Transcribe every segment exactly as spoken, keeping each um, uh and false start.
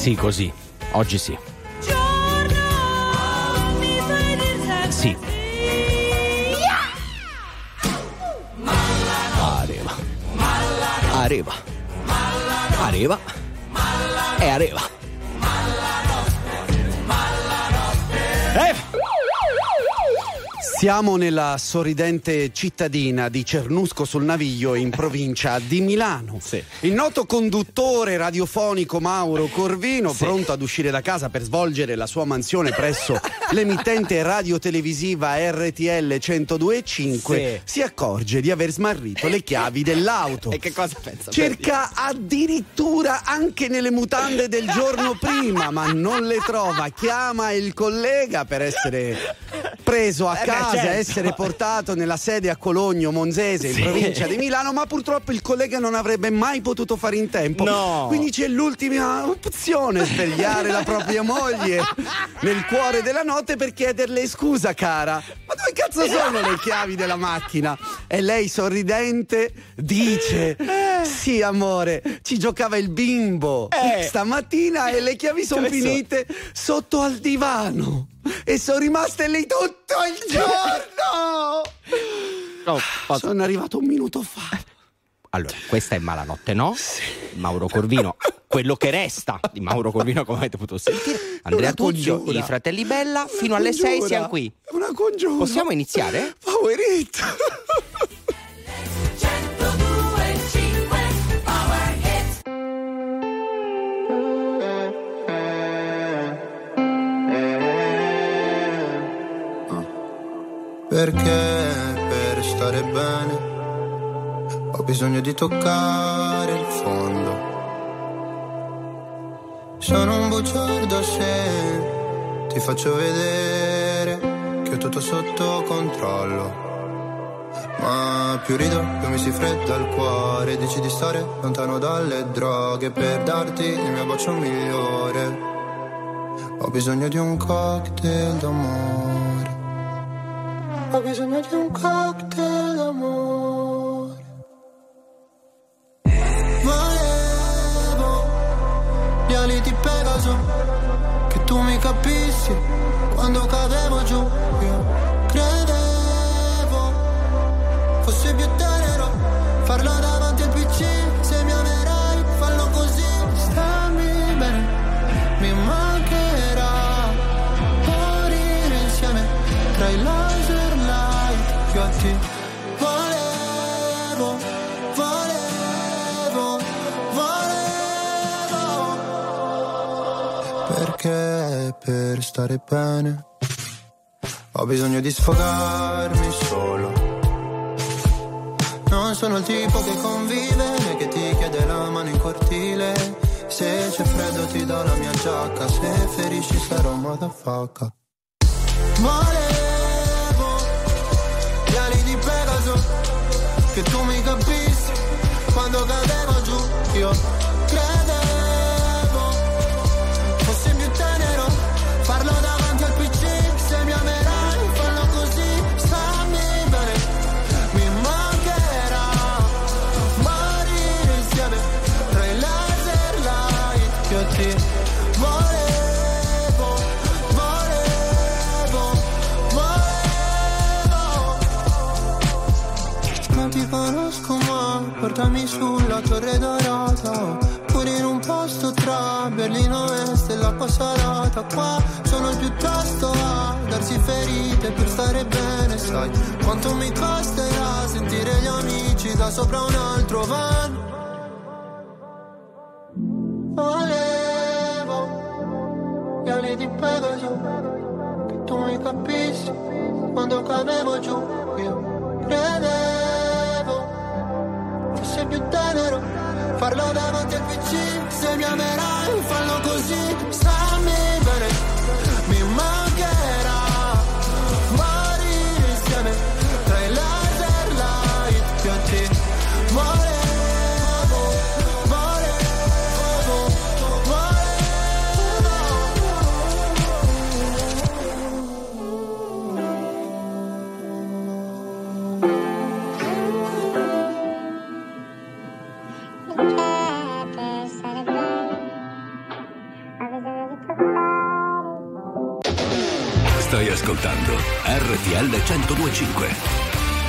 Sì, così. Oggi sì. Sì. Arriva. Arriva. Arriva. E arriva. Eh! Siamo nella sorridente cittadina di Cernusco sul Naviglio, in provincia di Milano. Sì. Il noto conduttore radiofonico Mauro Corvino, sì. pronto ad uscire da casa per svolgere la sua mansione presso l'emittente radiotelevisiva R T L centodue e cinque, sì. si accorge di aver smarrito le chiavi dell'auto. E che cosa pensa? Cerca addirittura anche nelle mutande del giorno prima, ma non le trova. Chiama il collega per essere preso a Eh casa, beh, certo. essere portato nella sede a Cologno Monzese, in Sì. provincia di Milano, ma purtroppo il collega non avrebbe mai potuto fare in tempo. No. Quindi c'è l'ultima opzione: svegliare la propria moglie nel cuore della notte per chiederle: scusa cara, ma dove cazzo sono le chiavi della macchina? E lei, sorridente, dice: sì amore, ci giocava il bimbo Eh. stamattina e le chiavi sono Dove sono? finite sotto al divano e sono rimaste lì tutto il giorno. No, posso- Sono arrivato un minuto fa. Allora, questa è Malanotte, no? Mauro Corvino, quello che resta di Mauro Corvino, come avete potuto sentire. Andrea Una Tullio, congiura. i Fratelli Bella, Una fino alle sei congiura. siamo qui. È una congiura. Possiamo iniziare? Favoritto. Perché per stare bene ho bisogno di toccare il fondo. Sono un bugiardo se ti faccio vedere che ho tutto sotto controllo. Ma più rido, più mi si fredda il cuore. Dici di stare lontano dalle droghe per darti il mio bacio migliore. Ho bisogno di un cocktail d'amore. Ho bisogno di un cocktail d'amore. Volevo gli ali di Pegaso, che tu mi capissi quando cadevo giù. Io credevo fosse più tenero farlo davanti al P C. Se mi amerai, fallo così. Stammi bene, mi mancherà morire insieme tra i laser light che a te volevo, volevo, volevo. Perché per stare bene ho bisogno di sfogarmi solo. Non sono il tipo che convive né che ti chiede la mano in cortile. Se c'è freddo ti do la mia giacca, se ferisci sarò motherfucker. Volevo gli ali di Pegaso, che tu mi capissi quando cadevo giù. Io credevo fosse più tenero farlo davanti al P C. Se mi amerai, fallo così. Stammi bene, mi mancherà morire insieme tra i laser light che io ti volevo, volevo, volevo. Non ti conosco ma portami sulla Torre Dorata, pure in un posto tra Berlino Est e l'acqua salata. Qua sono il più tosto a darsi ferite per stare bene. Sai quanto mi costerà sentire gli amici da sopra un altro van. Volevo gli ali di Pegaso, che tu mi capissi quando cadevo giù. Io credevo fosse più tenero farlo davanti al P C. Se mi amerai, fallo così. Stammi bene, mi mancherà morire insieme tra i laser light che a te volevo, volevo, Perché per stare bene ho ascoltando R T L centodue e cinque.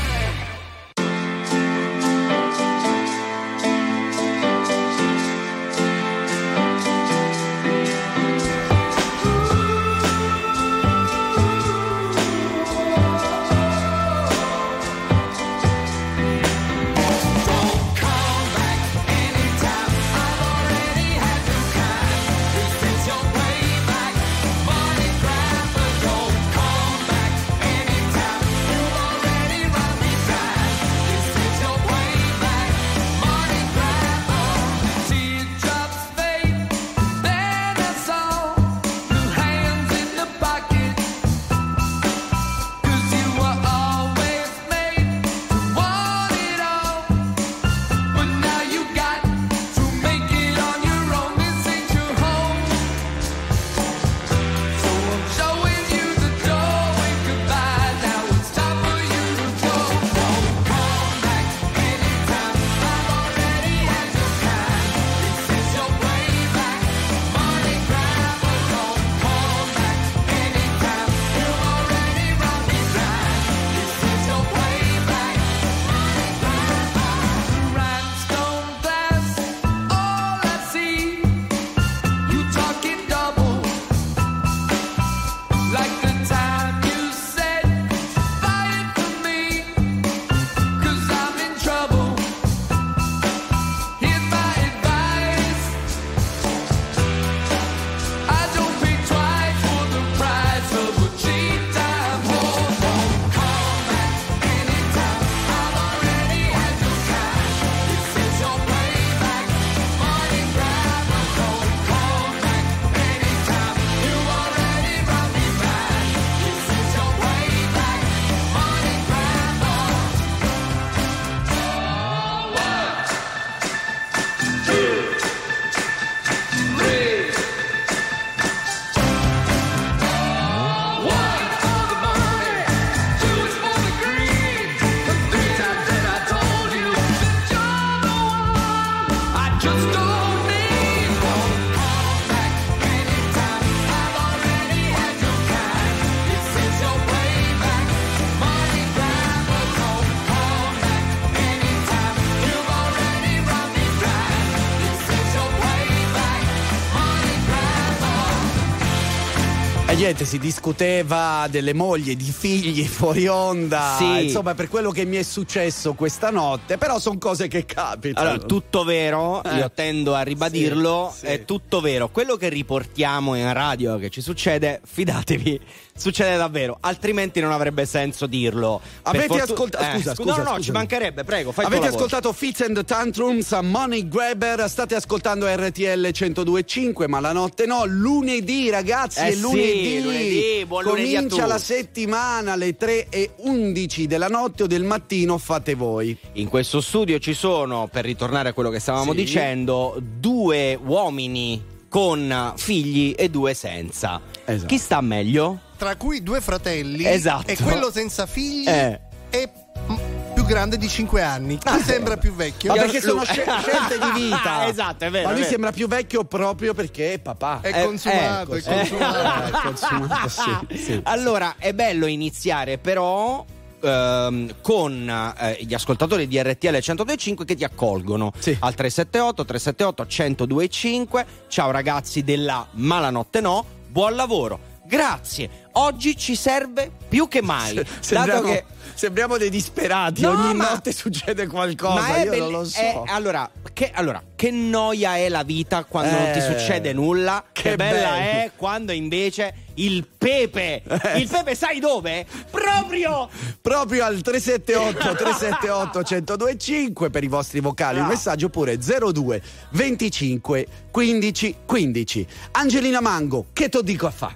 Niente, si discuteva delle mogli, di figli fuori onda, sì. Insomma, per quello che mi è successo questa notte, però sono cose che capitano. Allora, tutto vero, eh. io tendo a ribadirlo, sì, sì. È tutto vero. Quello che riportiamo in radio che ci succede, fidatevi, succede davvero, altrimenti non avrebbe senso dirlo. Avete fortu- ascoltato? Eh, scusa, scusa, scusa, no, no, scusa. ci mancherebbe, prego, fai Avete il tuo ascoltato Fits and Tantrums a Money Grabber, state ascoltando R T L centodue e cinque, ma la notte no, lunedì ragazzi, eh è lunedì, sì, lunedì, buon lunedì a comincia tutti. la settimana alle tre e undici della notte o del mattino, fate voi. In questo studio ci sono, per ritornare a quello che stavamo Sì. dicendo, due uomini con figli e due senza. Esatto. Chi sta meglio? Tra cui due fratelli, Esatto. e quello senza figli Eh. è più grande di cinque anni. Chi Ah, sembra più vecchio? Ma perché sono Lui- scel- scelte di vita. Esatto, è vero. Ma è lui vero. sembra più vecchio proprio perché è papà. È Eh, consumato, ecco, è consumato. Eh, consumato, sì, sì. Allora, è bello iniziare però ehm, con eh, gli ascoltatori di R T L centodue e cinque che ti accolgono Sì. al tre sette otto tre sette otto centodue e cinque. Ciao ragazzi della Malanotte No, buon lavoro. Grazie, oggi ci serve più che mai. Se- dato sembriamo, che sembriamo dei disperati, No, ogni ma- notte succede qualcosa, ma è io bell- non lo so. è- allora, che, allora, che noia è la vita quando non ti Eh, succede nulla. Che, che bella bello. è quando invece il pepe, Eh. il pepe sai dove? Proprio Proprio al tre sette otto tre sette otto centodue e cinque per i vostri vocali, No. un messaggio pure zero due venticinque quindici quindici. Angelina Mango, che to dico a fa?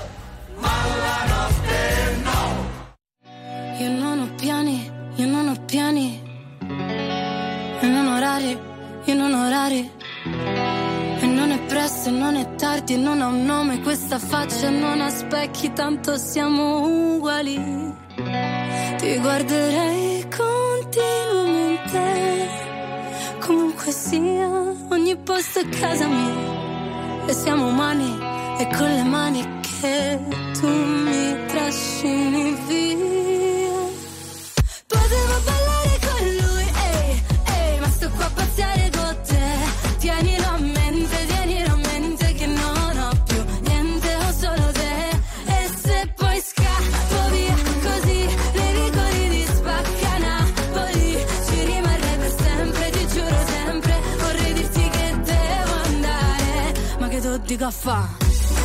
Io non ho piani, io non ho piani, e non orari, io non orari, e non è presto, e non è tardi, e non ha un nome questa faccia, non ha specchi, tanto siamo uguali. Ti guarderei continuamente, comunque sia, ogni posto è casa mia, e siamo umani, e con le mani che che tu mi trascini via. Potevo ballare con lui, ehi, ehi, ma sto qua a pazziare con te. Tienilo a mente, tienilo a mente che non ho più niente, ho solo te. E se poi scappo via così, nei vicoli di Spacca Napoli, ci rimarrei per sempre, ti giuro sempre. Vorrei dirti che devo andare, ma che tu dica fa?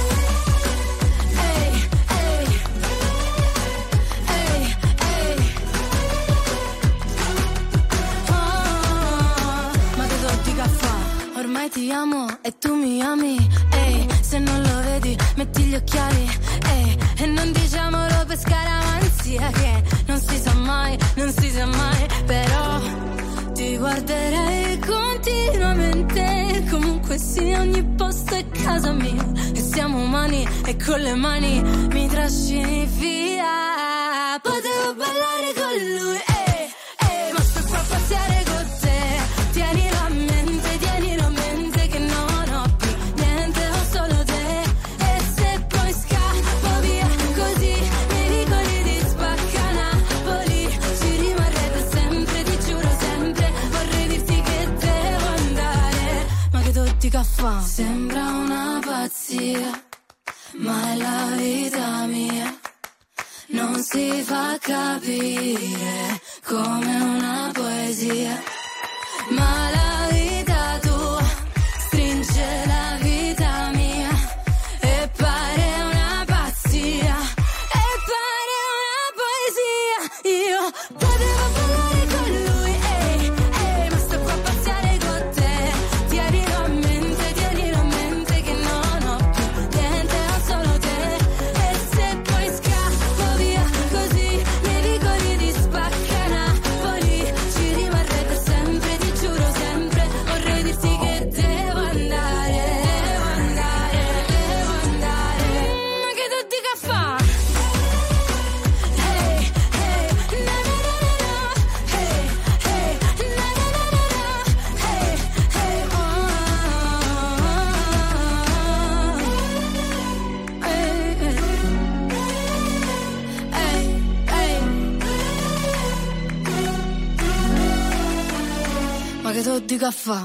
Ormai ti amo e tu mi ami, ehi, se non lo vedi metti gli occhiali, ehi, e non diciamolo per scaramanzia che non si sa mai, non si sa mai, però ti guarderei continuamente, comunque sia ogni posto è casa mia, e siamo umani e con le mani mi trascini via. Potevo ballare con lui, ehi, ehi, ma sto qua a pazziare con te, tienilo a mente. Sembra una pazzia, ma è la vita mia. Non si fa capire come una poesia, ma la vita tua stringe la vita mia e pare una pazzia, e pare una poesia. Io potevo ballare con lui, ehi, ehi, ma sto qua a pazziare con te. Tienilo a mente, tienilo a mente che non ho più niente, ho solo te. E se poi scappo via così, nei vicoli di Spacca Napoli, ci rimarrei per sempre, ti giuro sempre. Vorrei dirti che devo andare, devo andare, devo andare, ma che tu dica fa? Hey, hey, na na na na, hey, hey, na na na na, hey, hey, oh, hey, hey, hey. Ma che tu dica fa?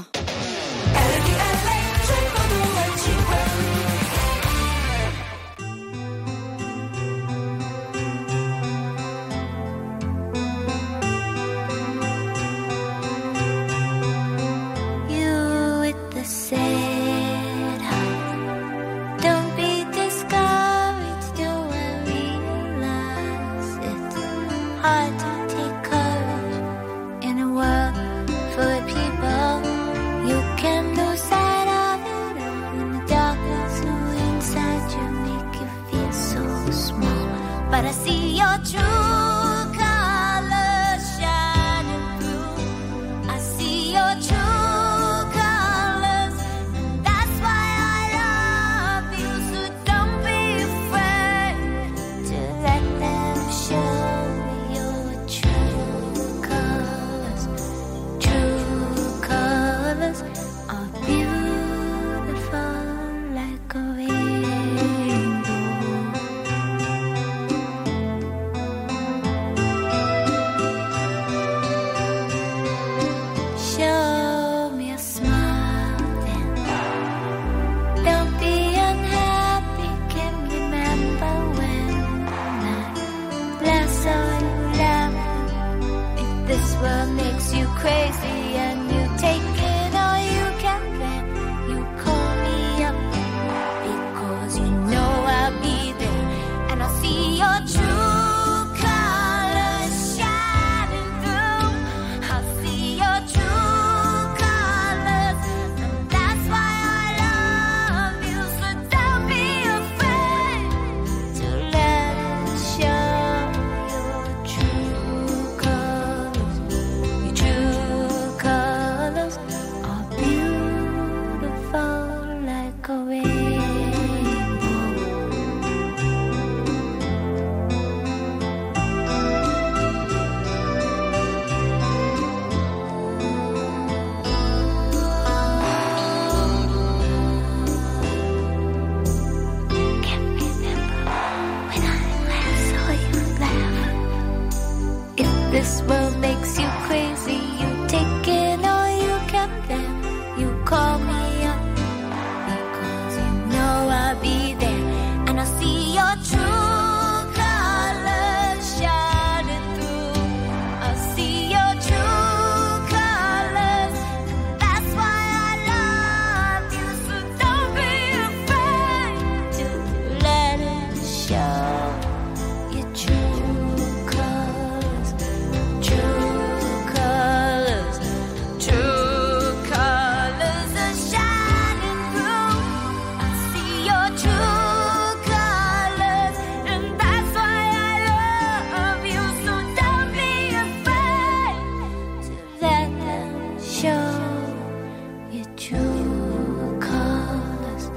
You with the sad heart. Don't be discouraged, do I realize it's hard to take courage in a world full of people. You can lose sight of it all when the darkness inside you make you feel so small. But I see your true colors shining through. I see your true colors, and that's why I love you. So don't be afraid to let them show your true colors. True colors are beautiful like a rainbow. Show me a smile then. Don't be unhappy, can remember when I last saw you laughing. If this world makes you crazy and you take it all you can, then you call me up, because you know I'll be there, and I'll see your true colors shining through. I'll see your true colors, and that's why I love you. So don't be afraid to let us show your true colors, your true colors. this world makes you crazy. You take it or you can bear. You call me up because you know I'll be there, and I'll see your true colors shining through. I'll see your true colors. That's why I love you. So don't be afraid to let it show. Your true colors, true colors, true colors are shining through. I see your true colors, and that's why I love you. So don't be afraid to let them show. Your true colors,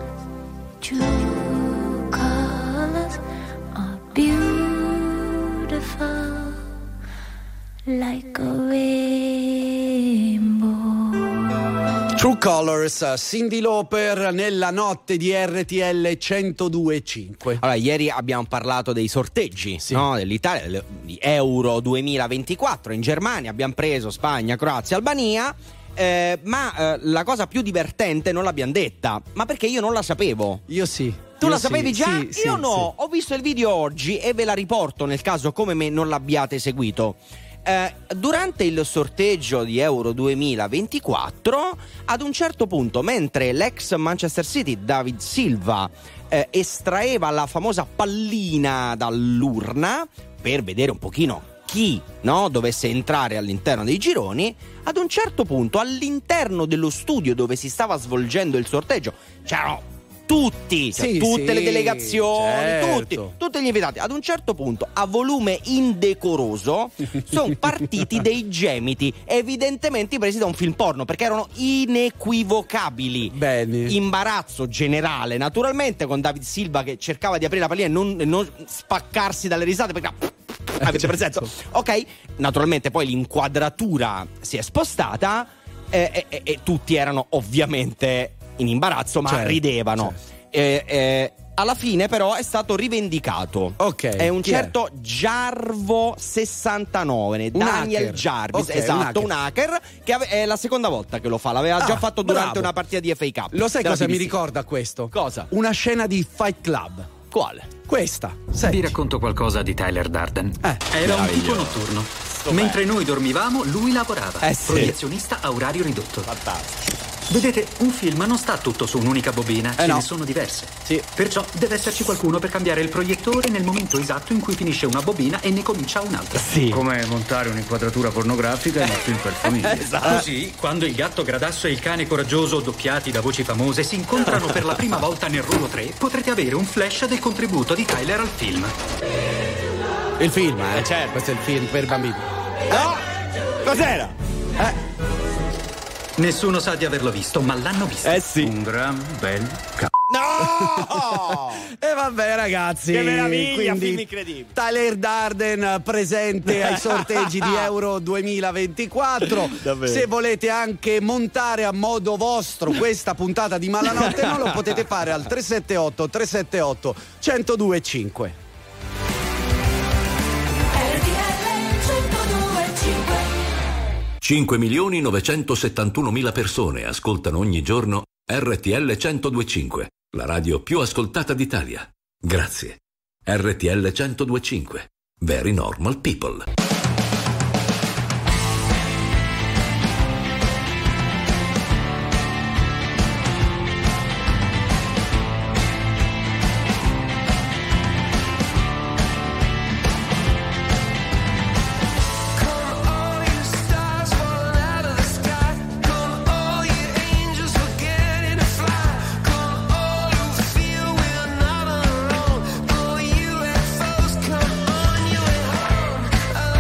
true colors are beautiful like a rainbow. True Colors, Cyndi Lauper nella notte di R T L centodue e cinque. Allora, ieri abbiamo parlato dei sorteggi, no? Dell'Italia, del- di Euro duemilaventiquattro in Germania. Abbiamo preso Spagna, Croazia, Albania. Eh, ma eh, la cosa più divertente non l'abbiamo detta, ma perché io non la sapevo. Io sì. Tu Io la sì, sapevi già? sì, sì, Io no, sì. ho visto il video oggi e ve la riporto nel caso come me non l'abbiate seguito. Eh, durante il sorteggio di Euro duemilaventiquattro, ad un certo punto, mentre l'ex Manchester City David Silva eh, estraeva la famosa pallina dall'urna per vedere un pochino chi, no, dovesse entrare all'interno dei gironi, ad un certo punto all'interno dello studio dove si stava svolgendo il sorteggio c'erano tutti, cioè Sì, tutte sì, le delegazioni, certo. tutti, tutti gli invitati. Ad un certo punto, a volume indecoroso, sono partiti dei gemiti, evidentemente presi da un film porno, perché erano inequivocabili. Bene. Imbarazzo generale, naturalmente, con David Silva che cercava di aprire la pallina e non, e non spaccarsi dalle risate, perché avete presente? Ok, naturalmente poi l'inquadratura si è spostata e, e- e tutti erano ovviamente in imbarazzo, ma Certo, ridevano. Eh, eh, alla fine però è stato rivendicato. Ok, È un chi è? certo Jarvo sessantanove, Un Daniel hacker. Jarvis, Ok, esatto, un un hacker, che ave- è la seconda volta che lo fa, l'aveva già Ah, fatto durante bravo. una partita di F A Cup. Lo sai della cosa mi B B C. ricorda questo? Cosa? Una scena di Fight Club. Quale? Questa. Vi Senti. racconto qualcosa di Tyler Durden. Eh, Era un tipo notturno. Mentre noi dormivamo, lui lavorava. Eh sì. Proiezionista a orario ridotto. Fantastico. Vedete, un film non sta tutto su un'unica bobina, ce no. ne sono diverse. Sì. Perciò deve esserci qualcuno per cambiare il proiettore nel momento esatto in cui finisce una bobina e ne comincia un'altra. Sì. Come montare un'inquadratura pornografica in un film per famiglie. Così, quando il gatto gradasso e il cane coraggioso, doppiati da voci famose, si incontrano per la prima volta nel ruolo tre, potrete avere un flash del contributo di Tyler al film. Il film, eh? certo. Questo è il film per bambini. No! Cos'era? Nessuno sa di averlo visto, ma l'hanno visto. Eh sì. Un gran bel c***o. No! E vabbè ragazzi, Che meraviglia, quindi film incredibili. Tyler Durden presente ai sorteggi di Euro duemilaventiquattro. Davvero. Se volete anche montare a modo vostro questa puntata di Malanotte non lo potete fare al tre sette otto tre sette otto uno zero due cinque. cinque milioni novecentosettantunomila persone ascoltano ogni giorno R T L centodue e cinque, la radio più ascoltata d'Italia. Grazie. R T L centodue e cinque. Very normal people. Come on, you and folks, come on, you and home.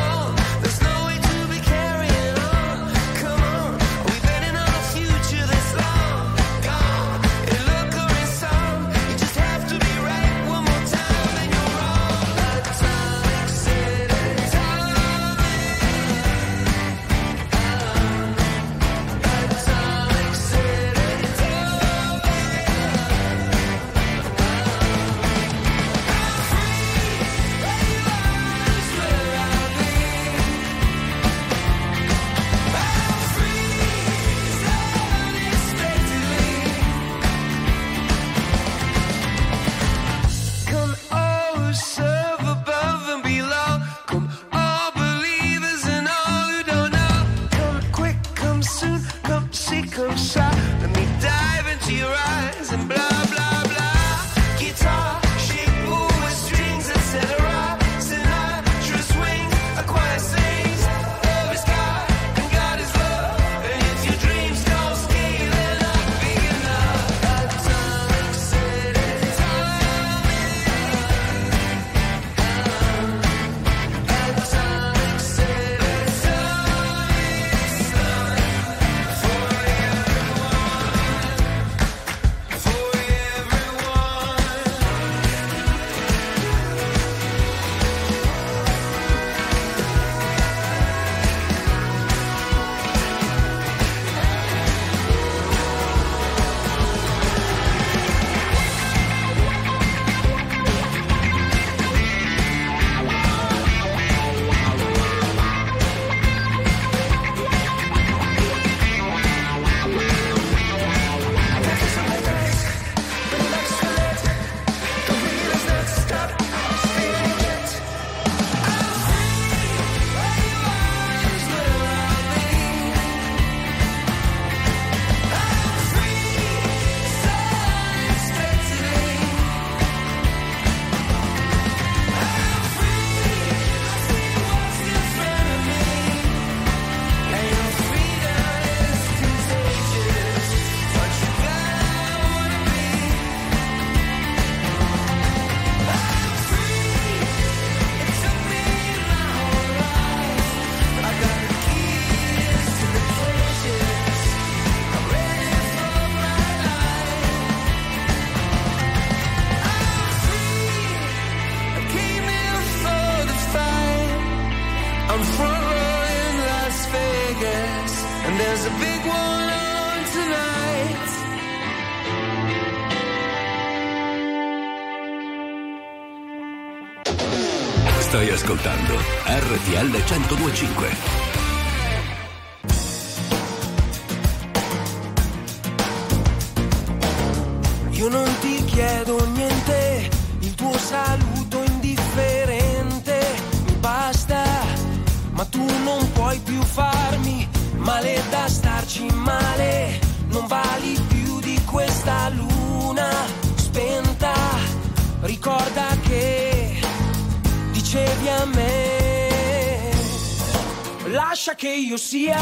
Stai ascoltando R T L centodue e cinque. Io non ti chiedo niente, il tuo saluto indifferente mi basta, ma tu non puoi più farmi male da starci male, non vali più di questa luna spenta, ricorda che dicevi a me, lascia che io sia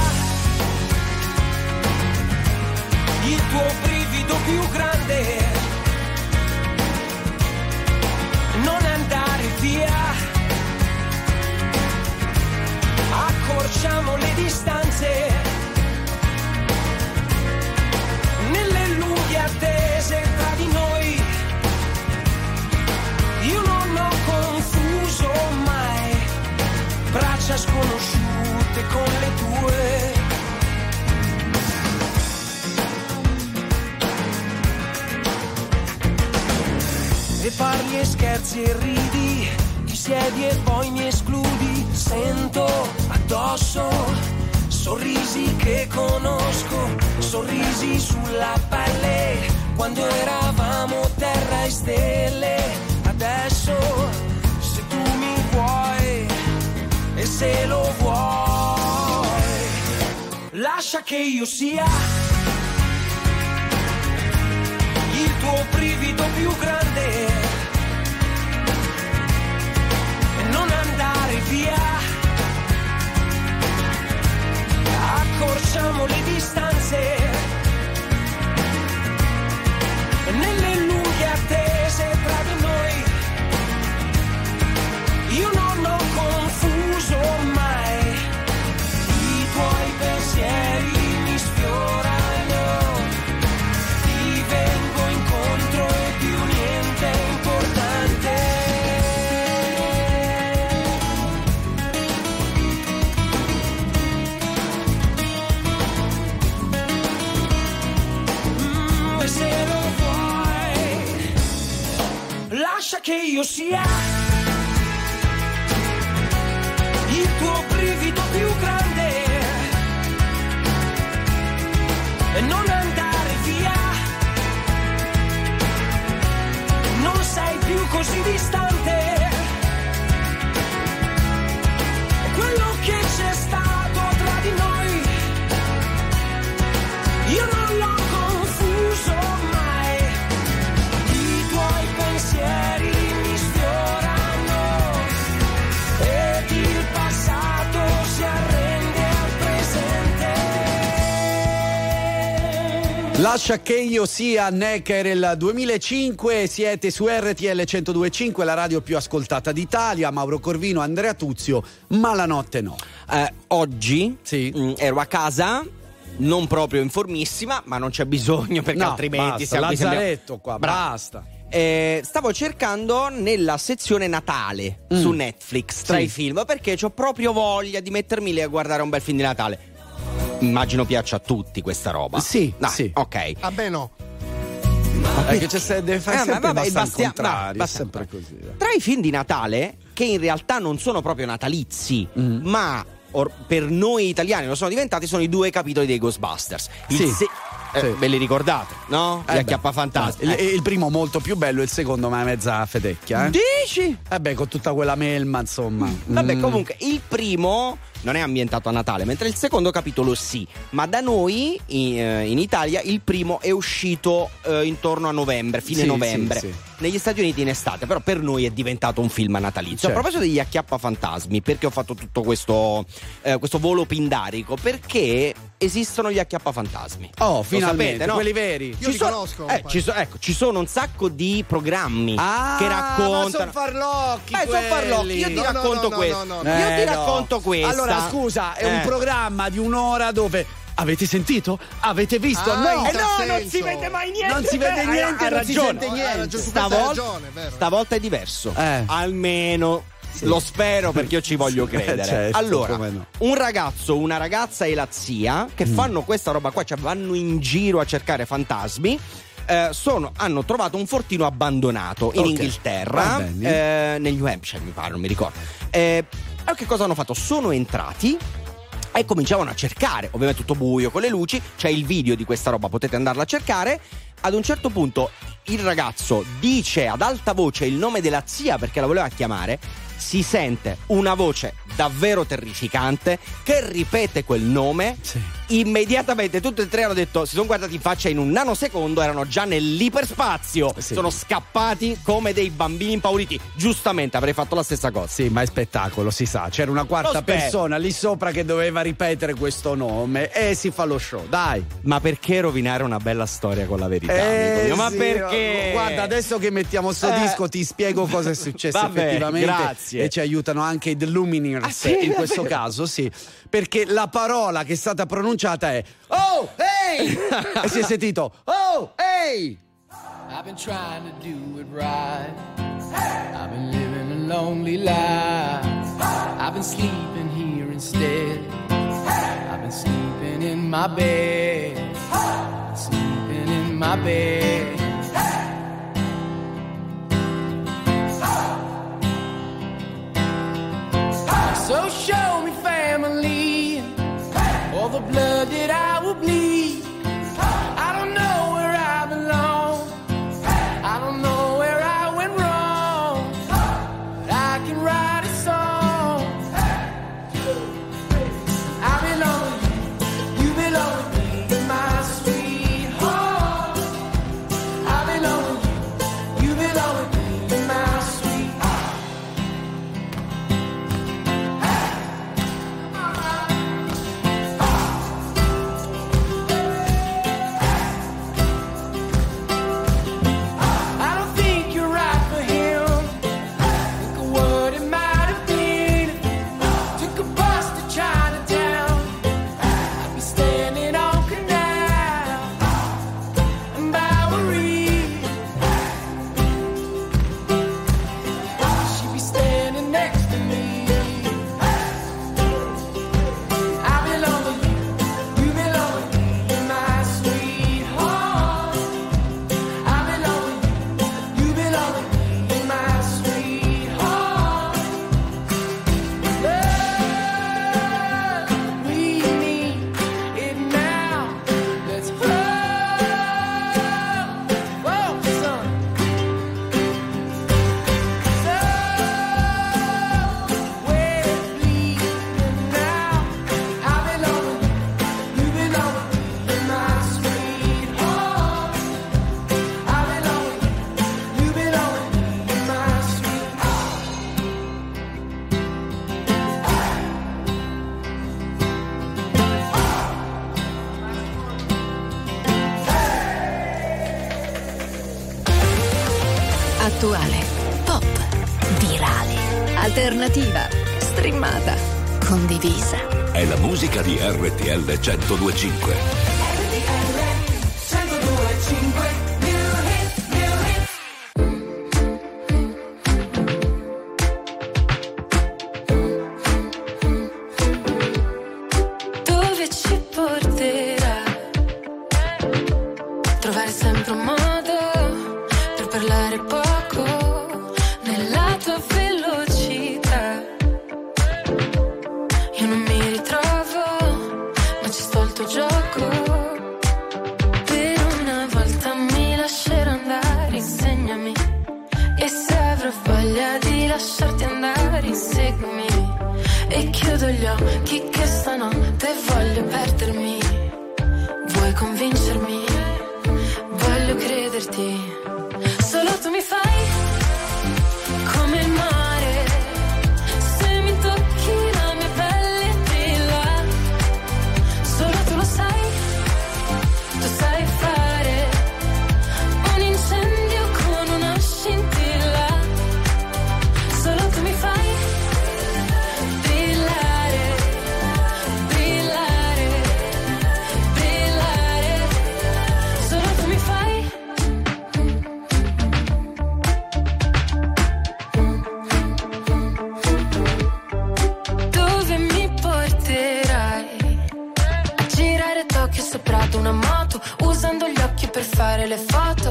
il tuo brivido più grande, non andare via, accorciamo le distanze, nelle lunghe attese tra di noi, io non ho confuso mai, braccia sconosciute con le tue. E parli e scherzi e ridi, ti siedi e poi mi escludi, sento addosso sorrisi che conosco, sorrisi sulla pelle, quando eravamo terra e stelle, adesso se tu mi vuoi e se lo vuoi, lascia che io sia il tuo brivido più grande, non andare via, accorciamo le distanze, nelle lunghe attese tra di noi, io non ho confuso mai, i tuoi pensieri mi sfiorano, ti vengo incontro e più niente è importante. Se lo vuoi, lascia che io sia il tuo brivido più grande e non andare via, non sei più così distante, quello che c'è stato tra di noi, io non l'ho confuso mai, i tuoi pensieri mi sfiorano ed il passato si arrende al presente. Lascia che io sia Necker il duemilacinque, siete su R T L centodue e cinque, la radio più ascoltata d'Italia. Mauro Corvino, Andrea Tuzio, ma la notte no. Eh, oggi sì. mh, ero a casa, non proprio informissima, ma non c'è bisogno perché No, altrimenti basta, siamo Lazzaretto qua, Bravo. basta. Eh, stavo cercando nella sezione Natale Mm. su Netflix tra Sì. i film, perché ho proprio voglia di mettermi lì a guardare un bel film di Natale. Immagino piaccia a tutti questa roba. Sì, Dai, sì. ok. A me no. È che c'è se- deve fare Eh, ma sempre vabbè, basta al bastia- contrario, va, è basta- sempre così. eh. Tra i film di Natale, che in realtà non sono proprio natalizi, Mm. ma or- per noi italiani lo sono diventati, sono i due capitoli dei Ghostbusters. Il Sì. se- eh, Sì. Ve li ricordate, no? Eh Gli beh, acchiappafantasmi. Il, Eh. il primo molto più bello, il secondo ma è mezza fetecchia, eh? Dici? Eh beh, con tutta quella melma, insomma. Vabbè, Mm. comunque, il primo non è ambientato a Natale, mentre il secondo capitolo sì. Ma da noi, in, eh, in Italia, il primo è uscito eh, intorno a novembre, fine Sì, novembre. sì, sì. Negli Stati Uniti in estate, però per noi è diventato un film natalizio. Certo. A proposito degli acchiappafantasmi, perché ho fatto tutto questo, eh, questo volo pindarico? Perché esistono gli acchiappafantasmi. Oh, Lo finalmente, sapete, no? quelli veri. Io li sono- conosco, eh, poi. ci so- ecco, ci sono un sacco di programmi Ah, che ma raccontano. sono farlocchi. Eh, sono farlocchi. Io ti No, no, racconto no, questo. no, no, Io Eh, ti no. racconto questa. Allora, scusa, è un Eh. programma di un'ora dove avete sentito? Avete visto? Ah, no, in Eh tal no, non senso. si vede mai niente. Non si vede Hai- niente, hai non si ragione. sente No, hai niente. ragione, su Stavolta, questa hai ragione, vero. stavolta è diverso. Eh. Almeno lo spero, perché io ci voglio Eh, credere. certo, allora, come no. un ragazzo, una ragazza e la zia che Mm. fanno questa roba qua, cioè vanno in giro a cercare fantasmi. eh, sono, hanno trovato un fortino abbandonato in Ok, Inghilterra, va bene. eh, nel New Hampshire mi pare, non mi ricordo. Eh, e che cosa hanno fatto? Sono entrati e cominciavano a cercare, ovviamente tutto buio con le luci, c'è il video di questa roba, potete andarla a cercare. Ad un certo punto il ragazzo dice ad alta voce il nome della zia perché la voleva chiamare, si sente una voce davvero terrificante che ripete quel nome. Sì. Immediatamente tutti e tre hanno detto, si sono guardati in faccia in un nanosecondo, erano già nell'iperspazio, Sì. sono scappati come dei bambini impauriti. Giustamente avrei fatto la stessa cosa. Sì, ma è spettacolo, si sa. C'era una quarta Lo spero. persona lì sopra che doveva ripetere questo nome e si fa lo show, dai. Ma perché rovinare una bella storia con la verità, Eh, amico mio? Ma sì, perché? Guarda, adesso che mettiamo sto Eh. disco ti spiego cosa è successo Vabbè, effettivamente. grazie. E ci aiutano anche i The Lumineers Ah, sì? in questo caso, sì. Perché la parola che è stata pronunciata è oh, hey! E si è sentito oh, hey! I've been trying to do it right. I've been living a lonely life. I've been sleeping here instead. I've been sleeping in my bed. Sleeping in my bed. So show me family, all the blood that I will bleed. I don't know where I belong. I don't know where I went wrong. But I can write a song. I belong with you, you belong with me, my sweetheart. I belong with you, you belong with me, my sweetheart. I don't think you're right for him. Think of what it might have been. Took a bus to Chinatown. I'd be standing on Canal and Bowery. She'd be standing next to me. I belong with you, you belong with me, my sweetheart. I belong with you, you belong with me, my sweetheart. Love, we need it now. Let's hold, oh, son. So, we're bleeding now. I belong with you, you belong with me, my sweetheart. I belong with you, you belong with me, my sweetheart. Attuale, pop, virale, alternativa, streamata, condivisa. È la musica di R T L centodue e cinque. Dove ci porterà? Trovare sempre un modo per parlare poco nella tua velocità. Io non mi ritrovo, ma ci sto al tuo gioco. Per una volta mi lascerò andare, insegnami. E se avrò voglia di lasciarti andare, inseguimi. E chiudo gli occhi che stanotte voglio perdermi. Vuoi convincermi? Voglio crederti. Solo tu mi fai come il mare. Se mi tocchi la mia pelle brilla. Solo tu lo sai. Tu sai fare un incendio con una scintilla. Solo tu mi fai brillare, brillare, brillare. Solo tu mi fai. Dove mi porterai? A girare Tokyo sopra ad una moto, usando gli occhi per fare le foto.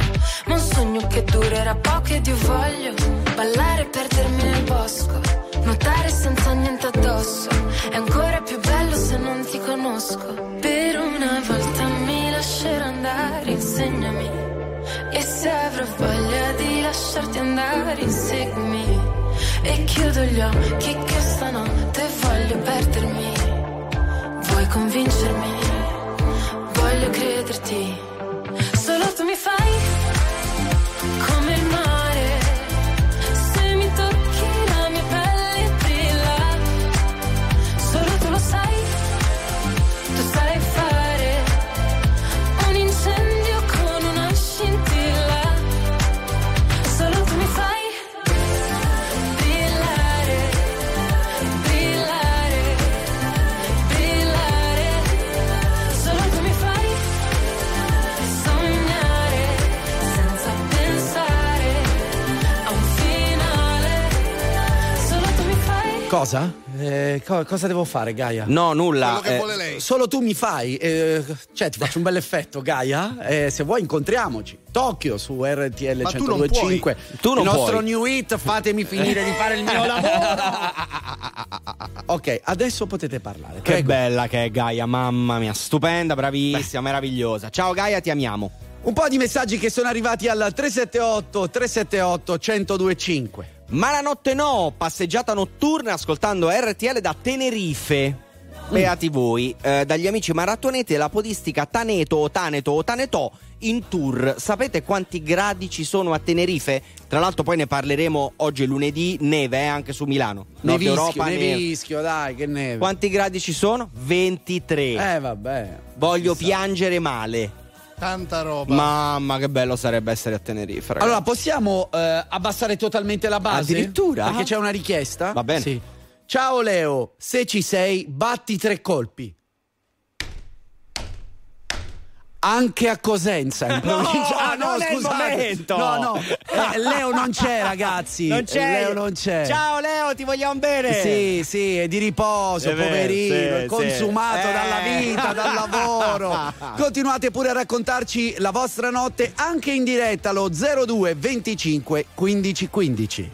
che durerà poco ed io voglio ballare e perdermi nel bosco, nuotare senza niente addosso, è ancora più bello se non ti conosco. Per una volta mi lascerò andare, insegnami, e se avrò voglia di lasciarti andare, inseguimi, e chiudo gli occhi che stanotte voglio perdermi. Vuoi convincermi? Voglio crederti. Solo tu mi fai come il mare, se mi tocchi la mia pelle brilla. Solo tu lo sai, tu sai fare un incendio con una scintilla. Solo tu mi fai brillare, brillare, brillare. Solo tu mi fai sognare senza pensare a un finale. Solo tu mi fai. Cosa? Eh, co- cosa devo fare, Gaia? No, nulla. Quello che eh, vuole lei. Solo tu mi fai, eh, cioè ti faccio un bel effetto, Gaia. Eh, se vuoi incontriamoci. Tokyo su R T L Ma tu non centodue e cinque. Tu non il nostro puoi. new hit, fatemi finire di fare il mio lavoro. Ok, adesso potete parlare. Che Prego. bella che è Gaia, mamma mia, stupenda, bravissima, meravigliosa. Ciao Gaia, ti amiamo. Un po' di messaggi che sono arrivati al tre sette otto tre sette otto centodue e cinque. Ma la notte no, passeggiata notturna ascoltando R T L da Tenerife. Beati voi, eh, dagli amici maratoneti della podistica Taneto o Taneto o Tanetò in tour. Sapete quanti gradi ci sono a Tenerife? Tra l'altro poi ne parleremo oggi è lunedì, neve eh, anche su Milano. Nord Nevischio, Europa, neve. nevischio, dai, che neve. Quanti gradi ci sono? ventitré. Eh, vabbè. Voglio piangere male. Tanta roba. Mamma, che bello sarebbe essere a Tenerife, ragazzi. Allora, possiamo eh, abbassare totalmente la base? Addirittura? Perché c'è una richiesta? Va bene. Sì. Ciao Leo, se ci sei, batti tre colpi. Anche a Cosenza in provincia. Ah, no, non è il scusate. momento. No, no. Eh, Leo non c'è, ragazzi. Non c'è. Leo non c'è. Ciao Leo, ti vogliamo bene. Sì, sì, è di riposo, È vero, poverino, sì, è consumato sì. dalla Eh. vita, dal lavoro. Continuate pure a raccontarci la vostra notte anche in diretta allo zero due venticinque quindici quindici.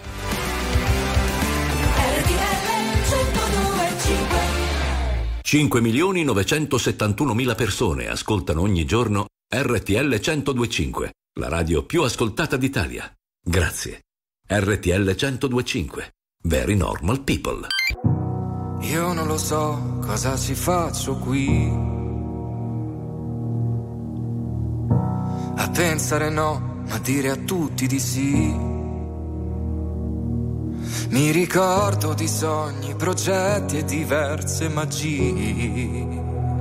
cinque milioni novecentosettantunomila persone ascoltano ogni giorno R T L centodue e cinque, la radio più ascoltata d'Italia. Grazie. R T L centodue e cinque. Very normal people. Io non lo so cosa ci faccio qui, a pensare no, ma dire a tutti di sì. Mi ricordo di sogni, progetti e diverse magie,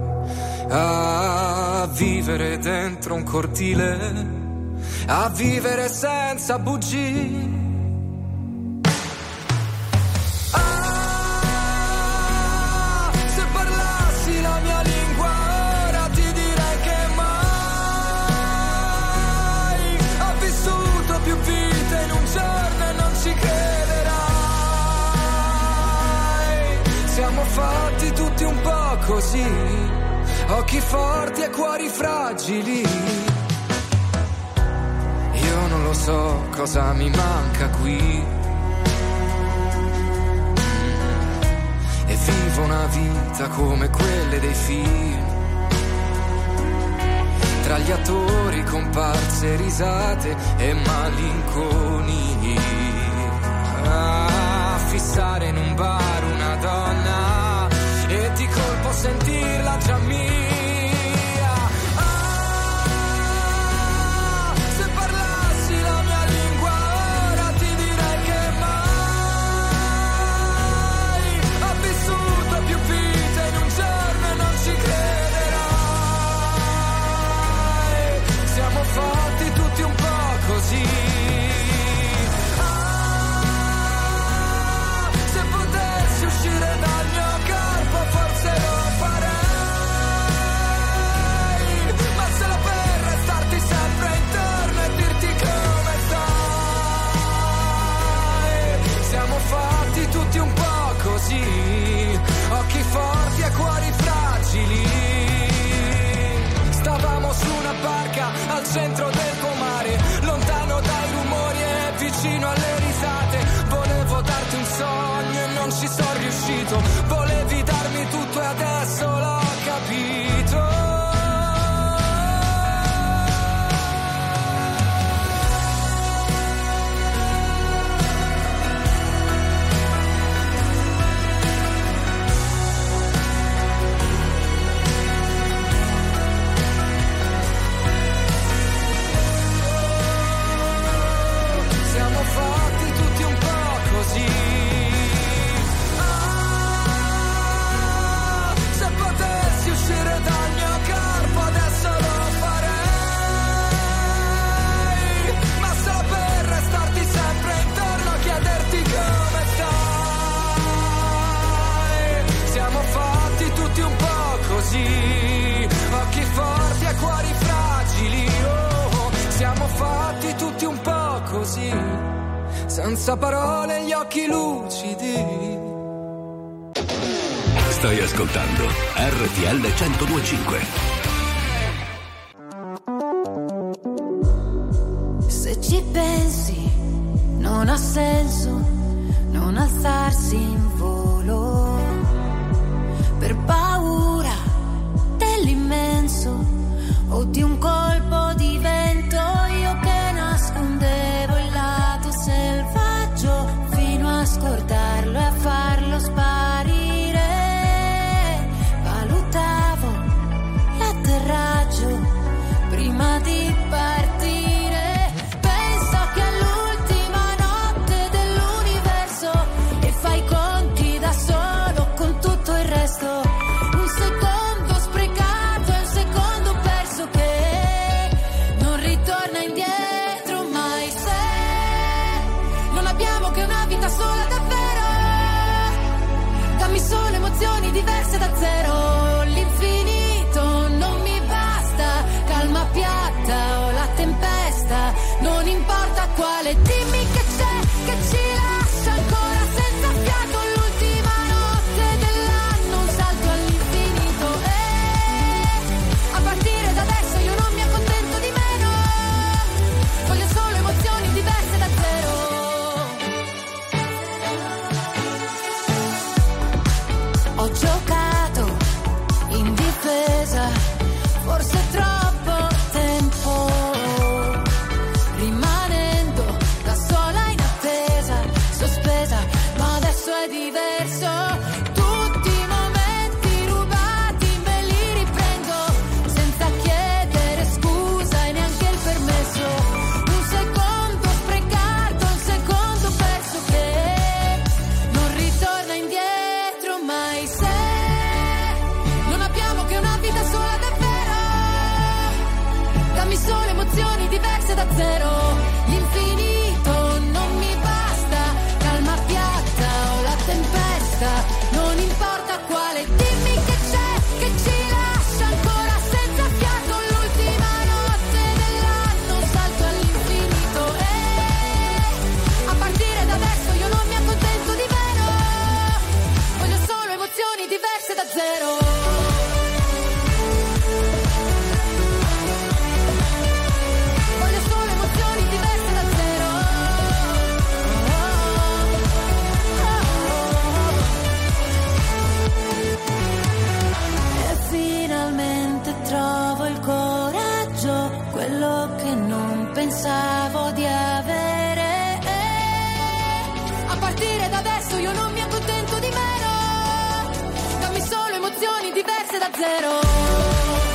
a vivere dentro un cortile, a vivere senza bugie. Ah, se parlassi la mia lingua ora ti direi che mai ho vissuto più vite in un giorno e non ci crederai. Siamo fatti tutti un po' così, occhi forti e cuori fragili. Io non lo so cosa mi manca qui, e vivo una vita come quelle dei film, tra gli attori, comparse, risate e malinconia. Ah, fissare in un bar una donna e di colpo sentirla già mia. Ah, se parlassi la mia lingua ora ti direi che mai ho vissuto più vite in un giorno e non ci crederai. Siamo fatti tutti un po' così. Uscire dal mio corpo forse lo farei, ma solo per restarti sempre intorno e dirti come stai. Siamo fatti tutti un po' così, occhi forti tutto e adesso l'ho capito. Siamo fatti tutti un po' così. Ah, se potessi uscire dal mio corpo adesso lo farei, ma solo per restarti sempre intorno a chiederti come stai. Siamo fatti tutti un po' così, occhi forti e cuori fragili. Oh, siamo fatti tutti un po' così, senza parole e gli occhi lucidi. Stai ascoltando R T L centodue e cinque. Se ci pensi, non ha senso non alzarsi in volo per paura dell'immenso o di un colpo di vento. Io che nascondevo il lato selvaggio fino a scordarlo e a farlo sparire. Valutavo l'atterraggio prima di partire. Penso che è l'ultima notte dell'universo e fai i conti da solo con tutto il resto. Un secondo sprecato e un secondo perso che non ritorna indietro mai. Se non abbiamo che una vita sola davvero, dammi solo emozioni diverse da zero. L'infinito non mi basta, calma piatta o la tempesta, non importa quale. Dimmi che c'è, che ci lascia ancora senza fiato. L'ultima notte dell'anno, un salto all'infinito. E a partire da adesso io non mi accontento di meno, voglio solo emozioni diverse da zero. Ho giocato in difesa, forse troppo tempo, rimanendo da sola in attesa, sospesa, ma adesso è diverso. Tutti i momenti rubati me li riprendo, senza chiedere scusa e neanche il permesso. Un secondo sprecato, un secondo perso che non ritorna indietro mai. Se non abbiamo che una vita sola davvero, dammi solo emozioni diverse da zero. L'infinito non mi basta, calma piatta o la tempesta, non importa quale. Dimmi che c'è, che ci lascia ancora senza fiato. L'ultima notte dell'anno, un salto all'infinito. E a partire da adesso io non mi accontento di meno, voglio solo emozioni diverse da zero. Voglio solo emozioni diverse da zero. E finalmente trovo il coraggio, quello che non pensavo di avere. A partire da adesso io non mi accontento di meno, dammi solo emozioni diverse da zero.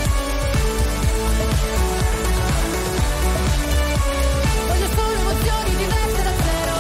Voglio solo emozioni diverse da zero.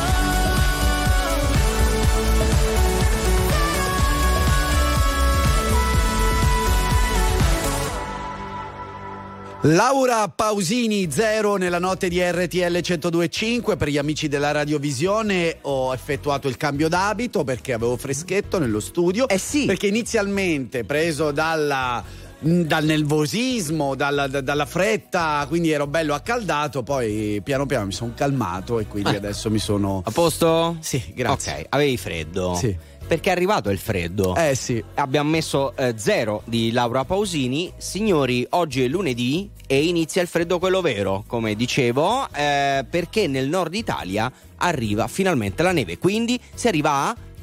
Laura Pausini, zero nella notte di R T L centodue e cinque. Per gli amici della radiovisione ho effettuato il cambio d'abito perché avevo freschetto nello studio. Eh sì. Perché inizialmente, preso dalla dal nervosismo, dalla, da, dalla fretta, quindi ero bello accaldato, poi piano piano mi sono calmato e quindi adesso mi sono... A posto? Sì, grazie. Ok, avevi freddo? Sì. Perché è arrivato il freddo. Eh sì. Abbiamo messo eh, zero di Laura Pausini. Signori, oggi è lunedì e inizia il freddo quello vero, come dicevo, eh, perché nel nord Italia arriva finalmente la neve. Quindi si arriva a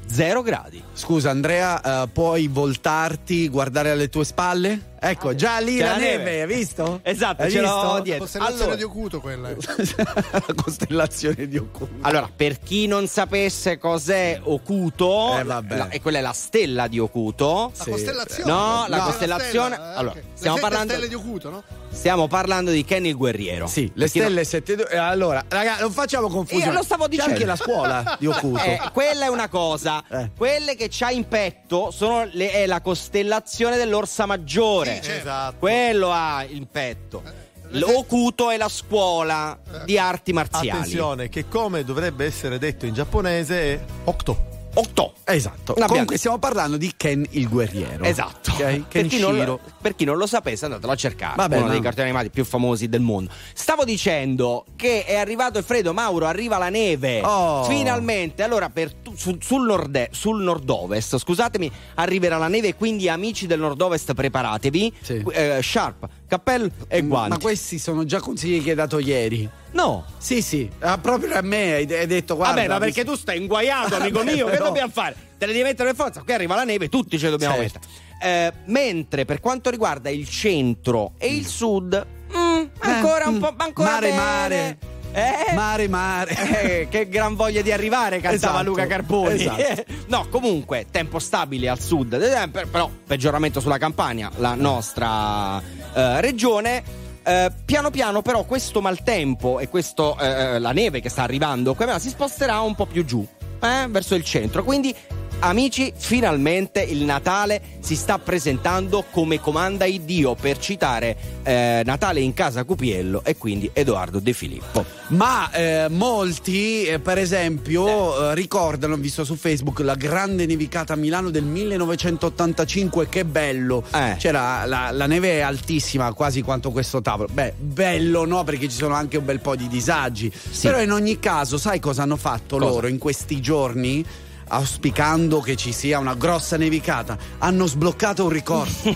zero gradi. Scusa Andrea, uh, puoi voltarti, guardare alle tue spalle? Ecco, già lì C'è la, la neve, neve. hai visto? Esatto, hai ce visto? l'ho La dietro. costellazione Allora, di Ocuto quella è. La costellazione di Ocuto. allora, per chi non sapesse cos'è Ocuto, Eh, vabbè. la- e quella è la stella di Ocuto. La Sì. costellazione. No, la No, costellazione- stella, eh, allora, ok. stiamo Le sette parlando- stelle di Ocuto, no? Stiamo parlando di Kenny il guerriero. Sì, le Per chi stelle sette due. Allora, raga, non facciamo confusione. Io lo stavo C'è dicendo. anche la scuola di Ocuto. Eh, quella è una cosa. Eh. Quelle che c'ha in petto sono le- è la costellazione dell'Orsa Maggiore. Sì, certo. Esatto. Quello ha in petto. L'Okuto è la scuola di arti marziali. Attenzione, che come dovrebbe essere detto in giapponese è Octo. Otto. Esatto. L'abbiamo- Comunque stiamo parlando di Ken il guerriero. Esatto. Ok? Per chi, non Kenshiro. lo, per chi non lo sapesse, andatelo a cercare. Vabbè, uno ma- dei cartoni animati più famosi del mondo. Stavo dicendo che è arrivato Alfredo Mauro, arriva la neve. Oh. Finalmente. Allora, per tu- sul, sul, nord- sul nord-ovest, scusatemi, arriverà la neve. Quindi, amici del nord-ovest, preparatevi. Sì. Eh, sciarpa, cappello e guanti. Ma questi sono già consigli che hai dato ieri. No. Sì, sì, ah, proprio a me hai, hai detto guarda. Vabbè, ma perché visto- tu stai inguaiato, amico Vabbè, mio, che però- dobbiamo fare? Te le devi mettere per forza, qui arriva la neve, tutti ce le dobbiamo Certo. mettere. Eh, mentre per quanto riguarda il centro e il sud, mm, ancora un mm. po', ancora Mare, bene. mare. Eh? Mare, mare. Eh, che gran voglia di arrivare, cantava Esatto, Luca Carboni. esatto. No, comunque, tempo stabile al sud, eh, per- però peggioramento sulla Campania, la nostra eh, regione. Eh, piano piano però questo maltempo e questo, eh, la neve che sta arrivando qua si sposterà un po' più giù, eh, verso il centro. Quindi amici, finalmente il Natale si sta presentando come comanda Iddio, per citare eh, Natale in casa Cupiello e quindi Edoardo De Filippo. Ma eh, molti, eh, per esempio, eh, ricordano, ho visto su Facebook, la grande nevicata a Milano del millenovecentottantacinque. Che bello! Eh. C'era la, la neve è altissima, quasi quanto questo tavolo. Beh, bello no, perché ci sono anche un bel po' di disagi. Sì. Però in ogni caso, sai cosa hanno fatto Cosa? loro in questi giorni? Auspicando che ci sia una grossa nevicata, hanno sbloccato un ricordo.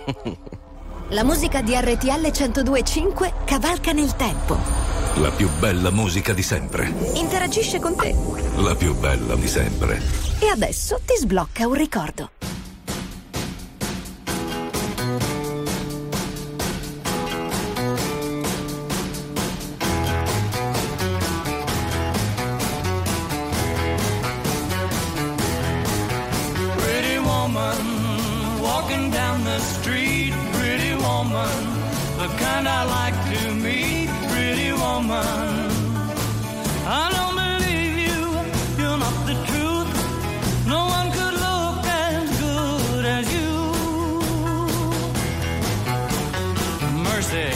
La musica di R T L centodue e cinque cavalca nel tempo. La più bella musica di sempre. Interagisce con te. La più bella di sempre. E adesso ti sblocca un ricordo. Pretty woman, walking down the street. Pretty woman, the kind I like to meet. Pretty woman, I don't believe you, you're not the truth. No one could look as good as you. Mercy.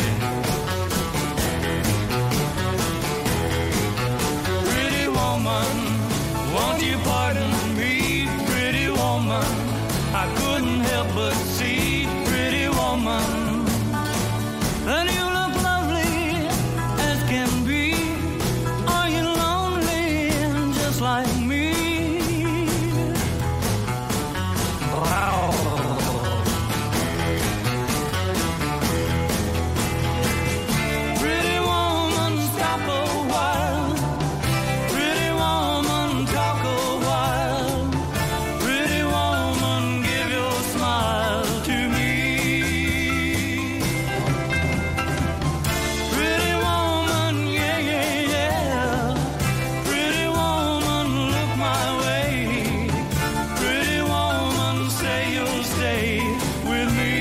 Pretty woman, won't you pardon me? Pretty woman, I couldn't help but see. Pretty woman, and you look lovely as can be. Are you lonely just like me? Pretty woman, stop a while. Pretty woman, talk a while. Pretty woman, give your smile to me. Pretty woman, yeah, yeah, yeah. Pretty woman, look my way. Pretty woman, say you'll stay with me.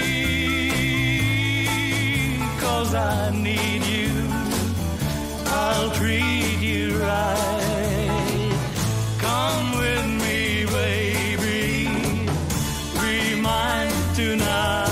'Cause I need you. I'll treat you right. Come with me, baby. Be mine tonight.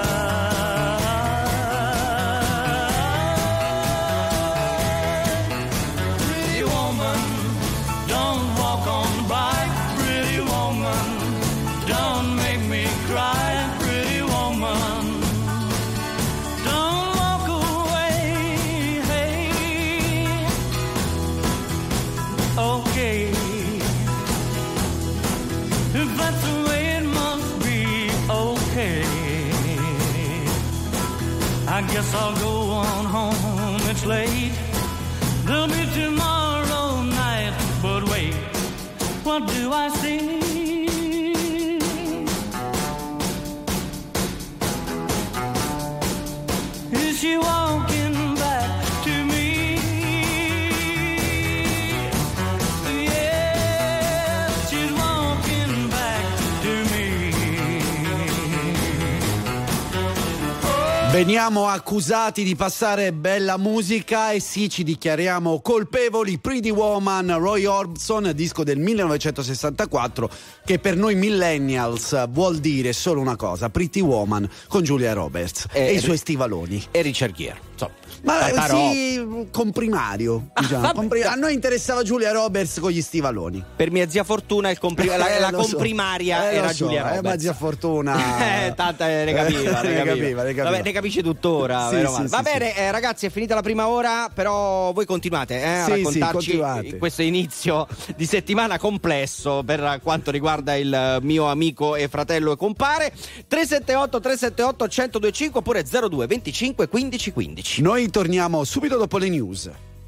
Pretty woman, don't walk on by. Pretty woman, don't make me cry. Pretty woman, don't walk away. Hey, okay. If that's the way it must be, okay. I guess I'll go on home, it's late. There'll be tomorrow night, but wait, what do I see? Is she walking back to me? Yes, she's walking back to me. Veniamo accusati di passare bella musica e sì, ci dichiariamo colpevoli. Pretty Woman, Roy Orbison, disco del millenovecentosessantaquattro, che per noi millennials vuol dire solo una cosa: Pretty Woman con Julia Roberts e, e i suoi stivaloni. E Richard Gere, insomma. Ma Eh, però- sì, comprimario, diciamo. vabbè. Compri- a noi interessava Giulia Roberts con gli stivaloni. Per mia zia Fortuna il compri- la, Eh, la lo so. comprimaria Eh, lo era so, Giulia eh, Roberts. ma zia Fortuna Eh, tanta ne capiva, ne Ne capiva. capiva, ne capiva. Vabbè, ne capisce tuttora. Sì, meno sì, male. sì, Va sì. bene, eh, ragazzi, è finita la prima ora, però voi continuate eh, a Sì, sì, raccontarci continuate. questo inizio di settimana complesso per quanto riguarda il mio amico e fratello e compare. tre sette otto tre sette otto uno zero due cinque oppure zero due venticinque quindici quindici. Noi torniamo subito dopo le news.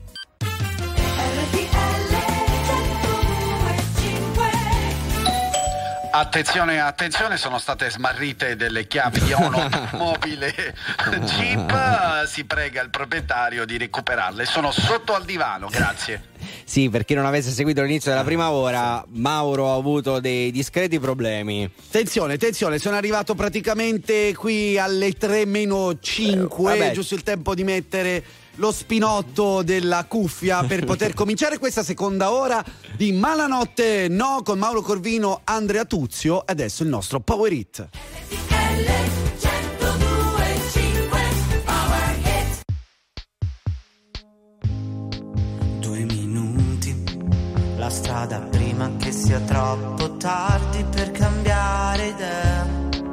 Attenzione, attenzione, sono state smarrite delle chiavi di un mobile Jeep, si prega il proprietario di recuperarle, sono sotto al divano, grazie. Sì, per chi non avesse seguito l'inizio della prima ora, Mauro ha avuto dei discreti problemi. Attenzione, attenzione, sono arrivato praticamente qui alle tre meno cinque, Eh, vabbè. giusto il tempo di mettere lo spinotto della cuffia per poter cominciare questa seconda ora di Malanotte No con Mauro Corvino, Andrea Tuzio e adesso il nostro Power Hit. Due minuti, la strada prima che sia troppo tardi per cambiare idea.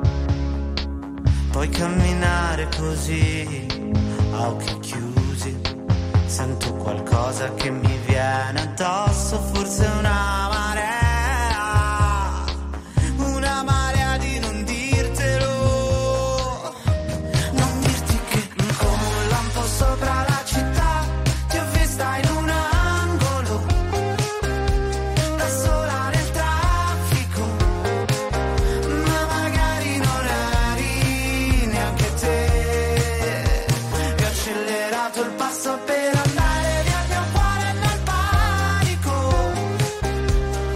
Poi camminare così, a occhi chiusi, sento qualcosa che mi viene addosso, forse una marea, una marea di non dirtelo, non dirti che come un lampo sopra la città ti ho vista in un angolo, da sola nel traffico, ma magari non eri neanche te, e ho accelerato il passo per andare via, il mio cuore nel panico,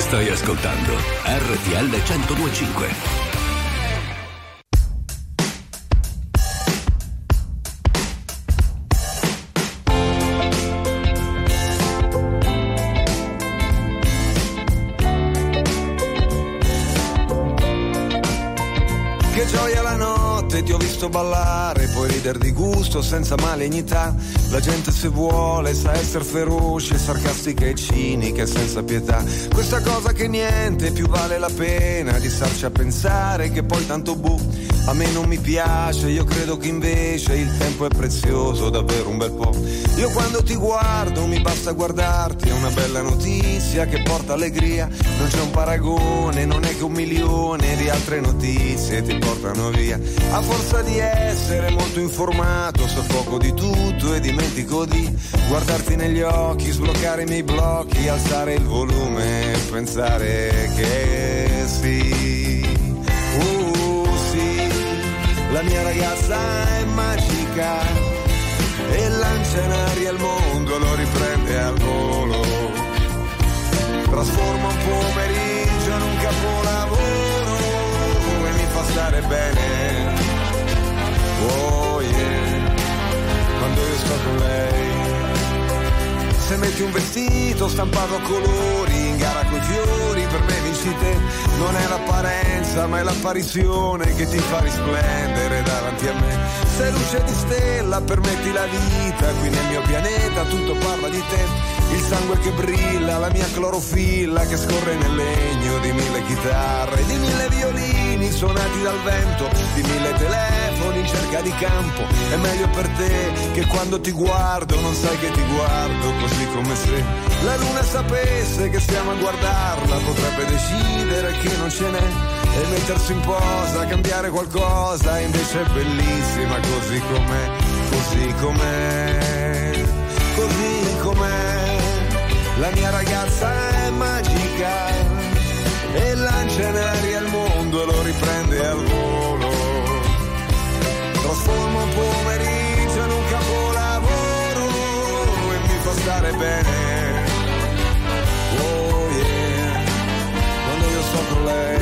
Stai ascoltando R T L centodue e cinque. Che gioia la notte, ti ho visto ballare, puoi rider di gusto senza malignità. La gente se vuole sa essere feroce, sarcastica e cinica e senza pietà. Questa cosa che niente più vale la pena di starci a pensare, che poi tanto buh, a me non mi piace. Io credo che invece il tempo è prezioso, davvero un bel po'. Io quando ti guardo mi basta guardarti, è una bella notizia che porta allegria. Non c'è un paragone, non è che un milione di altre notizie ti portano via. A forza di essere molto informato, so poco di tutto e dimentico di guardarti negli occhi, sbloccare i miei blocchi, alzare il volume e pensare che sì, uh sì, la mia ragazza è magica e lancia in aria il mondo, lo riprende al volo, trasforma un pomeriggio in un capolavoro e mi fa stare bene, oh yeah, quando io sto con lei. Se metti un vestito stampato a colori in gara coi fiori, per me vinci te. Non è l'apparenza ma è l'apparizione che ti fa risplendere davanti a me. Sei luce di stella, permetti la vita, qui nel mio pianeta tutto parla di te. Il sangue che brilla, la mia clorofilla che scorre nel legno di mille chitarre, di mille violini suonati dal vento, di mille telefoni in cerca di campo. È meglio per te che quando ti guardo non sai che ti guardo, così come se la luna sapesse che stiamo a guardarla, potrebbe decidere che non ce n'è e mettersi in posa, cambiare qualcosa, invece è bellissima così com'è, così com'è, così com'è. La mia ragazza è magica e lancia in aria il mondo e lo riprende al volo, trasforma un pomeriggio in un capolavoro e mi fa stare bene, oh yeah, quando io sto con lei.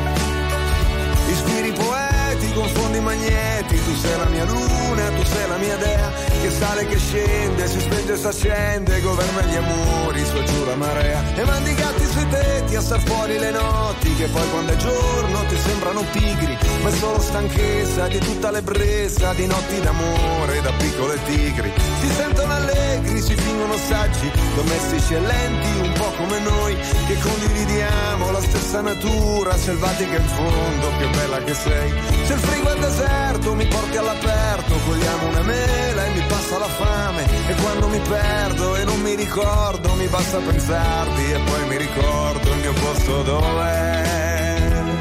Ispiri poeti, confondi magneti, tu sei la mia luna, tu sei la mia dea, che sale, che scende, si spenge e si accende, governa gli amori, su e giù la marea, e mandi i gatti sui tetti a star fuori le notti, che poi quando è giorno ti sembrano pigri, ma è solo stanchezza di tutta l'ebbrezza di notti d'amore da piccole tigri. Si sentono allegri, si fingono saggi, domestici e lenti, un po' come noi, che condividiamo la stessa natura, selvatica in fondo, che bella che sei. Se il frigo è deserto mi porti all'aperto, cogliamo una mela e mi passa la fame, e quando mi perdo e non mi ricordo mi basta pensarti e poi mi ricordo il mio posto dov'è.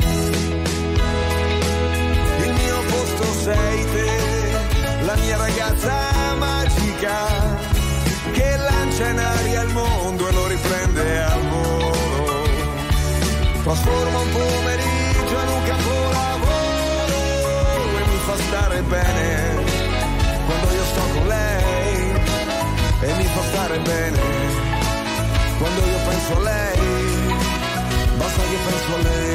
Il mio posto sei te, la mia ragazza magica che lancia in aria il mondo e lo riprende al volo, trasforma un pomeriggio in un capolavoro e mi fa stare bene quando io sto con lei, e mi fa stare bene quando io penso a lei, basta che penso a lei.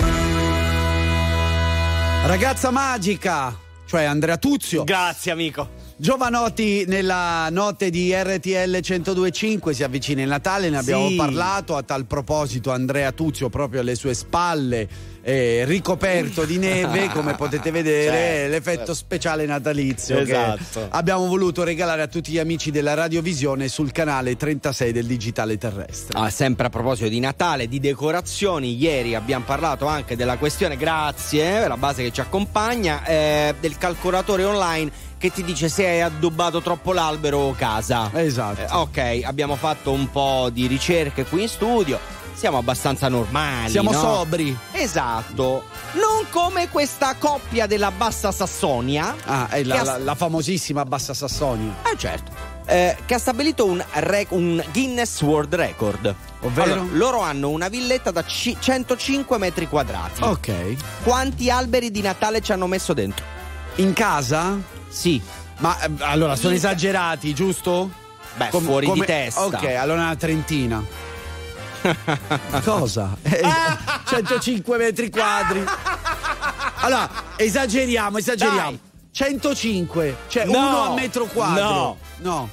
Ragazza magica, cioè Andrea Tuzio. Grazie amico. Giovanotti nella notte di R T L centodue e cinque, si avvicina il Natale, ne abbiamo Sì. parlato. A tal proposito Andrea Tuzio proprio alle sue spalle, eh, ricoperto di neve, come potete vedere, Certo, l'effetto certo. speciale natalizio Esatto. che abbiamo voluto regalare a tutti gli amici della radiovisione sul canale trentasei del digitale terrestre. Ah, sempre a proposito di Natale, di decorazioni, ieri abbiamo parlato anche della questione, grazie, la base che ci accompagna, eh, del calcolatore online che ti dice se hai addobbato troppo l'albero o casa. Esatto. Eh, ok, abbiamo fatto un po' di ricerche qui in studio, siamo abbastanza normali, Siamo no? sobri. Esatto. Non come questa coppia della Bassa Sassonia. Ah, è che la, ha- la, la famosissima Bassa Sassonia. Eh certo. Eh, che ha stabilito un, re- un Guinness World Record. Ovvero? Allora, loro hanno una villetta da ci- centocinque metri quadrati. Ok. Quanti alberi di Natale ci hanno messo dentro? In casa? Sì. Ma eh, allora sono In- esagerati, giusto? Beh, Com- fuori come- di testa. Ok, allora una trentina. Cosa? Eh, centocinque metri quadri. Allora, esageriamo, esageriamo. Dai. centocinque, cioè No, uno a metro quadro. no. No.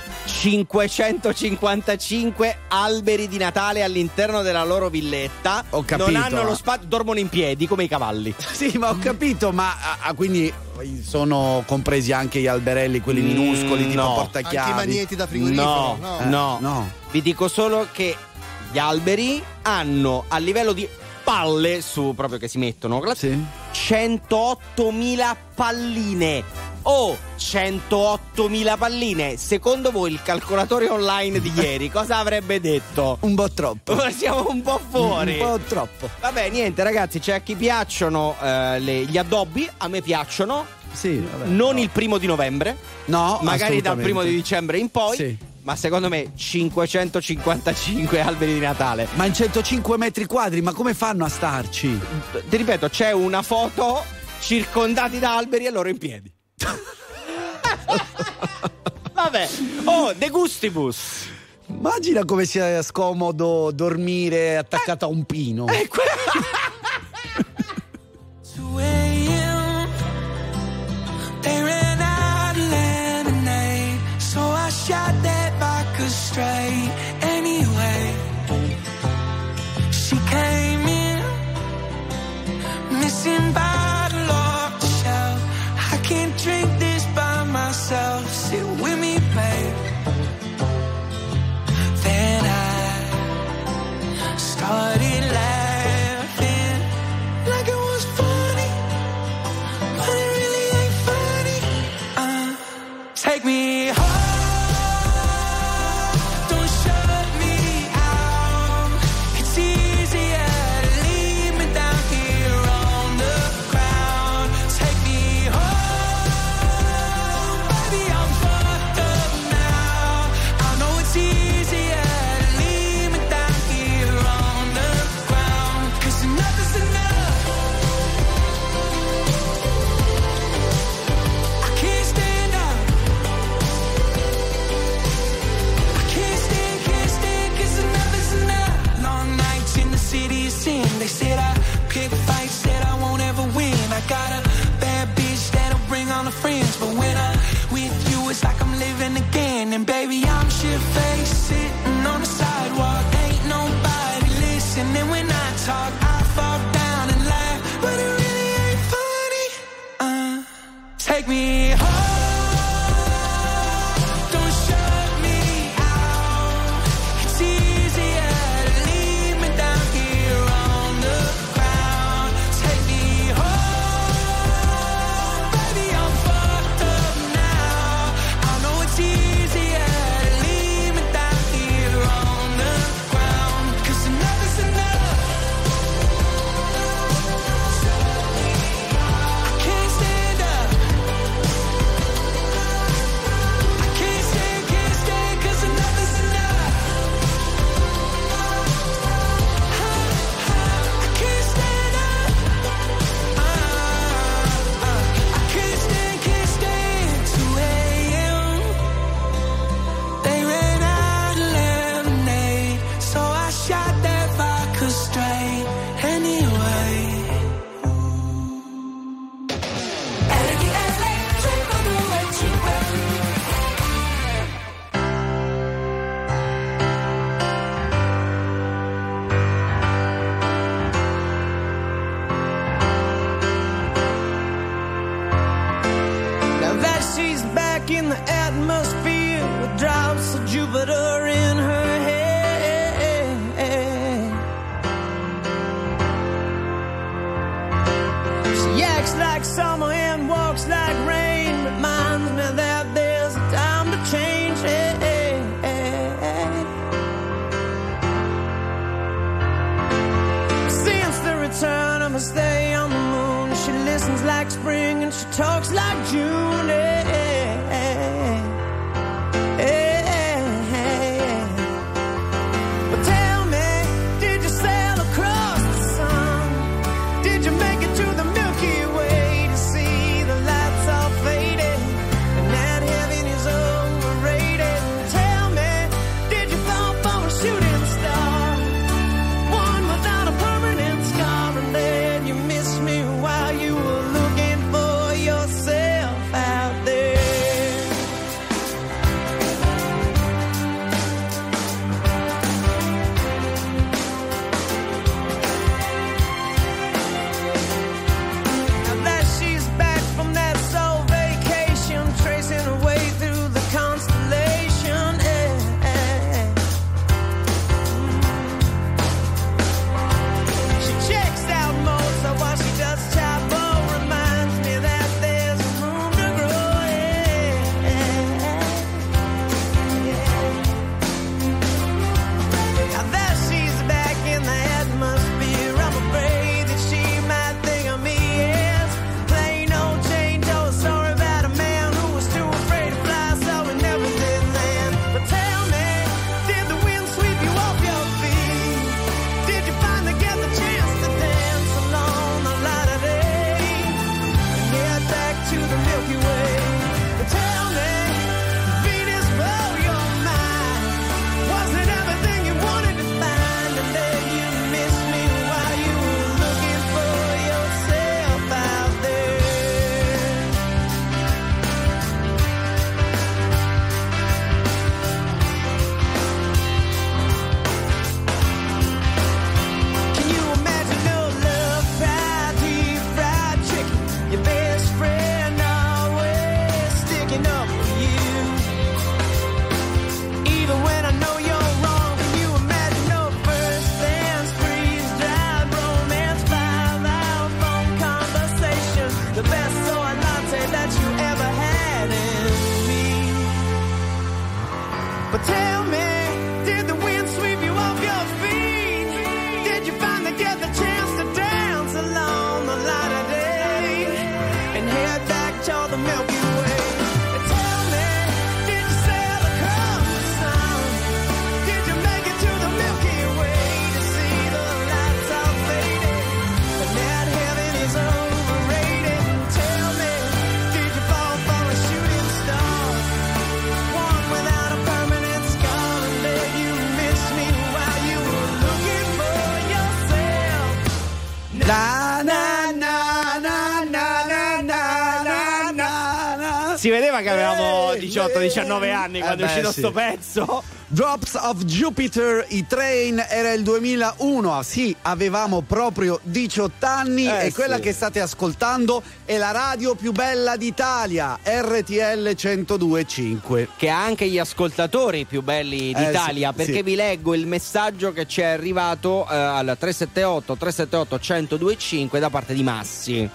cinquecentocinquantacinque alberi di Natale all'interno della loro villetta. Ho capito. Non hanno lo spazio, dormono in piedi come i cavalli. Sì, ma ho capito, ma ah, quindi sono compresi anche gli alberelli, quelli minuscoli, tipo no. portachiavi. Anche i magneti da frigorifero? No, No. no, no. Vi dico solo che gli alberi hanno a livello di palle su proprio che si mettono Sì. centoottomila palline. Oh, centoottomila palline. Secondo voi il calcolatore online di ieri cosa avrebbe detto? Un po' troppo. Siamo un po' fuori. Un po' troppo. Vabbè, niente ragazzi, c'è a chi piacciono eh, le- gli addobbi, a me piacciono. Sì, vabbè. Non il primo di novembre, No, magari dal assolutamente. primo di dicembre in poi. Sì. Ma secondo me cinquecentocinquantacinque alberi di Natale. Ma in centocinque metri quadri, ma come fanno a starci? Ti ripeto, c'è una foto circondati da alberi e loro in piedi. Vabbè. Oh, de gustibus. Immagina come sia scomodo dormire attaccato a un pino. Eh, que- two a.m. They ran out of lemonade, so I shot that vodka straight. Anyway, she came in, missing bottle off the shelf. I can't drink this by myself. Sit with me, babe. Then I started laughing like it was funny, but it really ain't funny. Uh, take me home, don't shut me out. It's easier to leave me down here on the ground. Take me home, baby, I'm fucked up now. I know it's easier to leave me down here on the ground, 'cause enough is enough. I can't stand up. I can't stand, can't stand, 'cause enough is enough. Long nights in the city of sin. They said I pick fights, said I won't ever win. I got a bad bitch that'll bring all her friends, but when I'm with you, it's like I'm living again. And baby, I'm shit-faced, sitting on the sidewalk. Ain't nobody listening when I talk. I fall down and laugh, but it really ain't funny. Uh, take me home, don't shut me out. It's easier to leave me down here on the ground. Take me home, baby, I'm fucked up now. I know it's easier to leave me down here on the ground, 'cause enough is enough. I can't stand up. I can't stand, can't stand, 'cause enough is enough. I can't stand up. Uh, uh, I can't stand, can't stand. two a.m. They ran out of lemonade, so I shot that vodka straight. Anyway. Now that she's back in the atmosphere with drops of Jupiter in her head. She acts like summer and walks like rain. Reminds me that there's a time to change. Since the return of her stay on the moon, she listens like spring and she talks like June. Eh, eh, eh, eh. But tell me, did you sail across the sun? Did you make it to the Milky Way to see the lights all faded and that heaven is overrated? Tell me, did you fall for a shooting star? Na, na, na, na, na, na, na, na, na. Si vedeva che avevamo diciotto diciannove anni quando Eh è uscito beh, sì. sto pezzo. Drops of Jupiter, i Train, era il duemilauno, sì, avevamo proprio diciotto anni Eh, e quella sì. che state ascoltando è la radio più bella d'Italia, R T L centodue e cinque. Che ha anche gli ascoltatori più belli Eh, d'Italia, sì, perché sì. vi leggo il messaggio che ci è arrivato eh, al tre sette otto tre sette otto centodue e cinque da parte di Massi.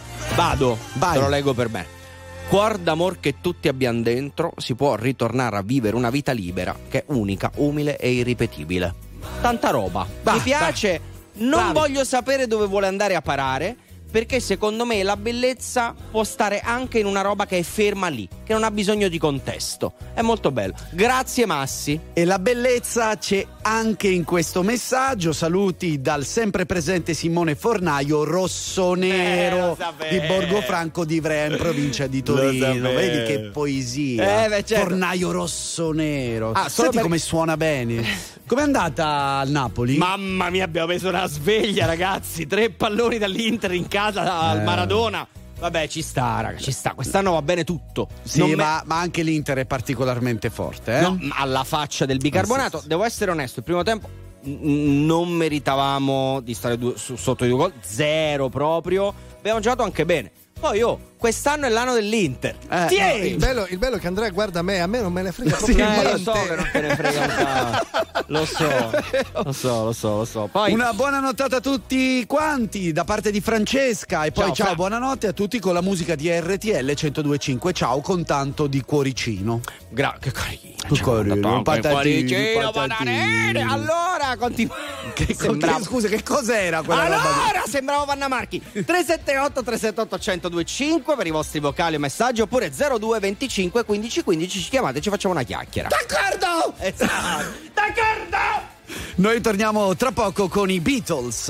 Vado, Vai. te lo leggo per me. Cuor d'amor che tutti abbiamo dentro, si può ritornare a vivere una vita libera, che è unica, umile e irripetibile. Tanta roba. Va, Mi piace, non Bravi. voglio sapere dove vuole andare a parare, perché secondo me la bellezza può stare anche in una roba che è ferma lì, che non ha bisogno di contesto. È molto bello. Grazie Massi. E la bellezza c'è anche in questo messaggio. Saluti dal sempre presente Simone Fornaio, Eh, rossonero lo sapevo. di Borgofranco di Ivrea in provincia di Lo Torino. sapevo. Vedi che poesia. Eh, beh, certo. Fornaio rossonero. Ah, solo Senti per- come suona bene. Com'è andata al Napoli? Mamma mia, abbiamo preso una sveglia, ragazzi. Tre palloni dall'Inter in casa al Eh. Maradona. Vabbè, ci sta, raga, ci sta. Quest'anno va bene tutto. Sì, Non me- ma, ma anche l'Inter è particolarmente forte, eh? No, ma alla faccia del bicarbonato. Eh, sì, sì. Devo essere onesto, il primo tempo n- non meritavamo di stare due- su- sotto i due gol. Zero proprio. Abbiamo giocato anche bene. Poi, oh, quest'anno è l'anno dell'Inter. Eh, Tieni! Il bello, il bello è che Andrea guarda me, a me non me ne frega Sì, proprio Eh, lo niente. so che non te ne frega un cazzo. Lo so, lo so, lo so, lo so. Poi Una buona nottata a tutti quanti da parte di Francesca e poi Ciao, ciao, Fra. buonanotte a tutti con la musica di R T L centodue e cinque. Ciao con tanto di cuoricino. Gra- che carino. Che ci hanno carino, dato anche patatini, cuoricino, patatini. bananere. Allora, continua. Che, Sembrava- che- scusa, che cos'era quella roba? Allora, sembravo Vanna Marchi. tre sette otto tre sette otto centodue e cinque per i vostri vocali o messaggi, oppure zero due venticinque quindici quindici, ci chiamate e ci facciamo una chiacchiera. D'accordo! Esatto. D'accordo! Noi torniamo tra poco con i Beatles.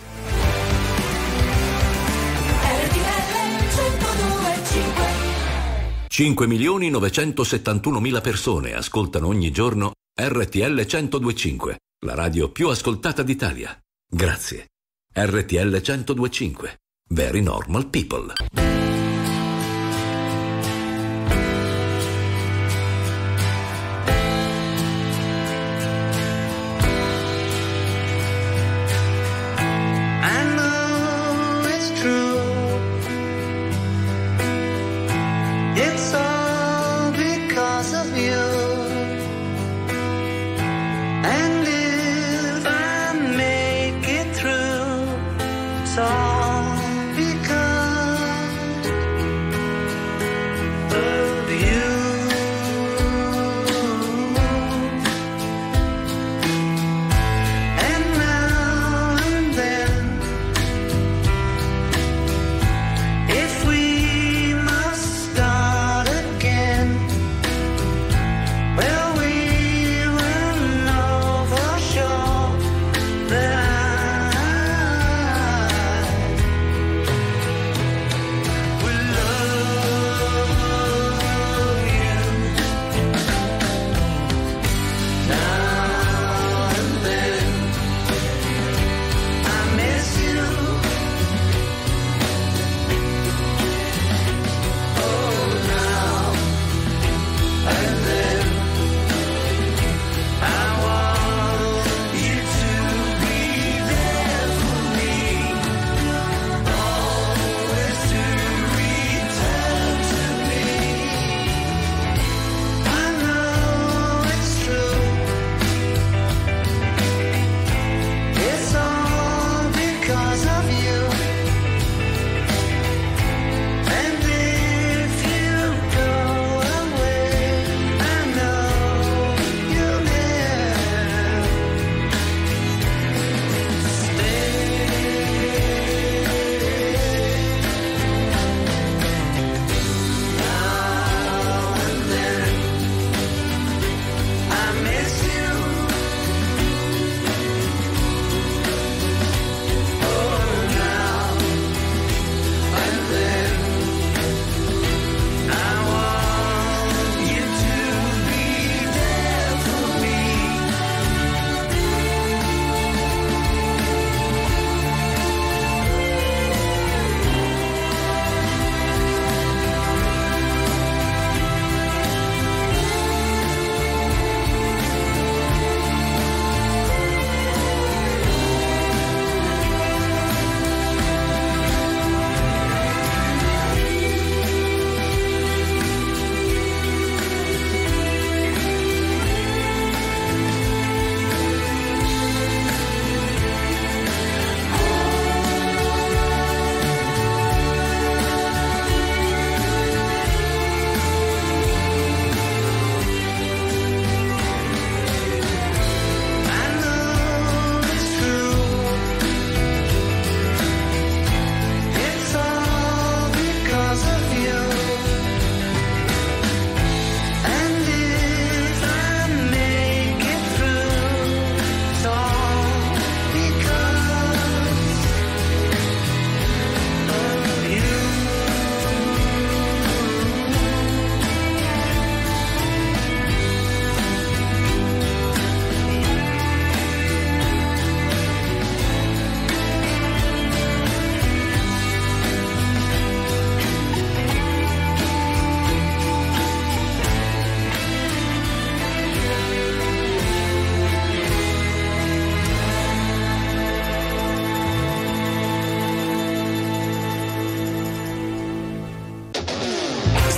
cinque milioni novecentosettantunomila persone ascoltano ogni giorno R T L centodue e cinque, la radio più ascoltata d'Italia. Grazie. R T L centodue e cinque. Very normal people. I know it's true. It's all because of you. And if I make it through, it's all because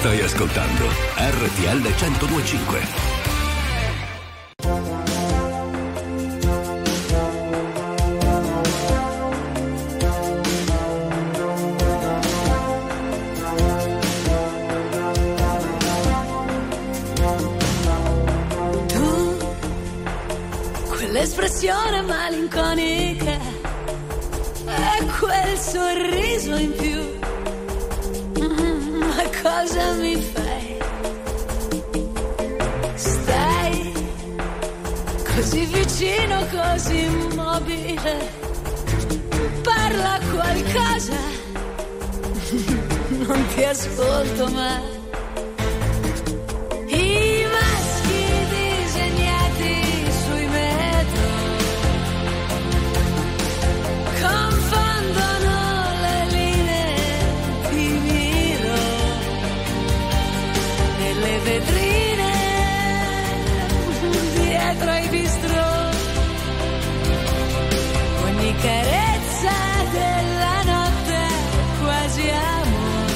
Stai ascoltando R T L centodue e cinque. L'espressione malinconica e quel sorriso in più, mm, ma cosa mi fai? Stai così vicino, così immobile, parla qualcosa, non ti ascolto mai. Vetrine dietro ai bistrò, ogni carezza della notte è quasi amore.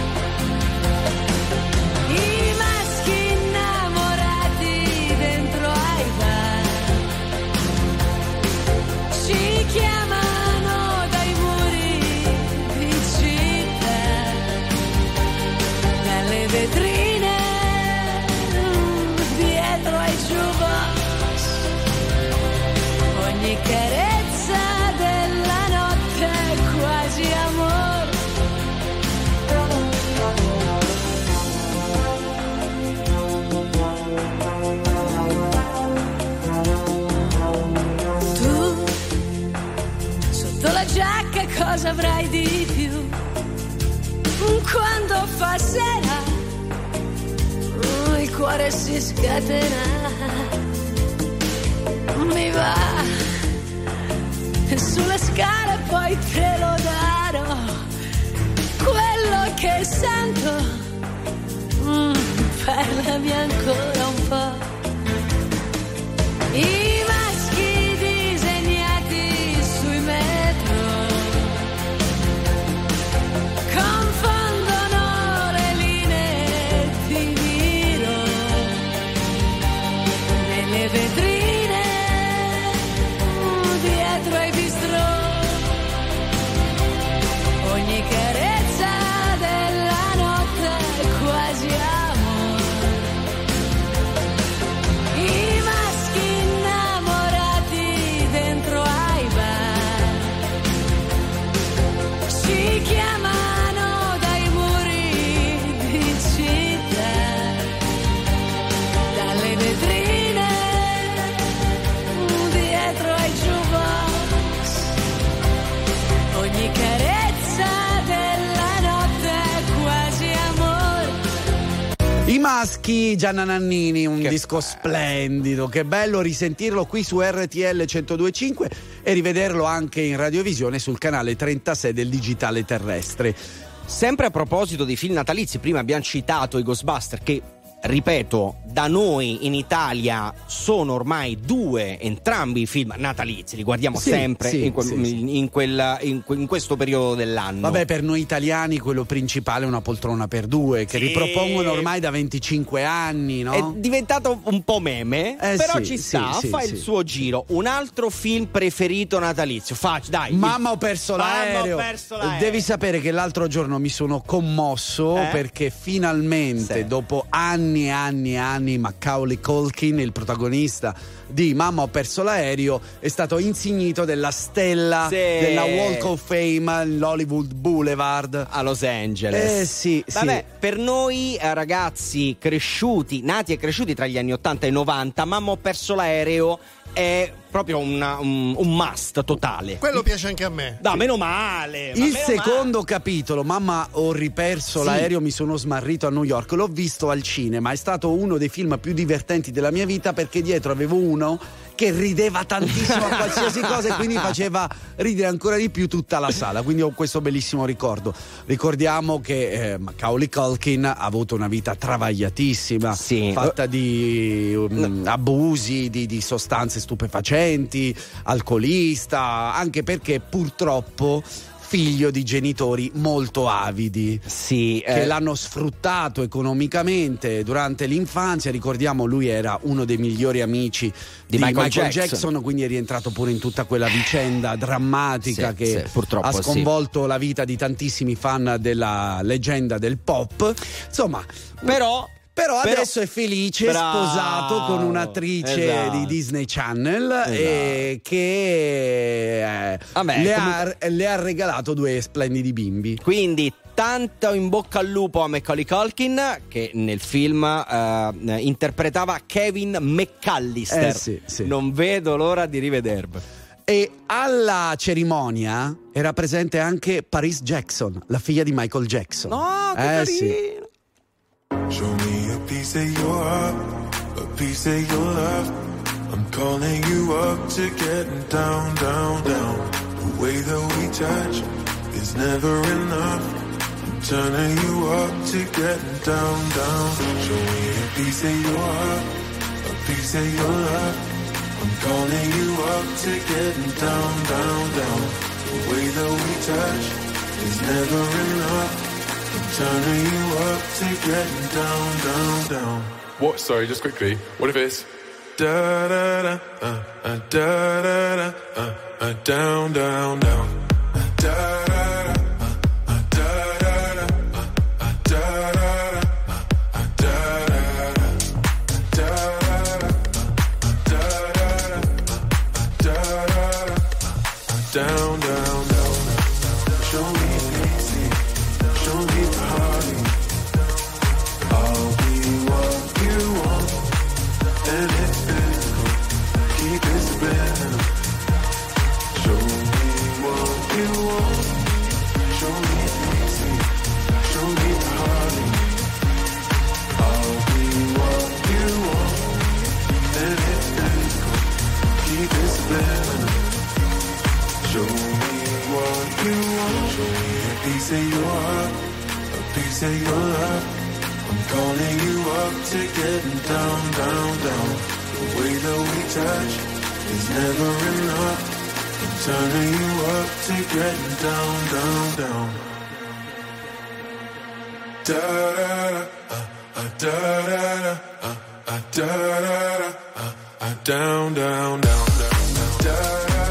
I maschi innamorati dentro ai bar ci chiamano dai muri di città, dalle vetrine ogni carezza della notte è quasi amore. Tu sotto la giacca cosa avrai di più? Quando fa sera il cuore si scatena, mi va sulle scale, poi te lo darò, quello che sento, mm, parlami ancora un po'. I maschi disegnati sui metro confondono le linee di miro nelle vetrine dietro ai bistrò, ogni carezza della notte è quasi amore. I maschi innamorati dentro ai bar ci chiamano dai muri di città, dalle vetrine dietro ai jukebox, ogni carezza della notte è quasi amore. I maschi, Gianna Nannini, un Che disco bello. splendido, che bello risentirlo qui su R T L centodue e cinque e rivederlo anche in radiovisione sul canale trentasei del digitale terrestre. Sempre a proposito di film natalizi, prima abbiamo citato i Ghostbusters che, ripeto, da noi in Italia sono ormai due, entrambi i film natalizi, li guardiamo Sì, sempre sì, in, que- sì, sì. in quel- in que- in questo periodo dell'anno. Vabbè, per noi italiani quello principale è Una poltrona per due, che Sì. ripropongono ormai da venticinque anni, no? È diventato un po' meme, Eh però sì, ci sì, sta, sì, fa sì. il suo giro. Un altro film preferito natalizio, facci, dai. Mamma, ho perso Mamma, l'aereo. ho perso l'aereo. Devi sapere che l'altro giorno mi sono commosso Eh? perché finalmente, Sì. dopo anni e anni e anni, Macaulay Culkin, il protagonista di Mamma, ho perso l'aereo, è stato insignito della stella Sì. della Walk of Fame, l'Hollywood Boulevard a Los Angeles. Eh sì, Vabbè, sì. per noi eh, ragazzi cresciuti, nati e cresciuti tra gli anni ottanta e novanta, Mamma, ho perso l'aereo è proprio una- un, un must totale. Quello piace anche a me. Da, meno male. ma Il meno secondo capitolo, Mamma, ho riperso Sì. l'aereo, mi sono smarrito a New York, l'ho visto al cinema, è stato uno dei film più divertenti della mia vita perché dietro avevo uno che rideva tantissimo a qualsiasi cosa e quindi faceva ridere ancora di più tutta la sala, quindi ho questo bellissimo ricordo. Ricordiamo che eh, Macaulay Culkin ha avuto una vita travagliatissima, Sì. fatta di um, abusi, di, di sostanze stupefacenti, alcolista, anche perché purtroppo figlio di genitori molto avidi, sì, che eh. l'hanno sfruttato economicamente durante l'infanzia. Ricordiamo, lui era uno dei migliori amici di, di Michael, Michael Jackson. Jackson, quindi è rientrato pure in tutta quella vicenda drammatica Sì, che sì, purtroppo ha sconvolto la vita di tantissimi fan della leggenda del pop. Insomma, però Però Però- adesso è felice, Bravo. sposato con un'attrice Esatto. di Disney Channel, Esatto. eh, che eh, Vabbè, le, comunque- ha, le ha regalato due splendidi bimbi. Quindi tanto in bocca al lupo a Macaulay Culkin, che nel film eh, interpretava Kevin McAllister. Eh, sì, sì. Non vedo l'ora di rivederlo. E alla cerimonia era presente anche Paris Jackson, la figlia di Michael Jackson. No, che eh, carino. sì. Show me a piece of your heart, a piece of your love. I'm calling you up to getting down, down, down. The way that we touch is never enough. I'm turning you up to getting down, down. Show me a piece of your heart, a piece of your love. I'm calling you up to getting down, down, down. The way that we touch is never enough. I'm turning you up to getting down, down, down. What? Sorry, just quickly. What if it's Da da da, uh, uh, da da da, uh, uh, down, down, down. Uh, da da da, uh, uh, da da da, uh, uh, da da da, uh, uh, da da da, da da da, da da da, da da da, down, down, down. Show me easy, show me party. I'll be what you want, and it's physical. Keep it spinning. Show me what you want. Show me easy, show me party. I'll be what you want, and it's physical. Keep it spinning. Show me what you want. Show me a piece of your heart, a piece of your love. I'm calling you up to getting down, down, down. The way that we touch is never enough. I'm turning you up to getting down, down, down. Da da da, uh, uh, da da da, uh, uh, da da da, uh, uh, down, down, down, down, da da da.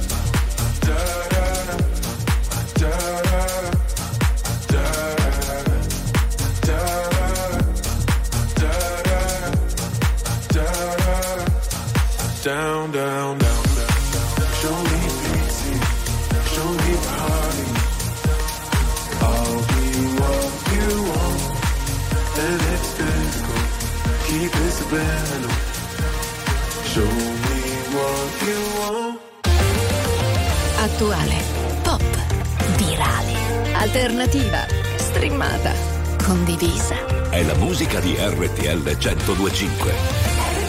Down, down, down, down. Show me easy, show me party. I'll be what you want, and it's physical. Keep it spinning. Show me what you want. Attuale, pop, virale, alternativa, streamata, condivisa. È la musica di R T L centodue e cinque.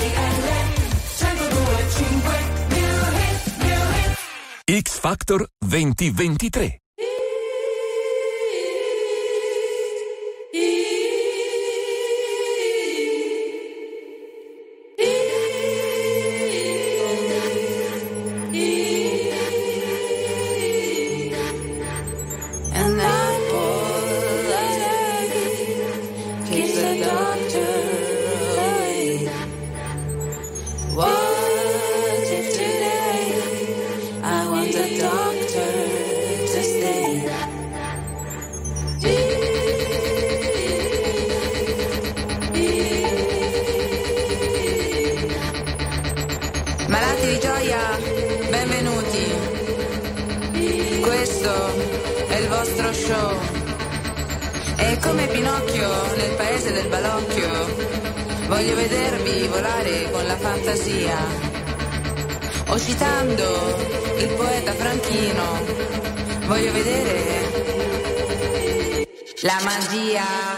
X Factor duemilaventitré. And that boy keeps the doctor away. What if today I want the doctor to stay? Malati di gioia, benvenuti. Questo è il vostro show. E come Pinocchio nel paese del balocchio, voglio vedervi volare con la fantasia. O citando il poeta Franchino, voglio vedere la magia.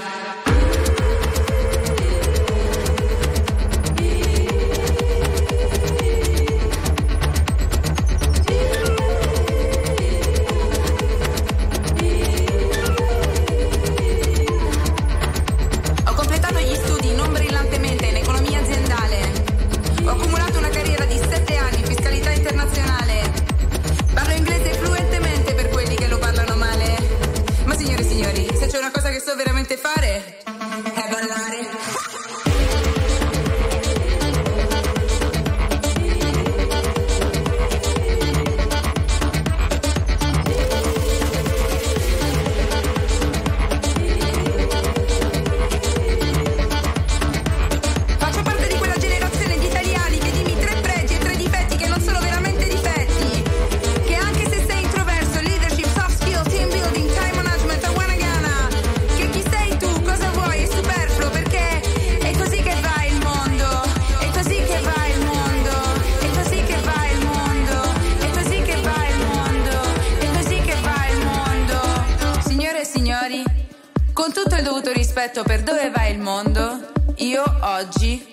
Ho completato gli studi non brillantemente in economia aziendale. Ho accumulato una carriera di sette anni in fiscalità internazionale. Parlo inglese fluentemente per quelli che lo parlano Con tutto il dovuto rispetto per dove va il mondo, io oggi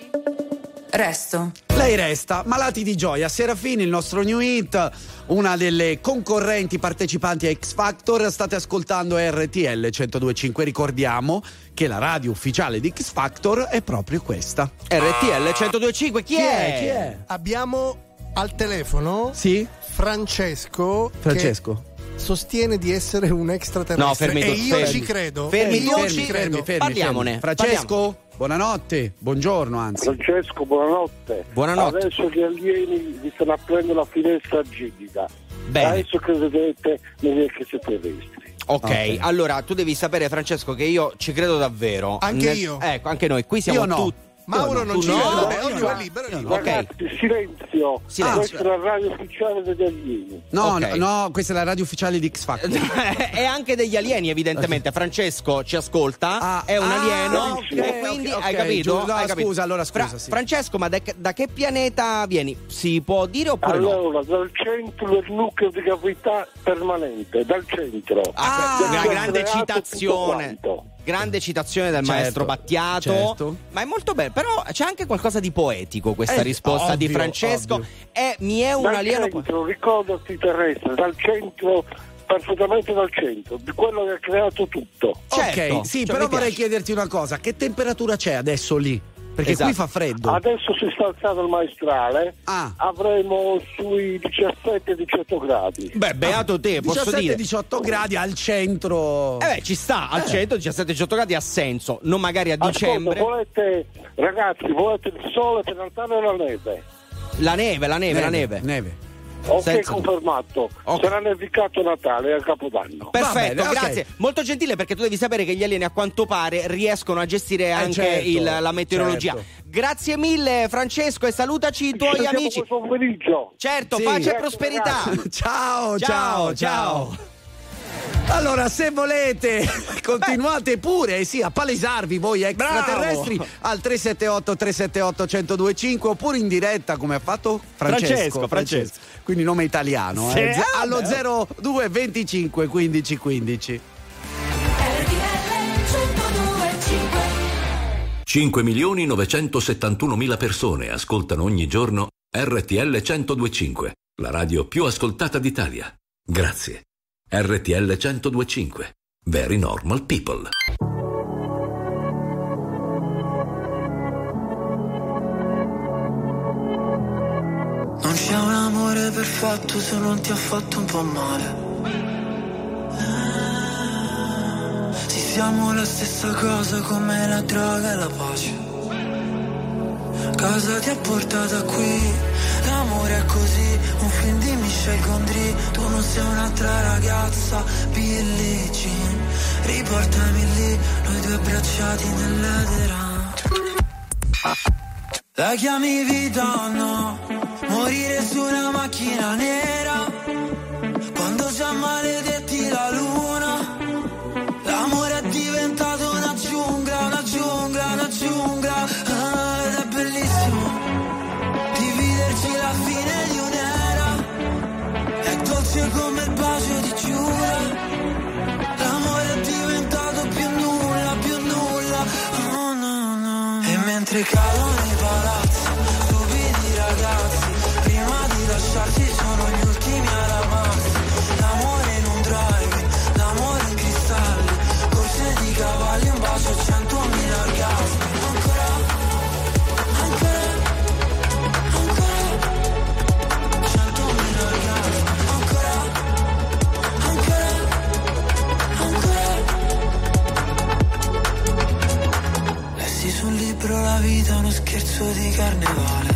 resto. Lei resta. Malati di gioia. Serafini, il nostro new hit, una delle concorrenti partecipanti a X Factor. State ascoltando R T L centodue e cinque. Ricordiamo che la radio ufficiale di X Factor è proprio questa. R T L centodue e cinque. Chi, Chi è? è? Chi è? Abbiamo al telefono Sì? Francesco. Francesco. Che sostiene di essere un extraterrestre. No, fermi e tutti, io fermi. ci credo. Fermi e io tutti, ci credo. fermi, fermi, Parliamone, fermi. Francesco, buonanotte. Buongiorno, anzi. Francesco, buonanotte. Buonanotte. Adesso gli alieni vi stanno aprendo la finestra gigida. Bene. Adesso credete negli extraterrestri. Ok, Ok. allora tu devi sapere, Francesco, che io ci credo davvero. Anche Nel- io. Ecco, anche noi. Qui siamo Io no. tutti. Mauro Io non tu ci no? crede. Vabbè, io ognuno no. è libero. io no. Ok. Ragazzi, silenzio. Silenzio. Questa è la radio ufficiale degli alieni. No, Ok. no, no, questa è la radio ufficiale di X Factor. E anche degli alieni, evidentemente. Francesco ci ascolta, Ah, è un ah, alieno. ok, e quindi ok, hai ok, capito? giusto. No, Hai capito? scusa, allora scusa, Fra- sì. Francesco, ma da, da che pianeta vieni? Si può dire oppure no? Allora, dal centro del nucleo di gravità permanente, dal centro. Ah, Del una suo grande creato tutto citazione. quanto. Grande citazione del Certo, maestro Battiato. certo. Ma è molto bello. Però c'è anche qualcosa di poetico questa Eh, risposta di ovvio, Francesco. ovvio. E mi è un Dal alieno. centro, ricordati terrestre, dal centro, perfettamente dal centro, di quello che ha creato tutto. Certo, Ok, sì, cioè, però mi vorrei piace. chiederti una cosa: che temperatura c'è adesso lì? Perché Esatto. qui fa freddo. Adesso si sta alzando il maestrale, Ah. avremo sui diciassette diciotto gradi. Beh, beato te, posso diciassette dire. diciotto gradi al centro. Eh beh, ci sta, al cento, diciassette diciotto gradi ha senso, non magari a Ascolta, dicembre. volete, ragazzi, volete il sole per Natale o la neve? La neve, la neve, la neve. Neve. Ok, Senza- confermato. Ok. Sarà nevicato a Natale e a Capodanno. Perfetto, Va bene, ok. grazie. Molto gentile, perché tu devi sapere che gli alieni a quanto pare riescono a gestire anche certo, il- la meteorologia. certo. Grazie mille Francesco e salutaci i tuoi Ci vediamo amici. questo pomeriggio. Certo, Sì. pace e Grazie, prosperità. ragazzi. Ciao, Ciao, ciao, ciao. Allora, se volete, continuate pure, sì, a palesarvi voi extraterrestri Bravo. al tre sette otto tre sette otto uno zero due cinque oppure in diretta, come ha fatto Francesco. Francesco, Francesco. Quindi nome italiano, Sì, eh. Z- eh, allo beh. zero due venticinque quindici quindici. cinque milioni novecentosettantunomila persone ascoltano ogni giorno R T L centodue e cinque, la radio più ascoltata d'Italia. Grazie. R T L centodue e cinque. Very normal people. Non c'è un amore perfetto se non ti ha fatto un po' male. Sì, siamo la stessa cosa come la droga e la pace. Cosa ti ha portata qui? L'amore è così, un film di Michel Gondry. Tu non sei un'altra ragazza, Billie Jean. Riportami lì, noi due abbracciati nell'edera. La chiami vita o no? Morire su una macchina nera quando già maledetti la luna. L'amore è diventato una giungla, una giungla, una giungla. Ah, ed è bellissimo dividerci la fine di un'era. È dolce come il bacio di Giura. L'amore è diventato più nulla, più nulla. Oh no no. E mentre cadono i palazzi, stupidi ragazzi, prima di lasciarsi sono gli ultimi alla massa. L'amore in un drive, l'amore in cristalli, corse di cavalli, un bacio a centomila orgasmi. Ancora, ancora, ancora, centomila orgasmi. Ancora, ancora, ancora. Lessi sul libro La vita è uno scherzo di carnevale.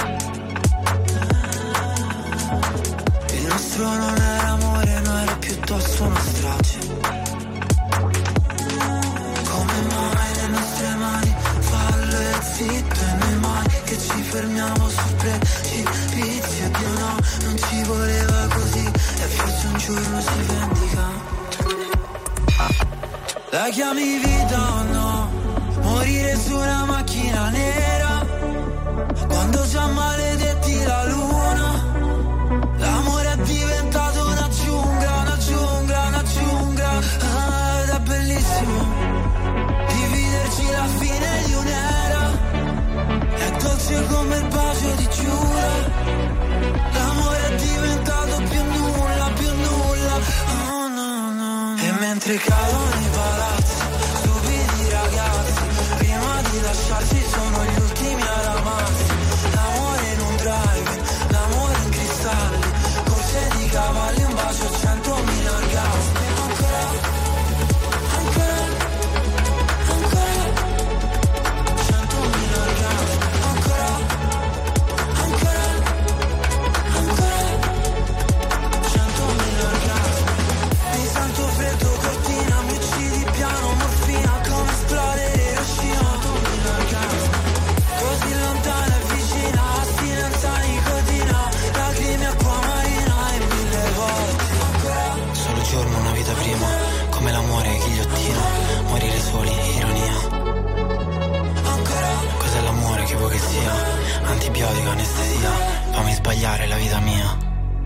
Il nostro non era amore, no, era piuttosto una strage. Come mai le nostre mani fallo e zitto e noi mai che ci fermiamo sul precipizio. Dio no, non ci voleva così e forse un giorno si vendica. La chiami vita o no? Morire su una macchina nera quando già maledetti la luna. L'amore è diventato una giungla, una giungla, una giungla. Ah, ed è bellissimo mentre cadono i palazzi, stupidi ragazzi, prima di lasciarsi sono gli ultimi ad amarsi. L'amore in un drive, l'amore in cristalli, corse di cavalli, un bacio, centomila orgasmi. Ancora, ancora, ancora, centomila orgasmi. Ancora, ancora, ancora, centomila orgasmi. Mi sento freddo, cortina, mi uccidi piano, morfina, come esplodere Hiroshima. Centomila orgasmi. Così lontana e vicina, astinenza, nicotina, lacrime, acqua marina e mille volte. Ancora. Solo giorno, una vita prima, come l'amore, ghigliottina, morire soli, ironia. Ancora. Cos'è l'amore, che vuoi che sia? Antibiotico, anestesia, fammi sbagliare la vita mia.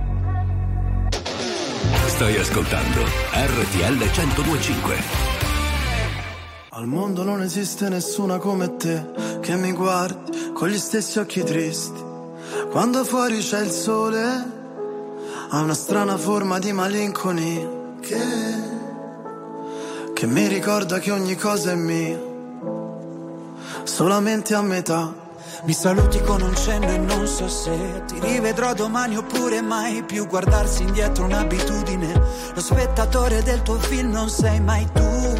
Stai ascoltando R T L centodue e cinque. Al mondo non esiste nessuna come te che mi guardi con gli stessi occhi tristi. Quando fuori c'è il sole, ha una strana forma di malinconia che, che mi ricorda che ogni cosa è mia, solamente a metà. Mi saluti con un cenno e non so se ti rivedrò domani oppure mai più. Guardarsi indietro un'abitudine, lo spettatore del tuo film non sei mai tu.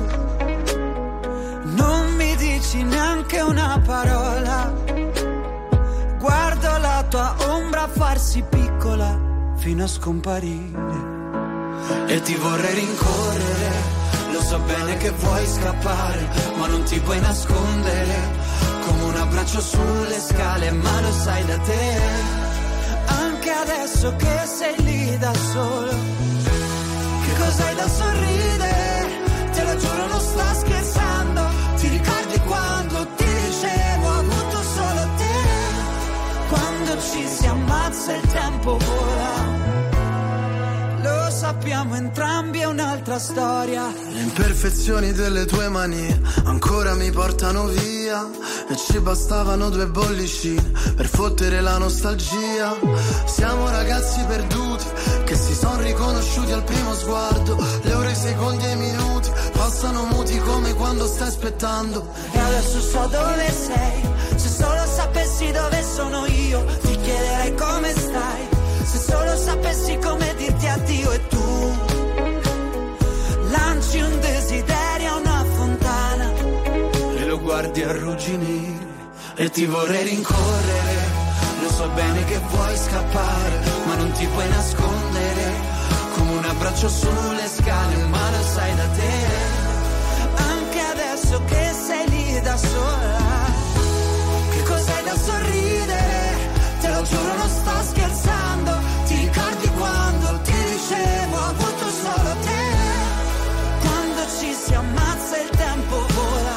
Non mi dici neanche una parola, guardo la tua ombra farsi piccola fino a scomparire. E ti vorrei rincorrere, lo so bene che vuoi scappare, ma non ti puoi nascondere. Come un abbraccio sulle scale, ma lo sai da te. Anche adesso che sei lì da solo, che cos'hai da sorridere? Te lo giuro non sto scherzando. Ti ricordi quando ti dicevo ho avuto solo te? Quando ci si ammazza il tempo vola, lo sappiamo entrambi, è un'altra storia. Le imperfezioni delle tue manie ancora mi portano via, e ci bastavano due bollicine per fottere la nostalgia. Siamo ragazzi perduti che si son riconosciuti al primo sguardo. Le ore, i secondi e i minuti passano muti come quando stai aspettando. E adesso so dove sei, se solo sapessi dove sono io ti chiederei come stai. Se solo sapessi come dirti addio e tu lanci un desiderio a una fontana e lo guardi arrugginire. E ti vorrei rincorrere, lo so bene che vuoi scappare, ma non ti puoi nascondere. Come un abbraccio sulle scale, ma lo sai da te. Anche adesso che sei lì da sola, che cos'hai da sorridere? Te lo giuro non sto scherzando. Ti ricordi quando ti dicevo ho avuto solo te? Quando ci si ammazza il tempo vola,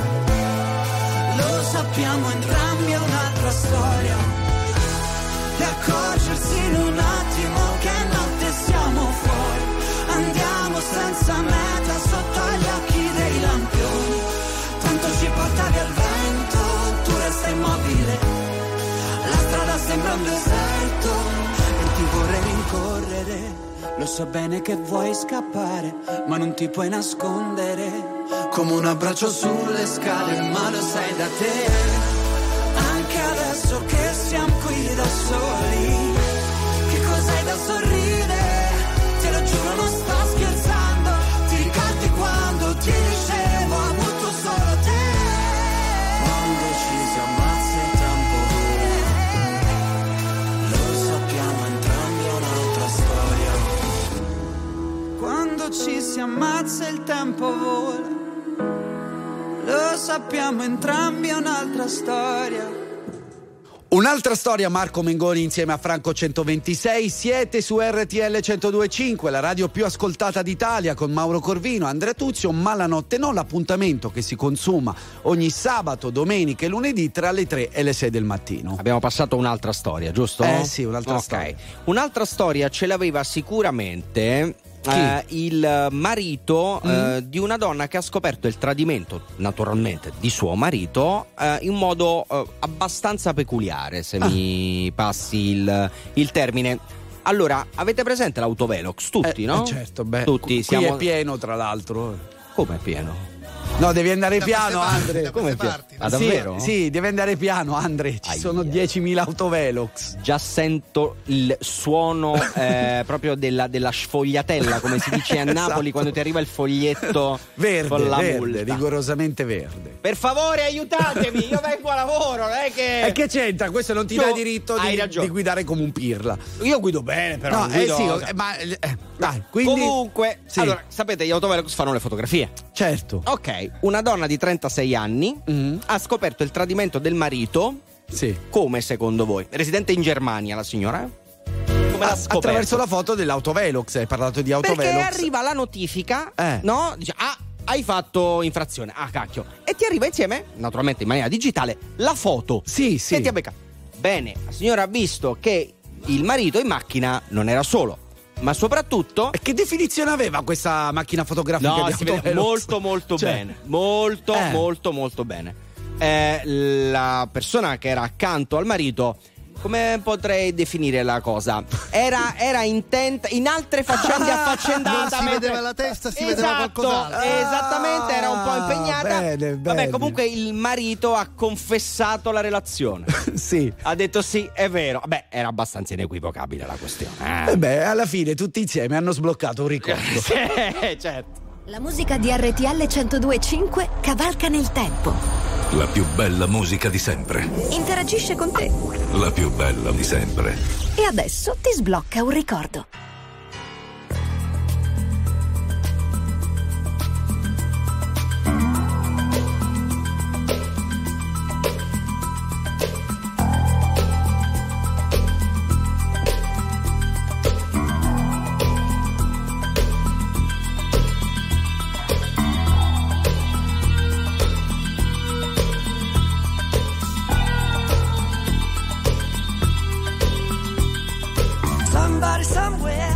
lo sappiamo entrambi, è un'altra storia. E accorgersi in un attimo che notte siamo fuori, andiamo senza meta sotto gli occhi dei lampioni. Tanto ci portavi al vento, tu resta immobile, la strada sembra un deserto. E ti vorrei rincorrere, lo so bene che vuoi scappare, ma non ti puoi nascondere. Come un abbraccio sulle scale, ma lo sai da te. Anche adesso che siamo qui da soli, che cos'hai da sorridere? Te lo giuro non sto scherzando. Ti ricordi quando ti dicevo ho avuto solo te? Quando ci si ammazza il tempo vola, lo sappiamo entrambi, è un'altra storia. Quando ci si ammazza il tempo vola, lo sappiamo entrambi, è un'altra storia. Un'altra storia, Marco Mengoni insieme a Franco centoventisei. Siete su R T L centodue e cinque, la radio più ascoltata d'Italia, con Mauro Corvino, Andrea Tuzio. Ma la notte no, l'appuntamento che si consuma ogni sabato, domenica e lunedì tra le tre e le sei del mattino. Abbiamo passato un'altra storia, giusto? Eh sì, un'altra okay. storia. Un'altra storia ce l'aveva sicuramente eh, il marito mm. eh, di una donna che ha scoperto il tradimento, naturalmente, di suo marito eh, in modo eh, abbastanza peculiare, se ah. mi passi il, il termine. Allora, avete presente l'autovelox? Tutti, Eh, no? eh, certo, beh, Tutti. qui Siamo... è pieno, tra l'altro. Come è pieno? No, devi andare Da piano, queste parti, Andre. da Come queste è parti. Ah, davvero? Sì, sì, devi andare piano, Andre. Ci Aia. sono diecimila autovelox. Già sento il suono eh, proprio della, della sfogliatella, come si dice a Napoli Esatto. quando ti arriva il foglietto Verde, con la verde, multa. rigorosamente verde. Per favore, aiutatemi, io vengo a lavoro, non è che... E che c'entra? Questo non ti Tu dà diritto hai di, ragione. di guidare come un pirla. Io guido bene, però. No, non eh guido- sì, eh, ma eh, dai, quindi Comunque, Sì. allora, sapete, gli autovelox fanno le fotografie. certo. Ok, una donna di trentasei anni Mm. ha scoperto il tradimento del marito. Sì. Come secondo voi? Residente in Germania la signora? Come l'ha Ah, scoperto? attraverso la foto dell'autovelox, hai parlato di Perché autovelox. arriva la notifica, Eh. no? Dice, ah, hai fatto infrazione. Ah, cacchio. E ti arriva insieme, naturalmente in maniera digitale, la foto. Sì, sì. Che ti ha beccato. Bene, la signora ha visto che il marito in macchina non era solo, ma soprattutto... E che definizione aveva questa macchina fotografica No, di si vede autovelox? molto molto Cioè, bene. Molto Eh. molto molto bene. Eh, la persona che era accanto al marito, come potrei definire la cosa? Era, era intenta in altre faccende affaccendata. Non si mentre- vedeva la testa, si vedeva Esatto, qualcos'altro. Esattamente, era un po' impegnata. Ah, bene, Vabbè, bene. comunque il marito ha confessato la relazione. Sì. Ha detto sì, è vero. Vabbè, era abbastanza inequivocabile la questione. E Eh. beh, alla fine tutti insieme hanno sbloccato un ricordo. Sì, certo. La musica di R T L centodue e cinque cavalca nel tempo. La più bella musica di sempre. Interagisce con te. La più bella di sempre. E adesso ti sblocca un ricordo. Somebody somewhere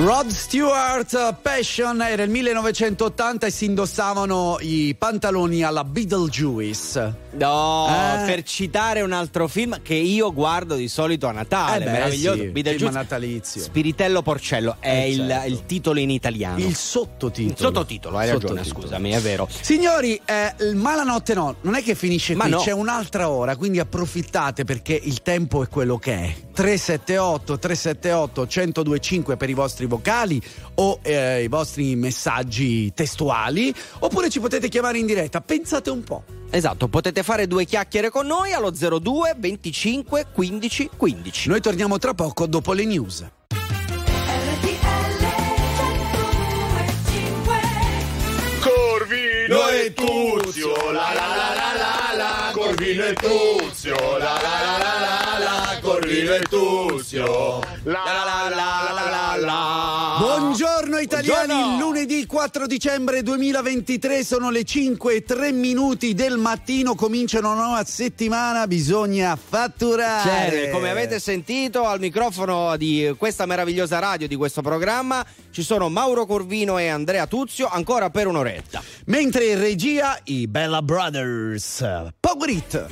Rod Stewart, Passion, era il millenovecentottanta e si indossavano i pantaloni alla Beetlejuice. No, Eh. per citare un altro film che io guardo di solito a Natale, Eh beh, meraviglioso, sì, Beetlejuice. film natalizio. Spiritello Porcello è Eh, il, certo. il titolo in italiano. Il sottotitolo. Il sottotitolo, hai ragione, Sottotitolo. scusami, è vero. Signori, eh, il malanotte no, non è che finisce Ma qui, no. c'è un'altra ora, quindi approfittate perché il tempo è quello che è. tre sette otto tre sette otto uno zero due cinque per i vostri vocali o eh, i vostri messaggi testuali, oppure ci potete chiamare in diretta. Pensate un po'. Esatto, potete fare due chiacchiere con noi allo zero due venticinque quindici quindici. Noi torniamo tra poco dopo le news. Corvino e Tuzio, la la la la la la, Corvino e Tuzio, la la la la la la, Corvino e Tuzio, la la la la la la. Buongiorno italiani, Buongiorno. lunedì quattro dicembre duemilaventitré, sono le cinque e tre minuti del mattino, comincia una nuova settimana, bisogna fatturare. Cioè, come avete sentito al microfono di questa meravigliosa radio, di questo programma, ci sono Mauro Corvino e Andrea Tuzio ancora per un'oretta. Mentre in regia i Bella Brothers. Power It.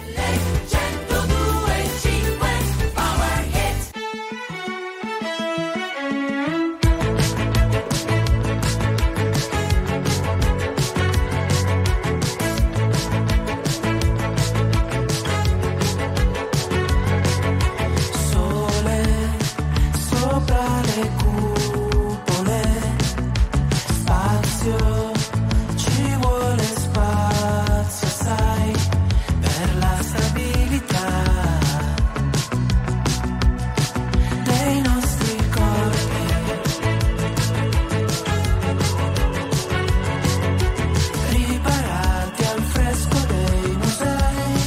Sole sopra le cupole, spazio, ci vuole spazio, sai, per la stabilità dei nostri corpi. Riparati al fresco dei musei,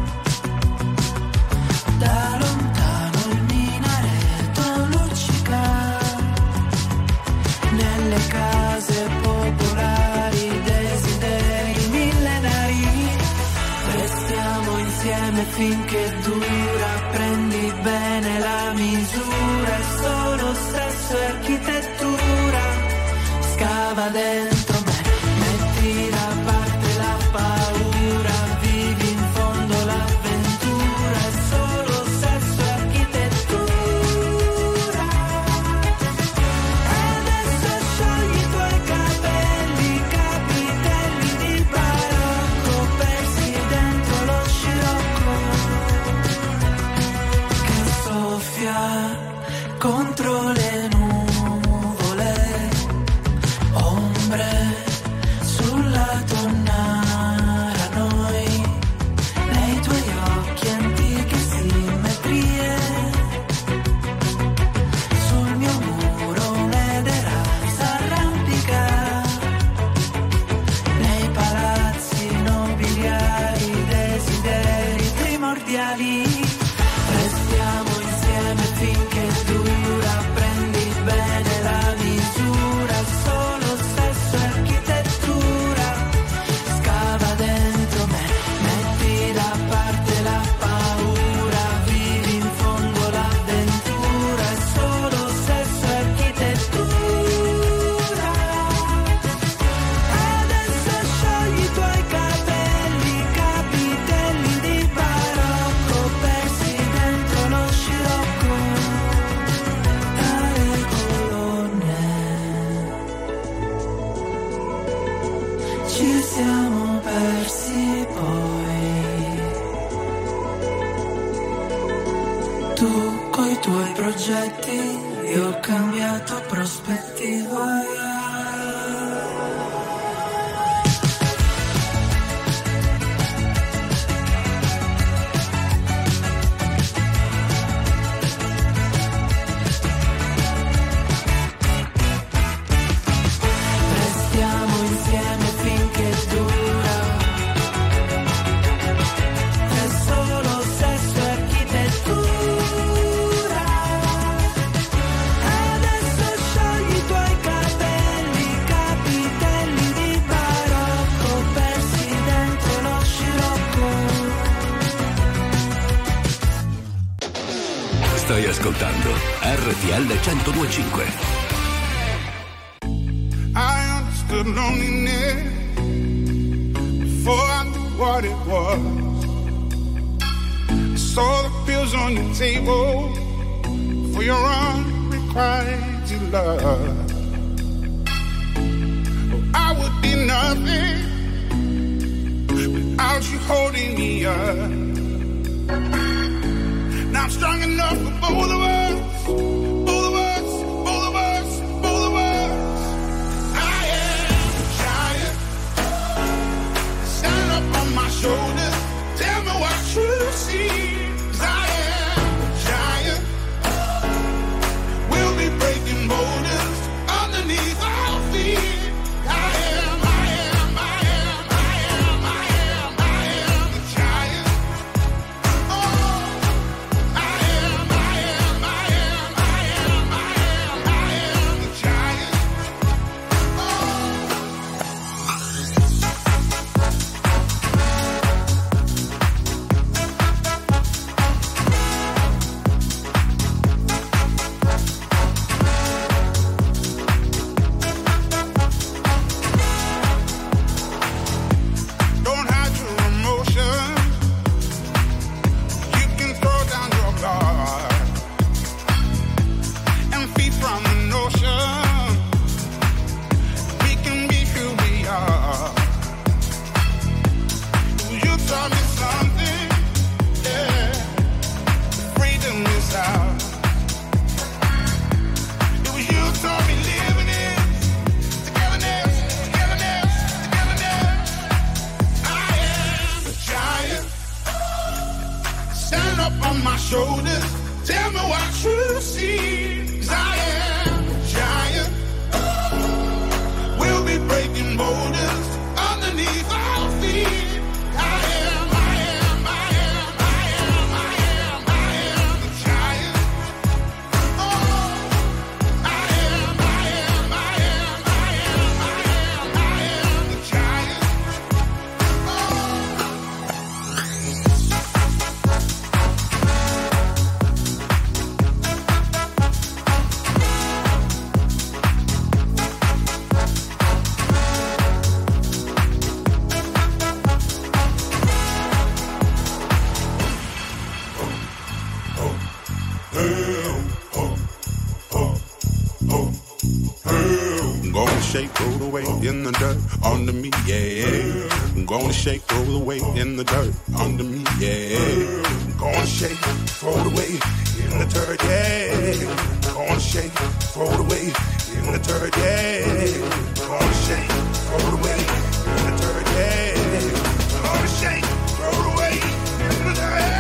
da lontano il minareto luccica, nelle case popolari desideri millenari. Restiamo insieme finché dura, prendi bene la misura, è solo sesso e architettura. Scava dentro me, metti da parte la paura, vivi in fondo l'avventura, è solo sesso e architettura. Adesso sciogli i tuoi capelli, capitelli di barocco, persi dentro lo scirocco che soffia contro le nuvole, ombre sulla tonnara, noi nei tuoi occhi antiche simmetrie, sul mio muro un'edera s'arrampica, nei palazzi nobiliari desideri primordiali. Restiamo insieme finché dura, prendi bene la misura, solo sesso e architettura. Scava dentro me, metti da parte la paura, vivi in fondo l'avventura, è solo sesso e architettura. Adesso sciogli i tuoi capelli, capitelli di barocco, persi dentro lo scirocco tra le colonne. Ci siamo persi poi, tu coi tuoi progetti, io ho cambiato prospettiva. Restiamo insieme finché dura, è solo sesso e architettura. Adesso sciogli i tuoi capelli, capitelli di barocco, persi dentro lo scirocco. Stai ascoltando R T L centodue e cinque. understood loneliness before I knew what it was. I saw the pills on your table for your unrequited love. Oh, I would be nothing without you holding me up. Now I'm strong enough for both of us. Both of us, both of us, both of us. I am a giant. Stand up on my shoulders. Tell me what you see. 'Cause I am a giant. We'll be breaking boulders underneath our feet. I am, I am, I am, I am, I am, I am a giant. Oh, I am, I am, I am, I am, I am, I am a giant. Don't hide your emotions. You can throw down your guard and feed from an ocean. We can be who we are. You taught me something, yeah. Freedom is out. It was you taught me living it. Togetherness, togetherness, togetherness. I am a giant. Stand up on my shoulders. Tell me what you see. 'Cause I am a giant. We'll be breaking boulders underneath our feet. I am, I am, I am, I am, I am, I am a giant. Oh, I am, I am, I am, I am, I am, I am a giant. I'm gonna shake, roll the weight in the dirt under me, yeah. I'm gonna shake, roll the weight in the dirt under me, yeah. I'm gonna shake, throw the weight in the dirt, yeah. I'm gonna shake, throw the weight in the dirt, yeah. I'm gonna shake, throw the weight in the dirt, yeah. I'm gonna shake, throw the weight in the dirt.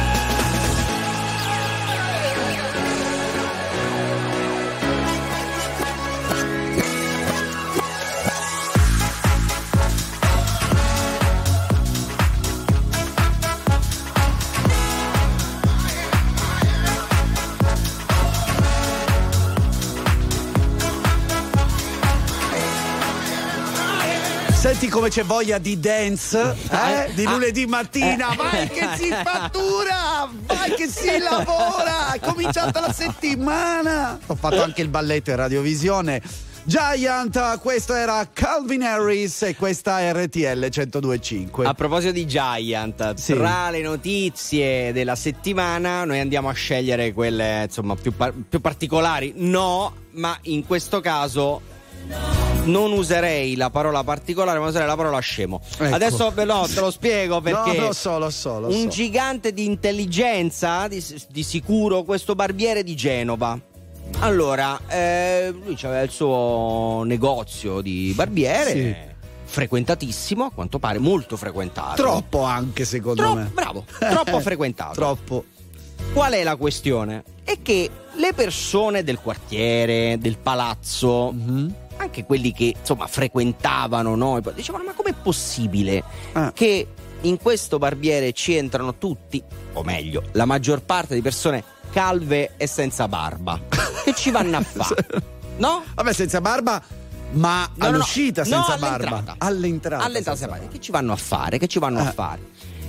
Senti come c'è voglia di dance, eh? Di lunedì mattina, vai che si fattura, vai che si lavora, è cominciata la settimana. Ho fatto anche il balletto in radiovisione. Giant, questo era Calvin Harris e questa è R T L centodue e cinque. A proposito di Giant, Sì. tra le notizie della settimana noi andiamo a scegliere quelle insomma più, par- più particolari. No, ma in questo caso non userei la parola particolare, ma userei la parola scemo. Ecco. Adesso no, te lo spiego perché No, lo so, lo so, lo un so. gigante di intelligenza, di, di sicuro, questo barbiere di Genova. Allora, eh, lui aveva il suo negozio di barbiere, Sì. frequentatissimo, a quanto pare, molto frequentato. Troppo anche secondo Tro- me. Bravo, troppo frequentato. Troppo. Qual è la questione? È che le persone del quartiere, del palazzo, Mm-hmm. anche quelli che insomma frequentavano noi, dicevano: ma com'è possibile Ah. che in questo barbiere ci entrano tutti, o meglio, la maggior parte di persone calve e senza barba? Che ci vanno a fare? No? Vabbè, senza barba, ma No, no, no. all'uscita No, senza all'entrata. barba. All'entrata. All'entrata senza barba. Che ci vanno a fare? Che ci vanno a Eh. fare?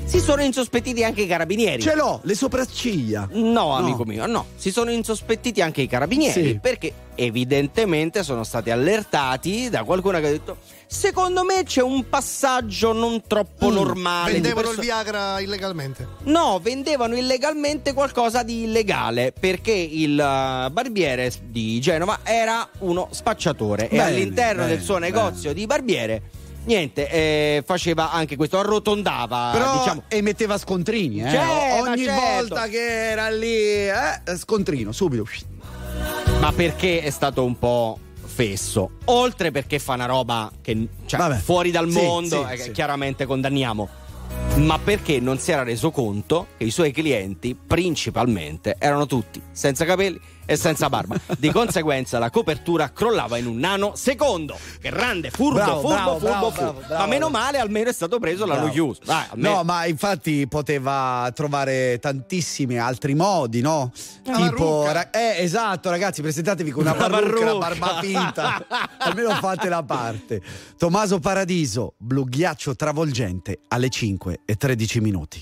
Si sono insospettiti anche i carabinieri. Ce l'ho, le sopracciglia. No, amico mio, no. Si sono insospettiti anche i carabinieri, Sì. perché evidentemente sono stati allertati da qualcuno che ha detto: secondo me c'è un passaggio non troppo Mm, normale. di vendevano perso- il Viagra illegalmente. No, vendevano illegalmente qualcosa di illegale, perché il uh, barbiere di Genova era uno spacciatore e Bene, all'interno bene, del suo negozio di barbiere niente, eh, faceva anche questo, arrotondava, Però diciamo. emetteva scontrini, eh. C'è, ma ogni certo. volta che era lì, eh, scontrino, subito. Ma perché è stato un po' fesso, oltre perché fa una roba che, cioè, Vabbè. fuori dal Sì, mondo, sì, eh, sì. chiaramente condanniamo, ma perché non si era reso conto che i suoi clienti principalmente erano tutti senza capelli e senza barba. Di conseguenza la copertura crollava in un nanosecondo. Grande, furbo, Bravo, furbo, bravo, furbo, bravo, furbo. bravo, bravo. Ma meno male, almeno è stato preso, l'hanno Bravo. chiuso. Dai, almeno. No, ma infatti poteva trovare tantissimi altri modi, no? Una Tipo, parrucca. ra- eh, esatto, ragazzi, presentatevi con una Una parrucca, una parrucca. barba finta. Almeno fate la parte. Tommaso Paradiso, Blu Ghiaccio travolgente alle cinque e tredici minuti.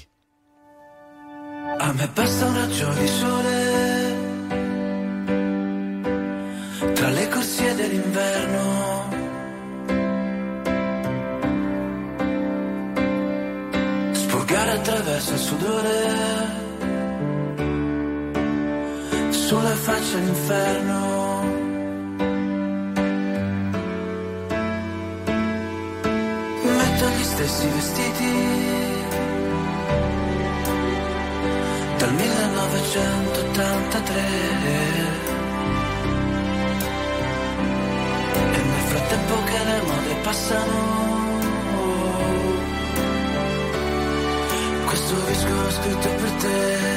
A me basta un raggio di sole tra le corsie dell'inverno. Spurgare attraverso il sudore sulla faccia l'inferno. Metto gli stessi vestiti dal millenovecentottantatré e nel frattempo che le mode passano questo disco l'ho scritto per te.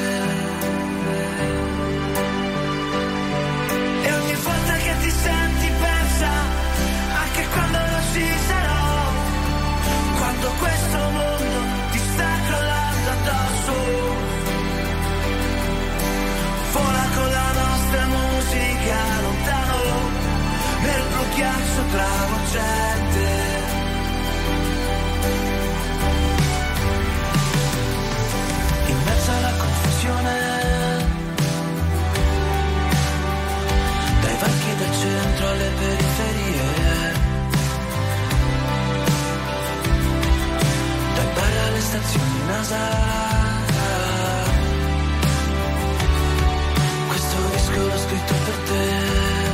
E ogni volta che ti senti persa, anche quando non ci sarò, quando questo mondo ti sta crollando addosso, vola con la nostra musica lontano nel blu ghiaccio travolgente. In mezzo alla confusione, dai varchi del centro alle periferie, dai bar alle stazioni NASA, questo disco l'ho scritto per te.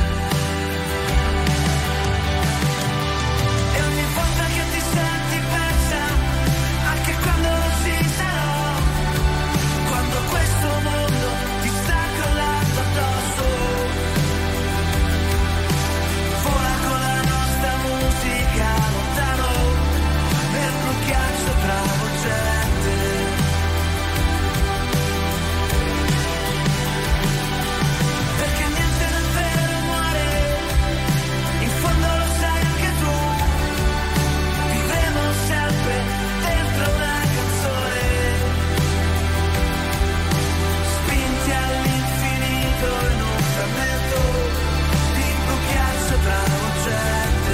E ogni volta che ti senti persa, anche quando non ci sarò, quando questo mondo ti sta crollando addosso, vola con la nostra musica lontano nel blu ghiaccio travolgente. Perché niente davvero muore, in fondo lo sai anche tu, vivremo sempre dentro una canzone, spinti all'infinito in un frammento di blu ghiaccio travolgente.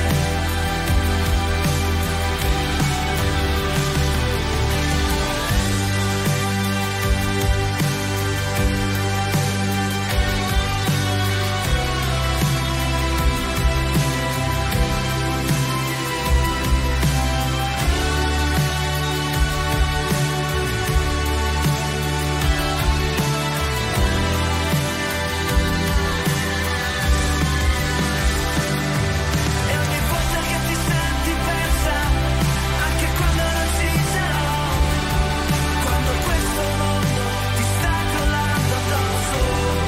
E ogni volta che ti senti persa, anche quando non ci sarò, quando questo mondo ti sta crollando addosso,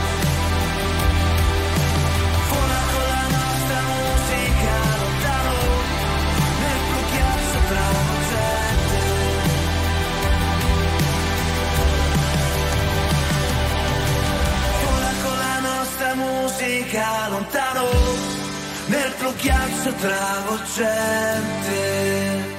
vola con la nostra musica lontano nel blu ghiaccio travolgente. Vola con la nostra musica lontano nel blu ghiaccio travolgente.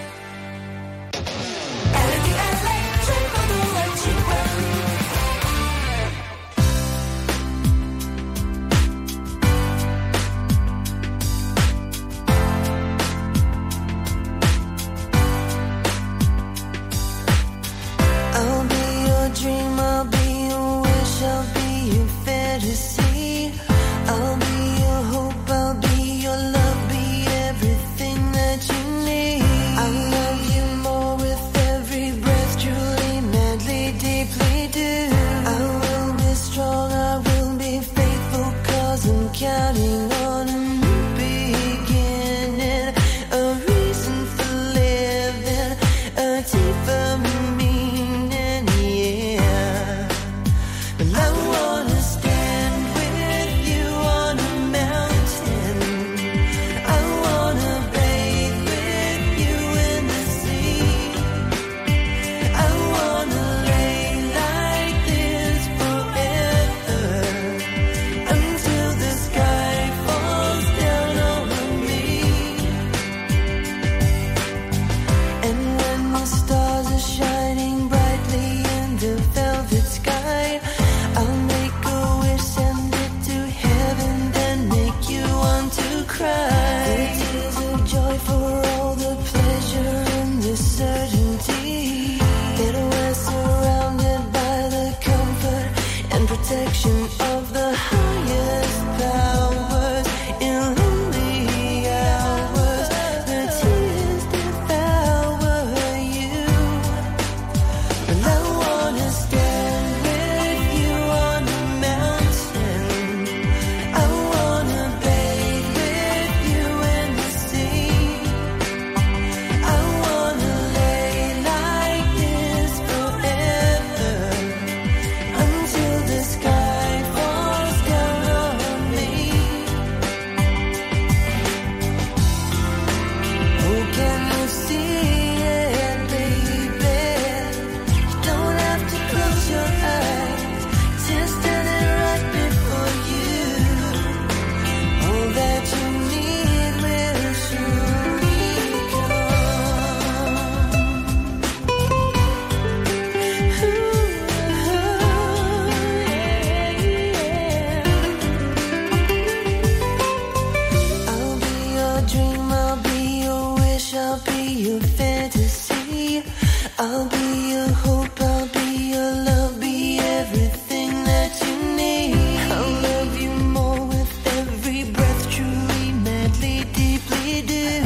I'll be your hope, I'll be your love, be everything that you need. I'll love you more with every breath, truly, madly, deeply do.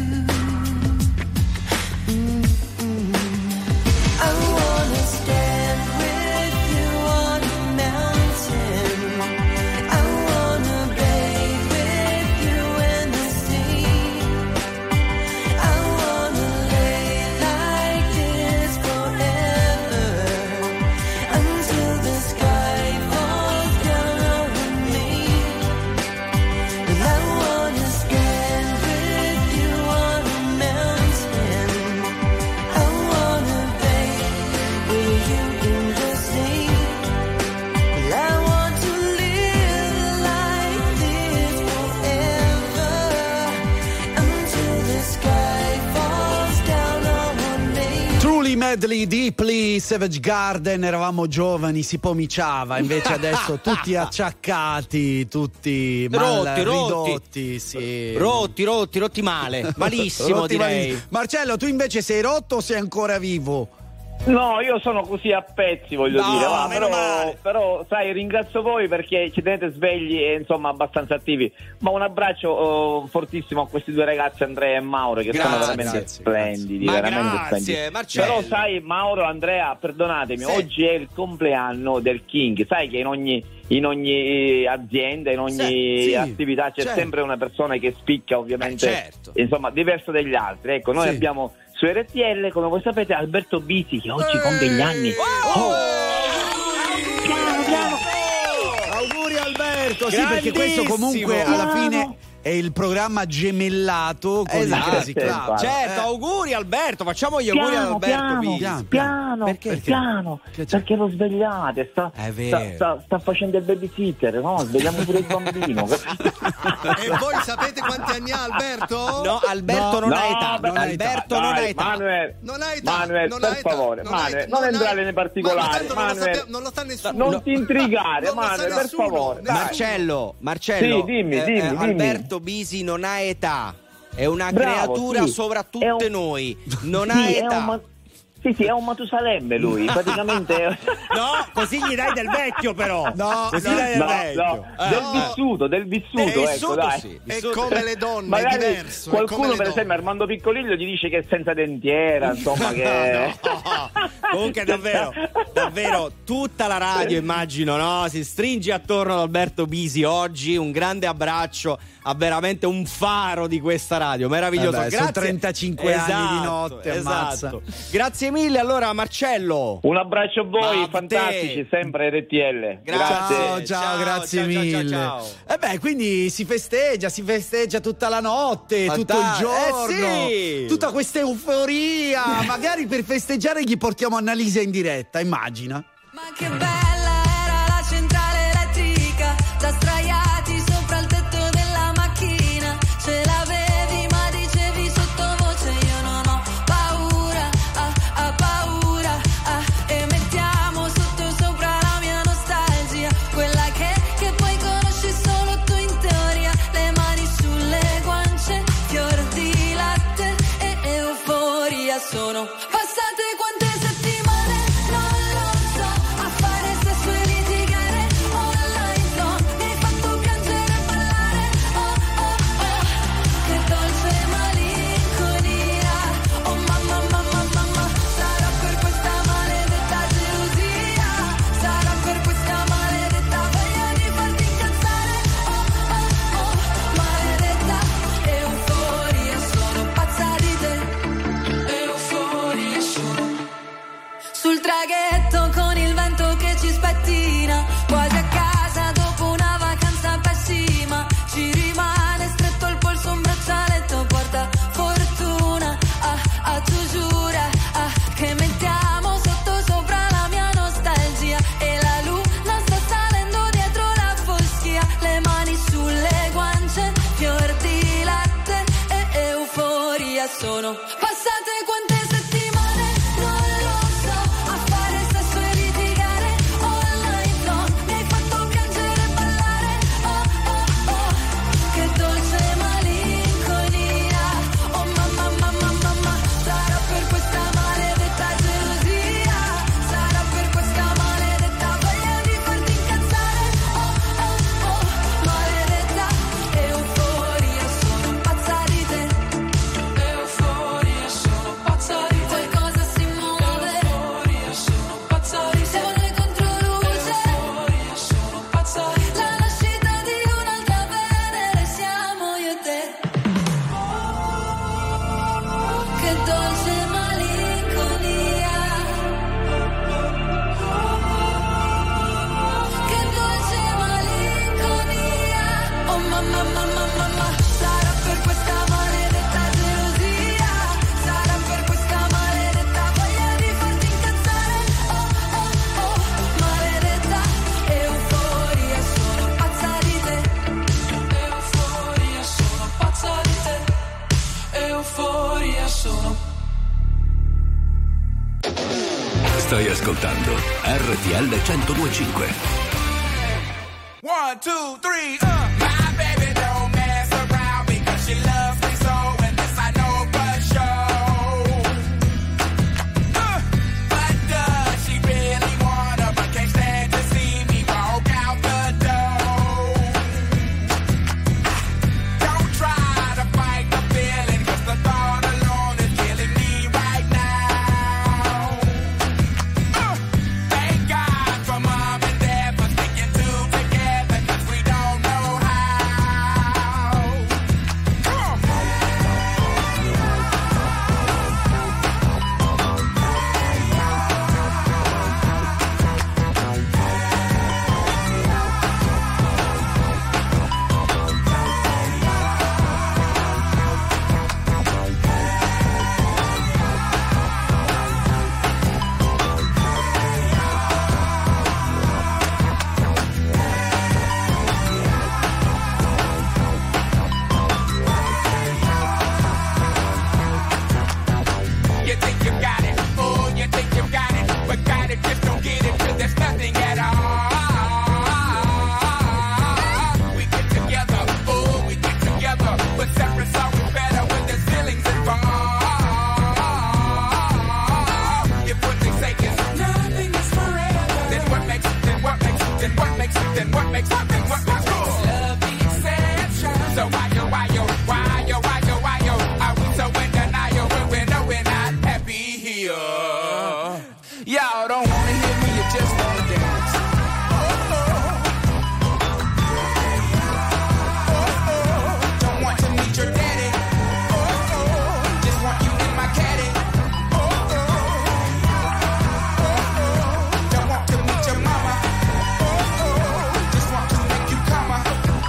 Mm-mm. I wanna stand with you on a mountain. I wanna bathe with you in the sea. I wanna lay like this forever until the sky falls down over me. And I wanna stand with you on a mountain. I wanna bathe with you in the sea. And I want to live like this forever until the sky falls down over me. Truly, madly, deeply, Savage Garden, eravamo giovani, si pomiciava, invece adesso tutti acciaccati, tutti mal Rotti, rotti. ridotti, sì. Rotti, rotti, rotti male. Malissimo, Rotti direi. malissimo. Marcello, tu invece sei rotto o sei ancora vivo? No, io sono così a pezzi, voglio No, dire, va, meno però, male. però sai, ringrazio voi perché ci tenete svegli e insomma abbastanza attivi. Ma un abbraccio oh, fortissimo a questi due ragazzi, Andrea e Mauro, che Grazie, sono veramente grazie, splendidi, Ma veramente grazie, splendidi. Marcello. Però sai, Mauro, Andrea, perdonatemi, Sì. oggi è il compleanno del King. Sai che in ogni in ogni azienda, in ogni Sì, sì, attività c'è certo. sempre una persona che spicca, ovviamente, Eh, certo. insomma, diverso dagli altri. Ecco, noi Sì. abbiamo su R T L, come voi sapete, Alberto Bisi, che oggi compie gli anni. Oh! Auguri Alberto, sì, perché questo comunque alla fine è il programma gemellato con Esatto. il Crazy Club. Infatti. Certo, Eh. auguri Alberto, facciamo gli auguri ad Piano, Alberto piano, Bisi. piano, Piano. perché, Perché? piano, Che c'è? perché lo svegliate, sta, È sta, vero. sta, sta facendo il babysitter, no? Svegliamo pure il bambino. E voi sapete quanti anni ha Alberto? No, Alberto non No, ha età. beh, Alberto dai, non ha età. Manuel, Non ha età. Manuel, non per ha età, favore, non ha Manuel, età, non ha- entrare nei particolari, Ma tanto non lo, Manuel. sappiamo- non lo sa nessuno. Non ti intrigare, Non lo sa Manuel, per nessuno, favore. nessuno. Dai. Marcello, Marcello, Sì, dimmi, eh, dimmi, eh, dimmi. Alberto Bisi non ha età. È una Bravo, creatura sì. sopra È tutte un- noi. Non Sì, ha è età. un ma- Sì, sì, è un Matusalemme lui, praticamente. No, così gli dai del vecchio però. No, così no, dai del No, vecchio. no, Eh, del no. vissuto, del vissuto, Del ecco, vissuto, dai. sì. È Vissuto. come le donne, è Magari diverso. è come qualcuno, le per donne. esempio, Armando Piccoliglio gli dice che è senza dentiera, insomma, che. No. Comunque davvero, davvero tutta la radio immagino, no? Si stringe attorno ad Alberto Bisi oggi, un grande abbraccio, ha veramente un faro di questa radio, meraviglioso. Vabbè, sono Grazie. trentacinque anni di notte, ammazza. esatto. Grazie mille allora Marcello. Un abbraccio a voi, Ma a fantastici, te. sempre R T L. Grazie. Ciao, ciao, Ciao, grazie ciao, ciao, mille. ciao, ciao. E beh, quindi si festeggia, si festeggia tutta la notte, tutto il Fanta- giorno, eh sì. tutta questa euforia. Magari per festeggiare gli portiamo Annalisa in diretta, immagina. Ma che bella era la centrale elettrica, da sdraiati sopra il tetto della macchina. Ce l'avevi ma dicevi sottovoce io non ho paura, ah, ah, paura, ah. E mettiamo sotto sopra la mia nostalgia, quella che, che poi conosci solo tu in teoria. Le mani sulle guance, fior di latte e euforia. Sono passate quante settimane, non lo so, a fare sesso e litigare online, no, mi hai fatto piangere e ballare, oh oh oh, che dolce malinconia, oh mamma mamma mamma, sarà per questa maledetta gelosia, sarà per questa maledetta voglia di farti incazzare, oh oh oh, maledetta euforia, sono pazza di te, euforia sono. Sul traghetto con il vento che ci spettina, quasi a casa dopo una vacanza pessima, ci rimane stretto il polso un braccialetto porta fortuna, ah ah tu giura, ah che mettiamo sotto sopra la mia nostalgia e la luna sta salendo dietro la foschia, le mani sulle guance, fior di latte e euforia sono passate quante settimane, non lo so, a fare sesso e litigare online. Stai ascoltando R T L centodue e cinque. One, two, three, uh. My baby don't mess around because she loves me so, and this I know for sure. Uh, but does she really wanna, but can't stand to see me walk out the door? Don't try to fight the feeling, cause the thought alone is killing me right now. Uh, thank God for mom and dad for sticking two together, cause we don't know how. Come on. You think you got it, oh, you think you got it, but got it, just don't get it, cause there's nothing at all. We get together, oh, we get together, but separate's always better when there's feelings involved. If what they say is nothing is forever, then what makes it, then what makes it, then what makes it, then what makes it, then what makes it? Love the exception. So why yo, why yo, why yo, why yo, why yo, are we so in denial when we know we're not happy here? Y'all don't wanna hear me, you just wanna dance. Don't want to meet your daddy. Just want you in my caddy. Don't want to meet your mama. Just want to make you come. I'm,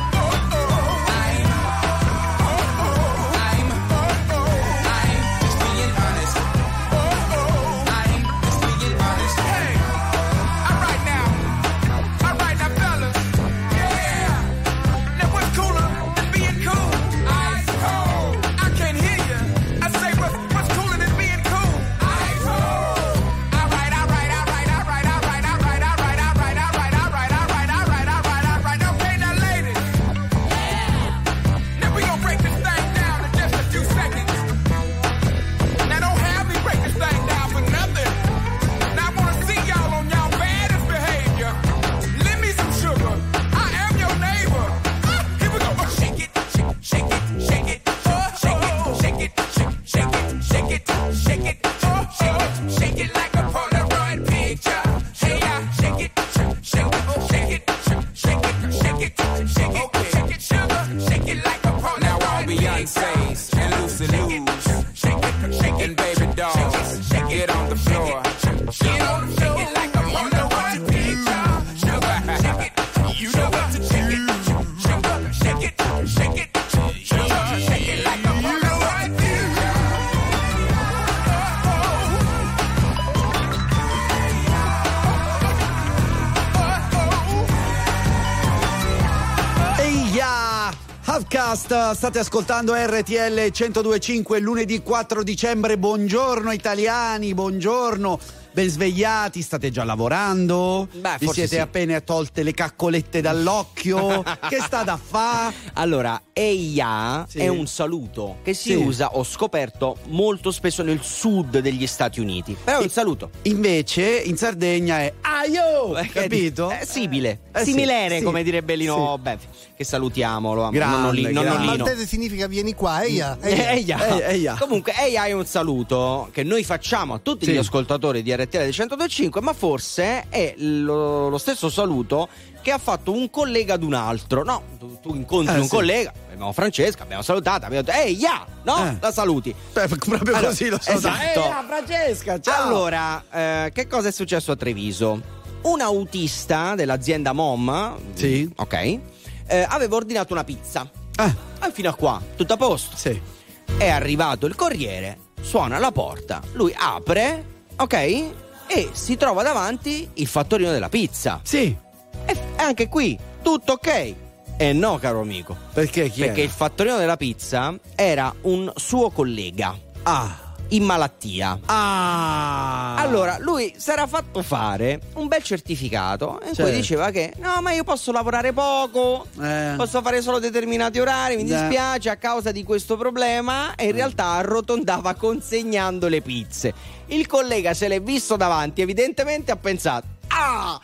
I'm, I'm just being honest. I'm just being honest. Hey, all right now, all right now, fellas. Yeah. Now what's cooler than being cool? Ice cold. I can't hear you. I say what's what's cooler than being cool? Ice cold. All right, all right, all right, all right, all right, all right, all right, all right, all right, all right, all right, all right, all right, all right. Okay, now ladies. Now we gonna break this thing down in just a few seconds. Now don't have me break this thing down for nothing. Now I wanna see y'all on y'all baddest behavior. Lend me some sugar. I am your neighbor. Ah, here we go. Oh, shake it, shake, shake it, shake it, oh, shake it, shake it, shake, shake it, shake it, shake it, oh, shake it, shake it like a Polaroid picture. Hey, I shake it, shake, shake it, shake it, shake it, shake it, shake it, shake it, sugar, shake it like a Polaroid picture. Now all Beyonce's and Lucy Lou's, shake it, shake it, baby dolls, get on the floor, get on the floor like a Polaroid picture. Sugar, shake it, you know what to shake it, sugar, shake it, shake it, sugar, shake it like a Polaroid picture. Eia! Halfcast, state ascoltando R T L centodue e cinque, lunedì quattro dicembre. Buongiorno italiani, buongiorno. Ben svegliati, state già lavorando? Beh, Vi forse siete sì. appena tolte le caccolette dall'occhio? Che sta da fa? Allora, Eia Sì. è un saluto che si Sì. usa, ho scoperto, molto spesso nel sud degli Stati Uniti. Però è un saluto. Invece in Sardegna è aio, capito? È simile, Eh sì, similere, sì, come direbbe Lino sì. Bevi, che salutiamo, lo amo. Grande, Nonno Li- nonno grande. Lino. Maltese significa vieni qua, eia, Eh, eia. Eia. Eia, eia. Comunque Eia è un saluto che noi facciamo a tutti Sì. gli ascoltatori di R T L centodue e cinque, ma forse è lo, lo stesso saluto che ha fatto un collega ad un altro. No, tu, tu incontri Eh, un sì. collega, abbiamo Francesca, abbiamo salutato, abbiamo detto Eia, no? Eh. La saluti. Beh, proprio Allora, così lo so. esatto. Eia, Francesca, ciao. Allora, eh, che cosa è successo a Treviso? Un autista dell'azienda Mom, Sì. ok, eh, aveva ordinato una pizza. Eh, E fino a qua, tutto a posto. sì. È arrivato il corriere, suona alla porta, lui apre, ok, e si trova davanti il fattorino della pizza. Sì. E f- anche qui, tutto ok. E no, caro amico. Perché chi Perché era? il fattorino della pizza era un suo collega. Ah. in malattia. Ah! Allora, lui si era fatto fare un bel certificato in Certo. cui diceva che no, ma io posso lavorare poco, Eh. posso fare solo determinati orari, mi Eh. dispiace a causa di questo problema, e in realtà arrotondava consegnando le pizze. Il collega se l'è visto davanti, evidentemente ha pensato: ah,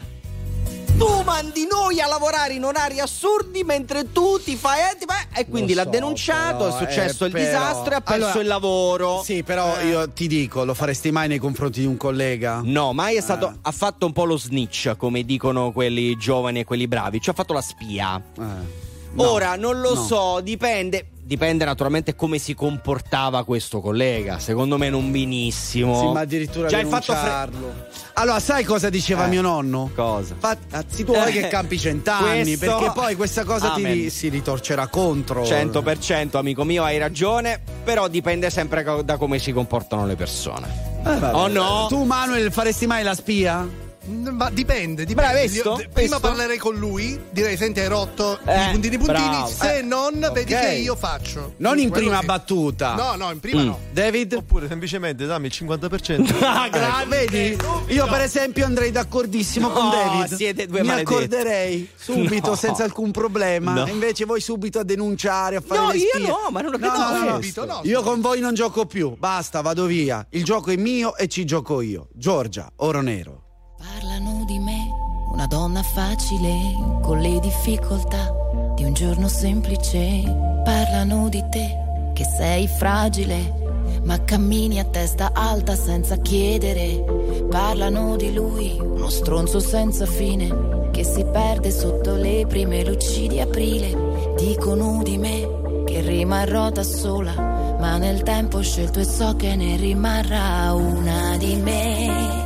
tu mandi noi a lavorare in orari assurdi mentre tu ti fai eh, ti fai-" e quindi Lo l'ha so, denunciato, però, è successo eh, il però- disastro e ha perso Allora, il lavoro. Sì, però Eh. io ti dico, lo faresti mai nei confronti di un collega? No, mai è stato. Eh. Ha fatto un po' lo snitch, come dicono quelli giovani e quelli bravi. Ci ha fatto la spia. Eh. No, Ora non lo no. so, dipende. Dipende naturalmente come si comportava questo collega. Secondo me non benissimo. Sì, ma addirittura Già il fatto fre- denunciarlo. Allora, sai cosa diceva Eh. mio nonno? Cosa? Fatti tuoi che campi cent'anni, Questo- perché poi questa cosa ti Amen. ri- si ritorcerà contro. cento per cento, amico mio, hai ragione. Però dipende sempre co- da come si comportano le persone. Eh, vabbè. Oh no? Tu, Manuel, faresti mai la spia? Ma dipende, dipende. Bravo, hai visto? Io- d- prima Visto? parlerei con lui, direi: senti, hai rotto Eh, i puntini puntini. bravo. Se Eh, non, vedi ok. che io faccio. Non in Quello prima sì. battuta. No, no, in prima Mm. no. David? Oppure semplicemente dammi il cinquanta per cento. Ah, Eh, grazie. vedi? Io per esempio andrei d'accordissimo con No, David. siete due Mi maledetti. accorderei subito No. senza alcun problema. No. E invece voi subito a denunciare, a fare No, le io spie. no, ma non ho No, detto no, no. subito, no. Io con voi non gioco più. Basta, vado via. Il gioco è mio e ci gioco io. Giorgia, Oro Nero. Parlano di me, una donna facile, con le difficoltà di un giorno semplice. Parlano di te, che sei fragile, ma cammini a testa alta senza chiedere. Parlano di lui, uno stronzo senza fine, che si perde sotto le prime luci di aprile. Dicono di me che rimarrò da sola, ma nel tempo ho scelto e so che ne rimarrà una di me.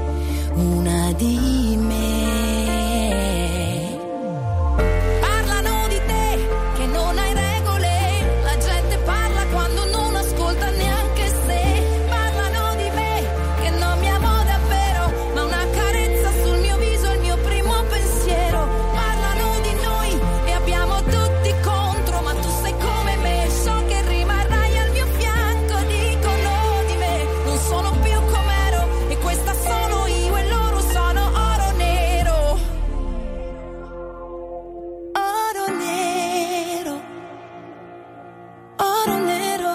Una di me. Parlano di te che non hai regole, la gente parla quando non ascolta neanche se. Parlano di me che non mi amo davvero, ma una carezza sul mio viso è il mio primo pensiero. Parlano di noi e abbiamo tutti contro, ma tu sei come me, so che rimarrai al mio fianco. Dicono di me, non sono più com'ero e questa sono io e loro sono oro nero. Oro nero. Oro nero.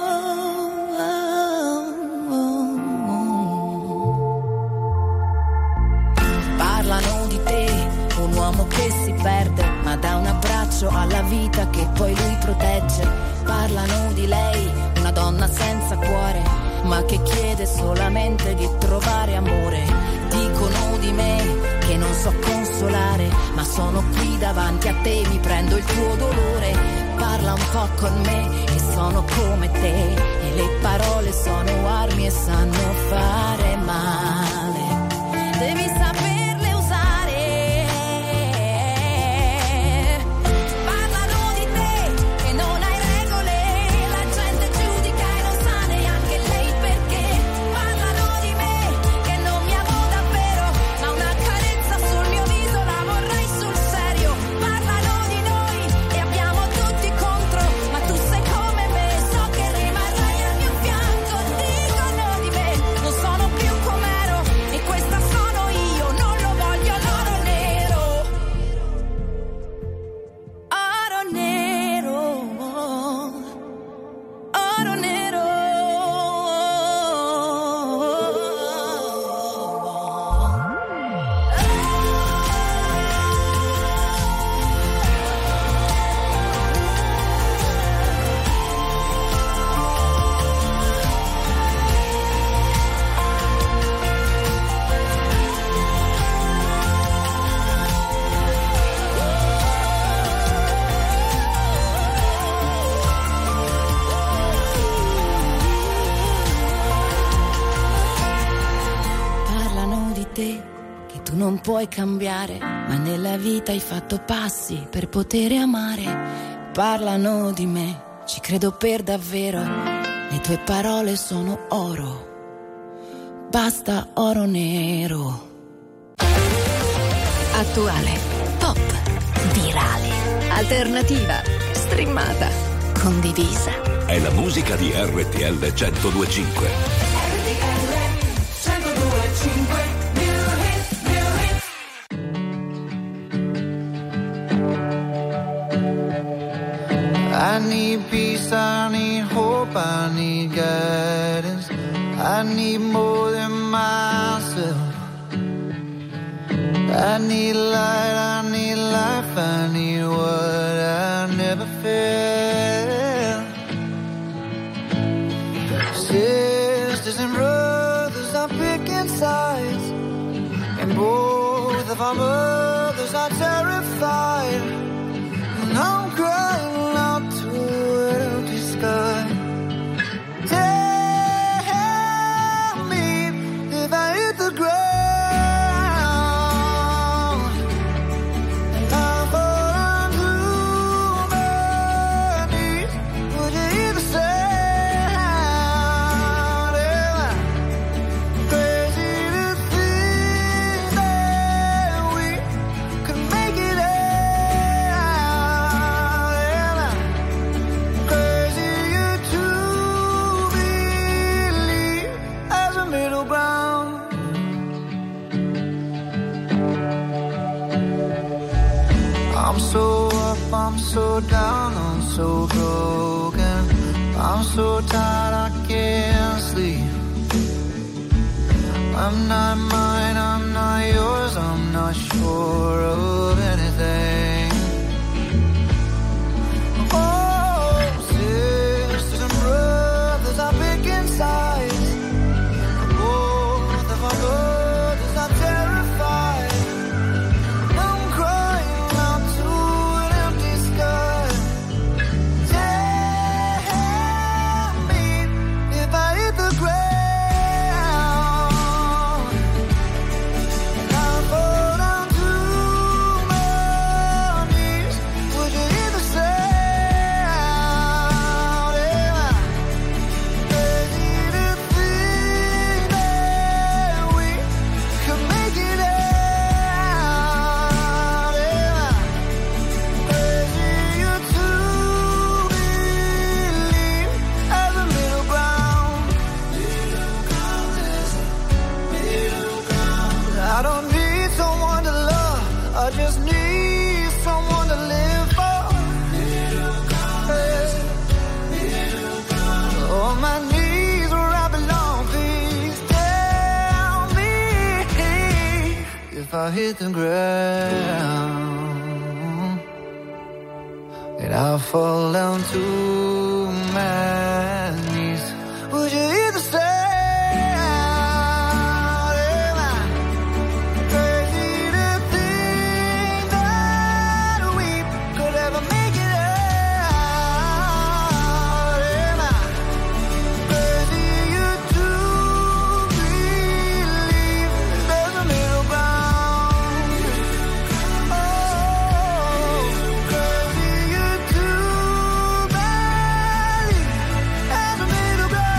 Parlano di te, un uomo che si perde, ma dà un abbraccio alla vita che poi lui protegge. Parlano di lei, una donna senza cuore, ma che chiede solamente di trovare amore. Dicono di me che non so consolare, ma sono qui davanti a te, mi prendo il tuo dolore. Parla un po' con me e sono come te, e le parole sono armi e sanno fare male. Devi saperle usare. Parlano di te che non hai regole, la gente giudica e non sa neanche lei perché. Parlano di me che non mi amo davvero, ma una carezza sul mio viso la vorrei sul serio. Parlano di noi e abbiamo tutti contro, ma tu sei come me, so che rimarrai al mio fianco. Dicono di me, non sono più com'ero e questa sono io, non lo voglio l'oro nero. Oro nero. Oro nero. Parlano di te che tu non puoi cambiare, ma nella vita hai fatto passi per poter amare. Parlano di me, ci credo per davvero, le tue parole sono oro, basta oro nero. Attuale, pop, virale, alternativa, streamata, condivisa. È la musica di R T L centodue e cinque. I need peace, I need hope, I need guidance. I need more than myself. I need light, I need life, I need what I never felt. Sisters and brothers are picking sides, and both of our mothers are terrified. And I'm crying out to an empty sky. Tell me if I hit the ground. I'm so up, I'm so down, I'm so broken. I'm so tired I can't sleep. I'm not mine, I'm not yours, I'm not sure of anything. Oh, sisters and brothers are picking sides. Both of our brothers are terrified. I'm crying out to an empty sky. Tell me if I hit the ground. And I'll fall down to my knees. Would you hear the sound? Yeah. Crazy to think that we could make it out. Yeah. Crazy you to believe as a middle ground. Middle ground. I don't need someone to love, I just need someone to live for. Middle ground. Middle ground. On my knees where I belong, please tell me if I hit the ground and I fall down to my knees. Would you hear the sound? Am I crazy to think that we could ever make it out? Am I crazy you to believe there's a middle ground? Oh, crazy you to believe there's a middle ground.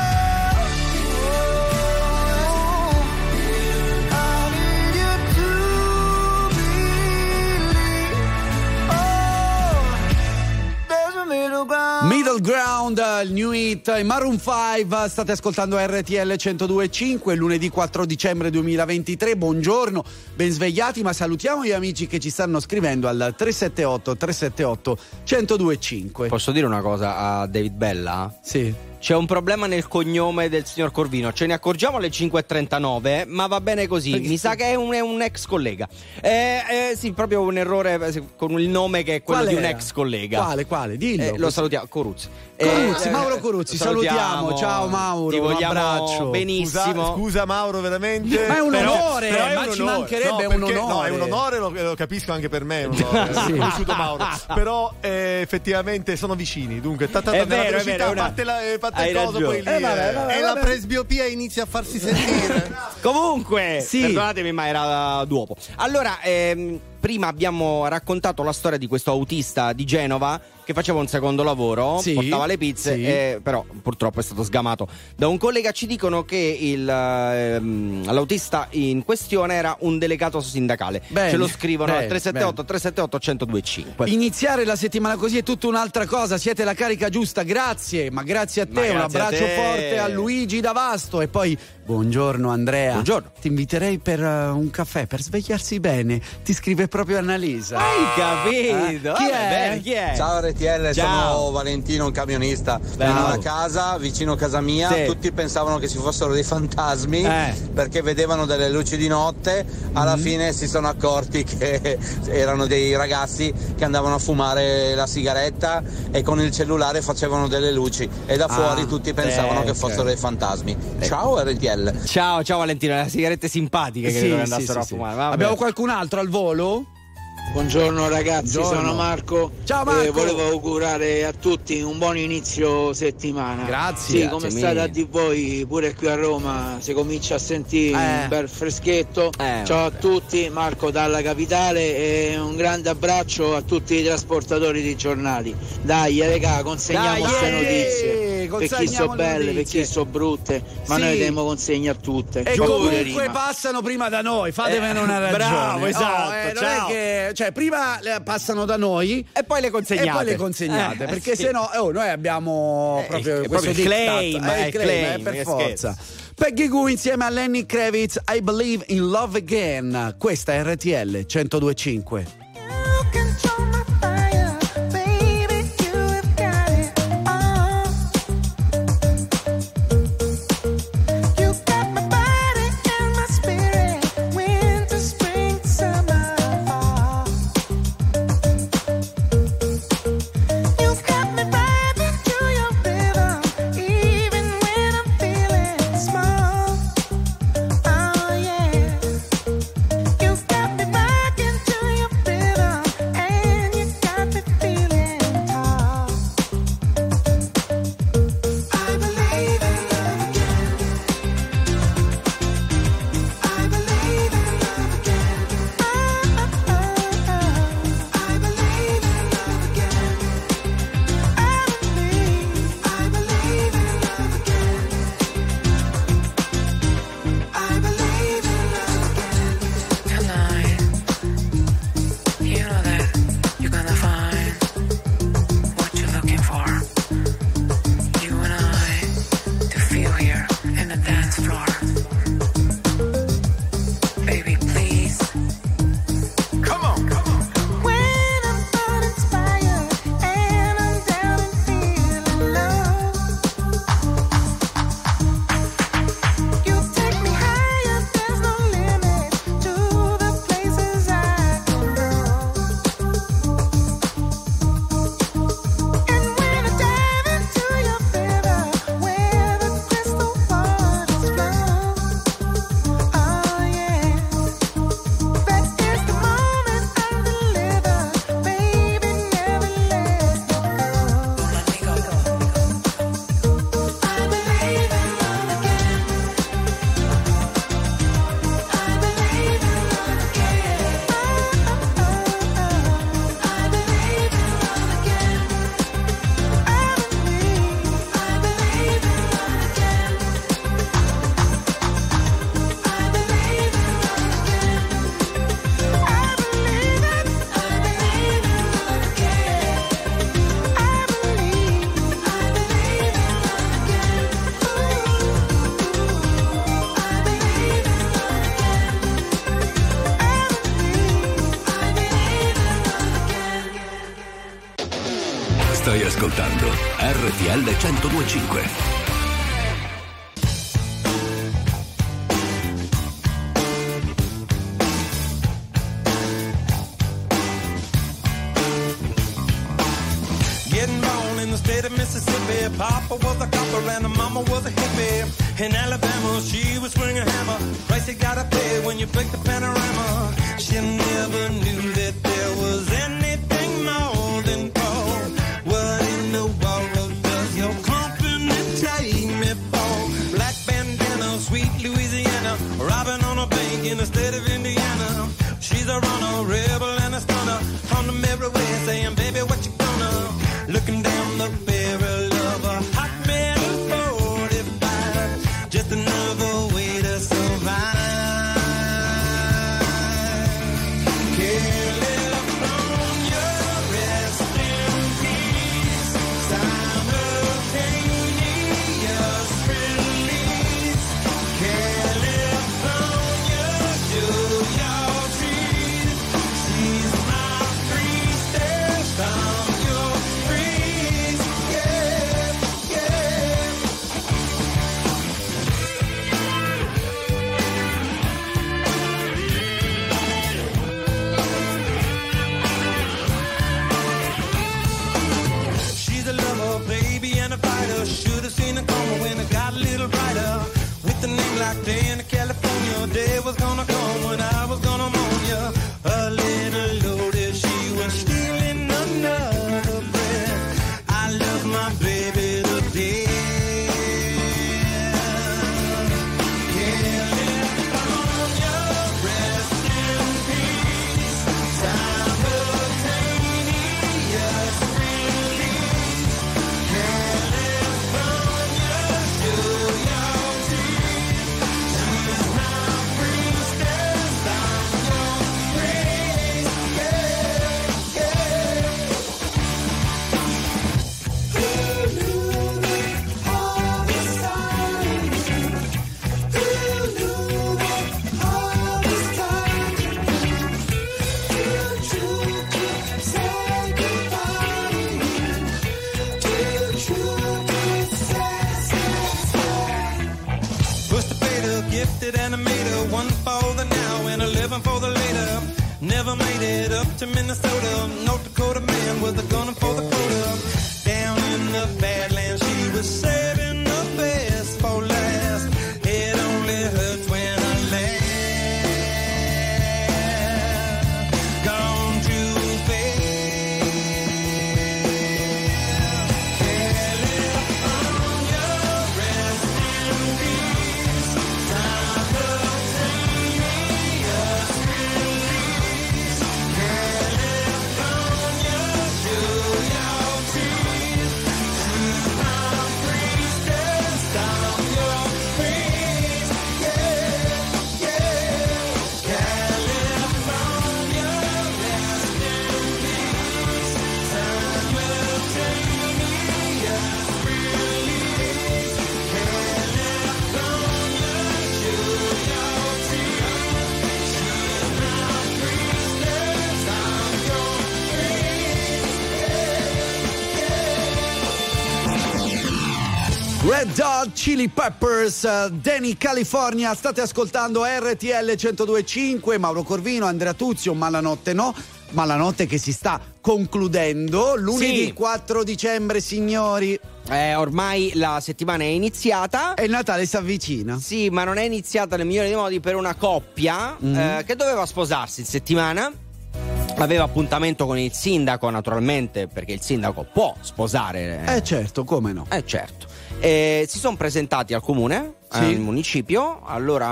Oh, I need you to believe. Oh, there's a middle ground. Middle Ground, il new hit, i Maroon cinque, state ascoltando R T L centodue e cinque, lunedì quattro dicembre duemilaventitré, buongiorno, ben svegliati, ma salutiamo gli amici che ci stanno scrivendo al tre sette otto tre sette otto uno zero due cinque. Posso dire una cosa a David Bella? Sì. C'è un problema nel cognome del signor Corvino, ce ne accorgiamo alle cinque e trentanove, ma va bene così, mi sa che è un, è un ex collega. Eh, eh, sì, proprio un errore con il nome che è quello Qual di un era? ex collega. Quale, quale? Dillo. Eh, lo salutiamo, Coruzzi. Coruzzi, Eh, Mauro Coruzzi, lo salutiamo. Ciao Mauro, ti un vogliamo abbraccio. benissimo. Scusa, scusa Mauro, veramente. Ma è un Però- onore, però è ma un ci onore. mancherebbe, No, un perché- onore. No, è un onore, lo, lo capisco anche per me. È un onore. Sì. Ho conosciuto Mauro. Però eh, effettivamente sono vicini. Dunque, ta, ta, ta, È nella vero, è velocità, vero, è una- parte, la, eh, parte hai il coso, ragione. poi lì. Eh, vabbè, eh. vabbè, E la presbiopia inizia a farsi sentire. Comunque, Sì. perdonatemi, ma era dopo. Allora, ehm, prima abbiamo raccontato la storia di questo autista di Genova che faceva un secondo lavoro, Sì, portava le pizze, sì. eh, però purtroppo è stato sgamato da un collega. Ci dicono che il, ehm, l'autista in questione era un delegato sindacale. Bene, Ce lo scrivono bene, al tre sette otto tre sette otto uno zero due cinque. Iniziare la settimana così è tutta un'altra cosa, siete la carica giusta, grazie, ma grazie a te, Ma un grazie a abbraccio te. forte a Luigi da Vasto e poi Buongiorno Andrea. Buongiorno. Ti inviterei per uh, un caffè per svegliarsi bene. Ti scrive proprio Annalisa. Hai capito? Eh? Chi, Vabbè, è? bene, chi è? Ciao R T L, Ciao. sono Valentino, un camionista. Bene. In una casa vicino a casa mia, Sì. tutti pensavano che ci fossero dei fantasmi Eh. perché vedevano delle luci di notte. Alla Mm. fine si sono accorti che erano dei ragazzi che andavano a fumare la sigaretta e con il cellulare facevano delle luci e da Ah, fuori tutti pensavano eh, che fossero certo. dei fantasmi. Ciao R T L. Ciao, ciao Valentino, le sigarette simpatiche che Sì, dove sì, andassero sì, a sì. fumare. Vabbè. Abbiamo qualcun altro al volo? Buongiorno ragazzi, Buongiorno. sono Marco. Ciao Marco. Eh, volevo augurare a tutti un buon inizio settimana. Grazie. Sì, come Grazie state a mille. di voi pure qui a Roma? Si comincia a sentire Eh. un bel freschetto. Eh, Ciao a tutti, Marco dalla capitale e un grande abbraccio a tutti i trasportatori di giornali. Dai, regà, consegniamo Dai, queste eh, notizie. Per chi consegniamo so le belle, per notizie. chi so brutte, ma Sì. noi devo consegnare tutte. E Pure comunque rima. passano prima da noi, fatemene Eh, una ragione. bravo, esatto, Oh, eh, non ciao. è che, cioè, prima le passano da noi E poi le consegnate. e poi le consegnate, Eh, perché sì. se no oh, noi abbiamo Eh, proprio è questo proprio diktat. claim, Eh, è il claim, claim, eh, per che forza. scherzo. Peggy Goo insieme a Lenny Kravitz, I Believe in Love Again. Questa è R T L centodue e cinque. Stai ascoltando R T L centodue e cinque. Getting born in the state of Mississippi. Papa was a copper and the mama was a hippie. In Alabama, she was swinging a hammer. Price you gotta pay when you break the panorama. She never knew that there was anything more than gold. What in the world does your company take me for? Black bandana, sweet Louisiana, robbing on a bank in the state of Indiana. She's a runner, rebel and a stunner. On the mirror way saying, baby, what you gonna? Looking down the barrel of a hot metal forty-five. Just another way to survive. California, rest in peace. Simultaneous release. was gonna come, when I was gonna moan ya. A little loaded, she was stealing another breath. I love my baby to death. Can't live on ya, rest in peace. Simultaneous release. Can't live on ya, show your teeth. She's my priestess, I'm your priest. Yeah, yeah. Who knew that all this time? Who knew that all this time? Did you say goodbye? Did you say, say, say? Push the fader, gifted animator, one for the now and eleven for the later. Never made it up to Minnesota, North Dakota man with a gun for the quota. Down in the Badlands, she was saving the best for last. It only hurts when I laugh. Gone too fast. California, rest in peace. Simultaneous release. California, show your teeth. She's my priestess, I'm your priest. Yeah, yeah. California, rest in peace. Simultaneous release. California, show your teeth. She's my priestess, I'm your Red Hot Chili Peppers, uh, Danny California, state ascoltando R T L centodue e cinque, Mauro Corvino, Andrea Tuzio, Malanotte no, Malanotte che si sta concludendo, lunedì Sì. quattro dicembre signori, Eh, ormai la settimana è iniziata. e il Natale si avvicina. Sì, ma non è iniziata nel migliore dei modi per una coppia Mhm. eh, che doveva sposarsi in settimana. Aveva appuntamento con il sindaco, naturalmente, perché il sindaco può sposare. Eh certo, come no. Eh certo. Eh, si sono presentati al comune, Sì. al municipio,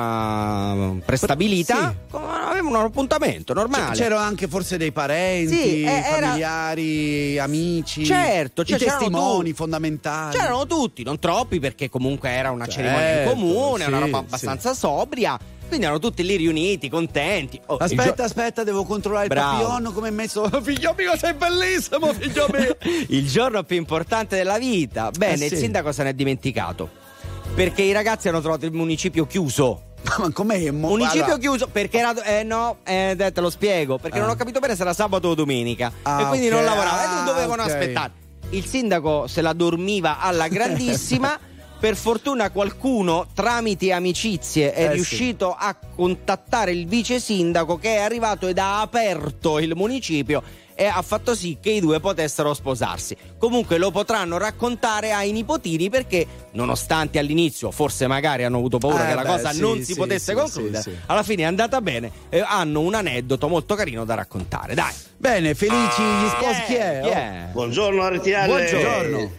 allora prestabilita, avevano un appuntamento normale. C'erano anche forse dei parenti, Sì, eh, era- familiari, amici, Certo, cioè i c'erano testimoni tutti. fondamentali. C'erano tutti, non troppi, perché comunque era una Certo, cerimonia in comune, sì, una roba abbastanza sobria. Quindi erano tutti lì riuniti, contenti. Oh, il Aspetta, gio- aspetta, devo controllare il Bravo. papillon come è messo. Figlio mio, sei bellissimo, figlio mio. il giorno più importante della vita. Bene, Eh sì. il sindaco se n'è dimenticato. Perché i ragazzi hanno trovato il municipio chiuso. Ma com'è? Mo- Municipio allora- chiuso perché era. Eh no, eh, te te lo spiego. Perché Ah. non ho capito bene se era sabato o domenica. Ah, e quindi ok. non lavorava. E Ah, dovevano ok. aspettare. Il sindaco se la dormiva alla grandissima. Per fortuna qualcuno tramite amicizie è Eh, riuscito a contattare il vice sindaco, che è arrivato ed ha aperto il municipio e ha fatto sì che i due potessero sposarsi. Comunque lo potranno raccontare ai nipotini, perché nonostante all'inizio forse magari hanno avuto paura Eh, che la beh, cosa sì, non si sì, potesse sì, concludere, sì, sì. alla fine è andata bene e hanno un aneddoto molto carino da raccontare. Dai. Bene, felici gli sposi. Chi è? Chi Oh. è? Buongiorno R T L. Buongiorno.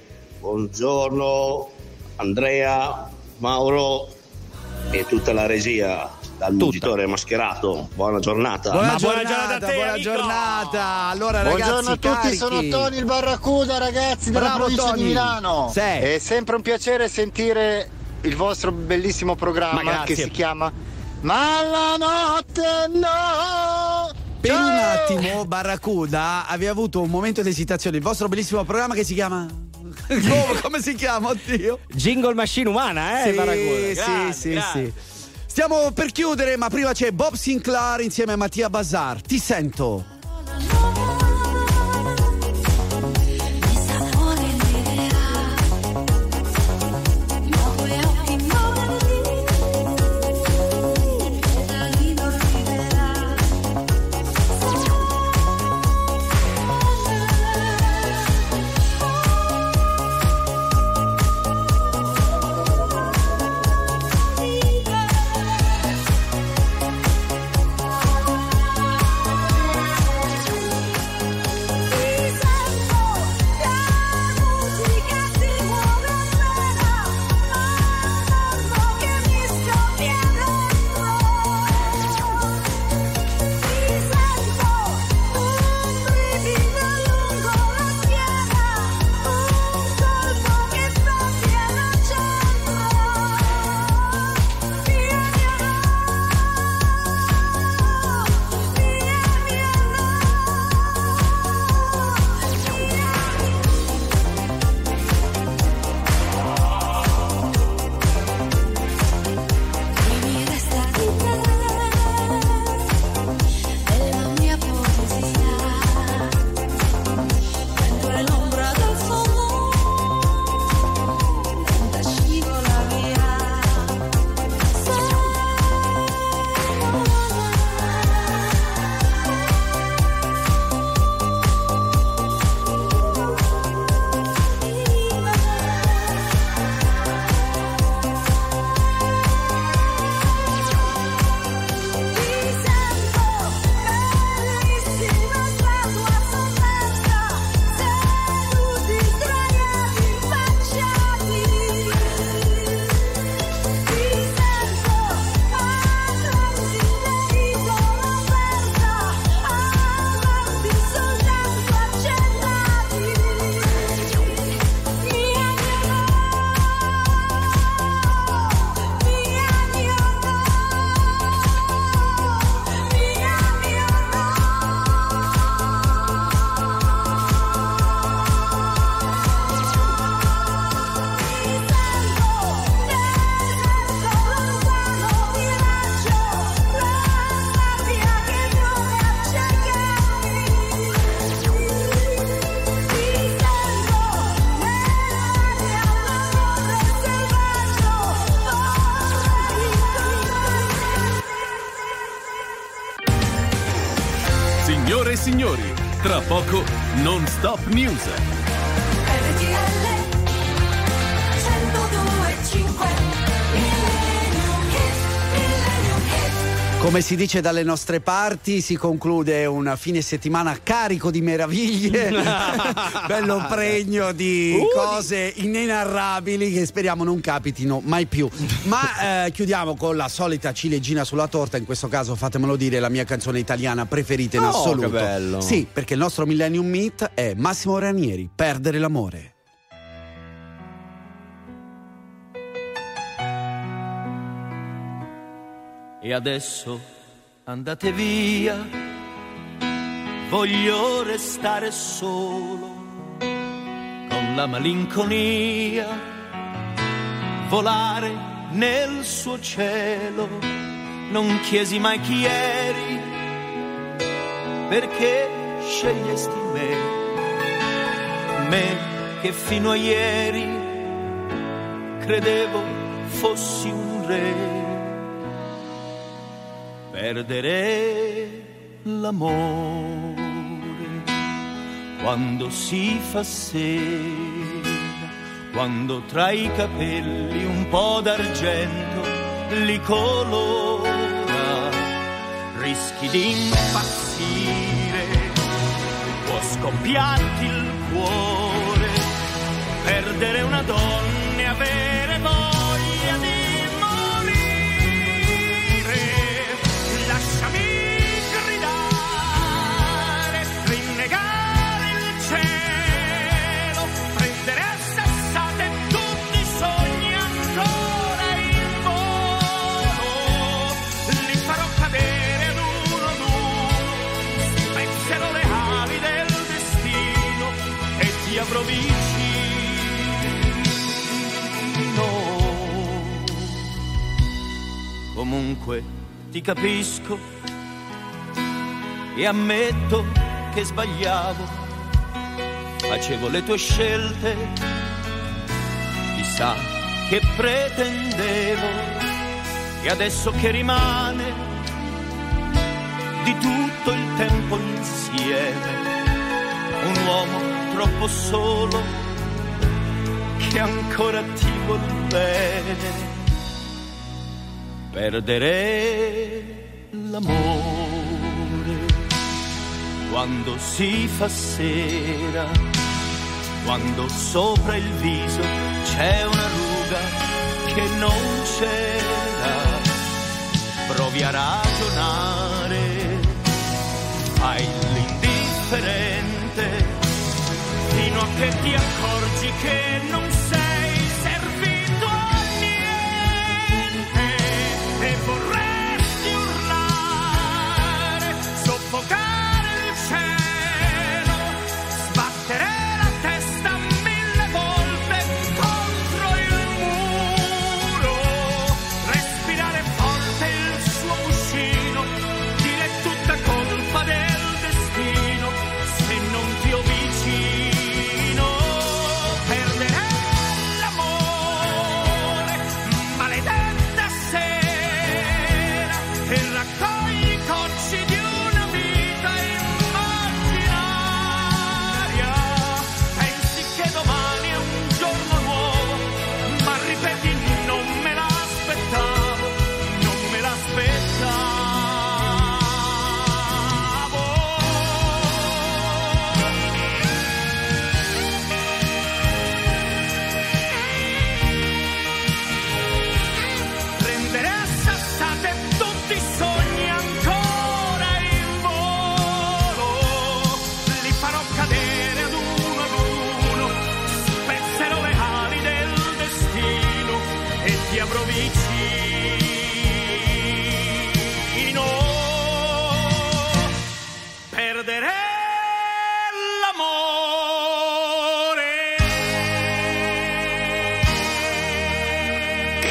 Buongiorno Andrea, Mauro e tutta la regia dal mungitore mascherato. Buona giornata. Buona, Ma buona giornata, giornata a te, buona amico. giornata. Allora Buongiorno ragazzi, a tutti, carichi. sono Tony il Barracuda, ragazzi della Bravo, provincia Tony. di Milano. Sì. È sempre un piacere sentire il vostro bellissimo Ma programma grazie. che si chiama Ma la notte no. Per Ciao! un attimo, Barracuda, aveva avuto un momento di esitazione. Il vostro bellissimo programma che si chiama. come, come si chiama? Oddio. Jingle Machine umana, eh? Sì, Barracuda. sì, Grande, sì, grande. sì. Stiamo per chiudere, ma prima c'è Bob Sinclair insieme a Mattia Bazar. Ti sento. Signore e signori, tra poco Non Stop News. R T L centodue e cinque Millennium Hit, Millennium Hit. Come si dice dalle nostre parti, si conclude un fine settimana carico di meraviglie, bello pregno di Uh, cose inenarrabili che speriamo non capitino mai più. Ma eh, chiudiamo con la solita ciliegina sulla torta, in questo caso fatemelo dire, la mia canzone italiana preferita in Oh, assoluto. che bello. Sì, perché il nostro Millennium Meet è Massimo Ranieri, Perdere l'amore. E adesso andate via, voglio restare solo, con la malinconia, volare nel suo cielo. Non chiesi mai chi eri, perché scegliesti me, me che fino a ieri credevo fossi un re. Perdere l'amore quando si fa sera, quando tra i capelli un po' d'argento li colora, rischi di impazzire, può scoppiarti il cuore, perdere una donna e avere voglia di lasciami gridare, rinnegare il cielo, prendere a sassate tutti i sogni ancora in volo, li farò cadere ad uno ad uno, spezzerò le ali del destino e ti avrò vicino. Comunque ti capisco e ammetto che sbagliavo, facevo le tue scelte, chissà che pretendevo, e adesso che rimane di tutto il tempo insieme, un uomo troppo solo che ancora ti vuol bene. Perdere l'amore quando si fa sera, quando sopra il viso c'è una ruga che non c'era. Provi a ragionare, fai l'indifferente fino a che ti accorgi che non sei servito a niente e vorresti urlare, soffocare il cielo, sbattere la testa mille volte contro il muro, respirare forte il suo cuscino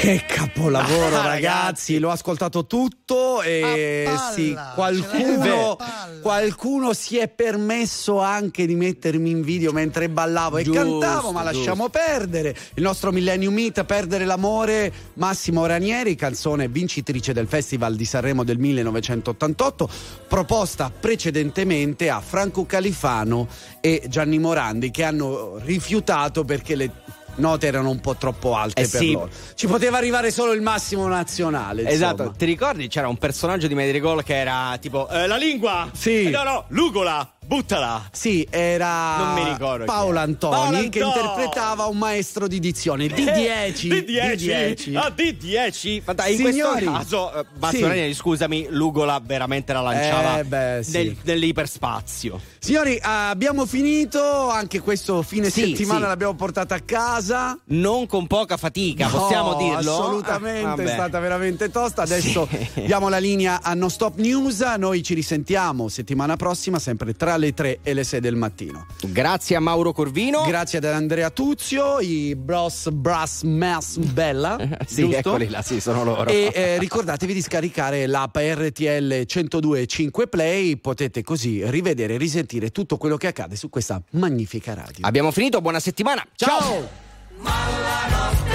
Che capolavoro, Ah, ragazzi, l'ho ascoltato tutto e palla, sì, ce qualcuno, l'hai qualcuno si è permesso anche di mettermi in video mentre ballavo e Giusto, cantavo, ma lasciamo perdere. Il nostro Millennium Hit, Perdere l'amore, Massimo Ranieri, canzone vincitrice del Festival di Sanremo del millenovecentottantotto, proposta precedentemente a Franco Califano e Gianni Morandi, che hanno rifiutato perché le note erano un po' troppo alte Eh per sì. loro. Ci poteva arrivare solo il massimo nazionale, insomma. Esatto, ti ricordi c'era un personaggio di Madrigal che era tipo eh, la lingua? Sì. Eh, no, no, l'ugola, buttala. Sì, era Non mi ricordo chi Paolo era. Antoni, Paolo che Antoni. interpretava un maestro di dizione. D dieci. D dieci. D dieci. Ah, D dieci. Ma dai, in Signori, questo caso, eh, Massimo sì. Ranieri, scusami, l'ugola veramente la lanciava Eh, beh, sì. nel- nell'iperspazio. Signori, abbiamo finito. Anche questo fine Sì, settimana sì. l'abbiamo portata a casa. Non con poca fatica, No, possiamo dirlo? Assolutamente, Ah, è vabbè. stata veramente tosta. Adesso Sì. diamo la linea a Non Stop News. Noi ci risentiamo settimana prossima, sempre tra le tre e le sei del mattino. Grazie a Mauro Corvino. Grazie ad Andrea Tuzio, i Bros Brass Mass Bella. Sì, giusto? eccoli là, sì, sono loro. E eh, ricordatevi di scaricare l'app R T L centodue e cinque Play, potete così rivedere e risentire tutto quello che accade su questa magnifica radio. Abbiamo finito, buona settimana. Ciao! Ma la notte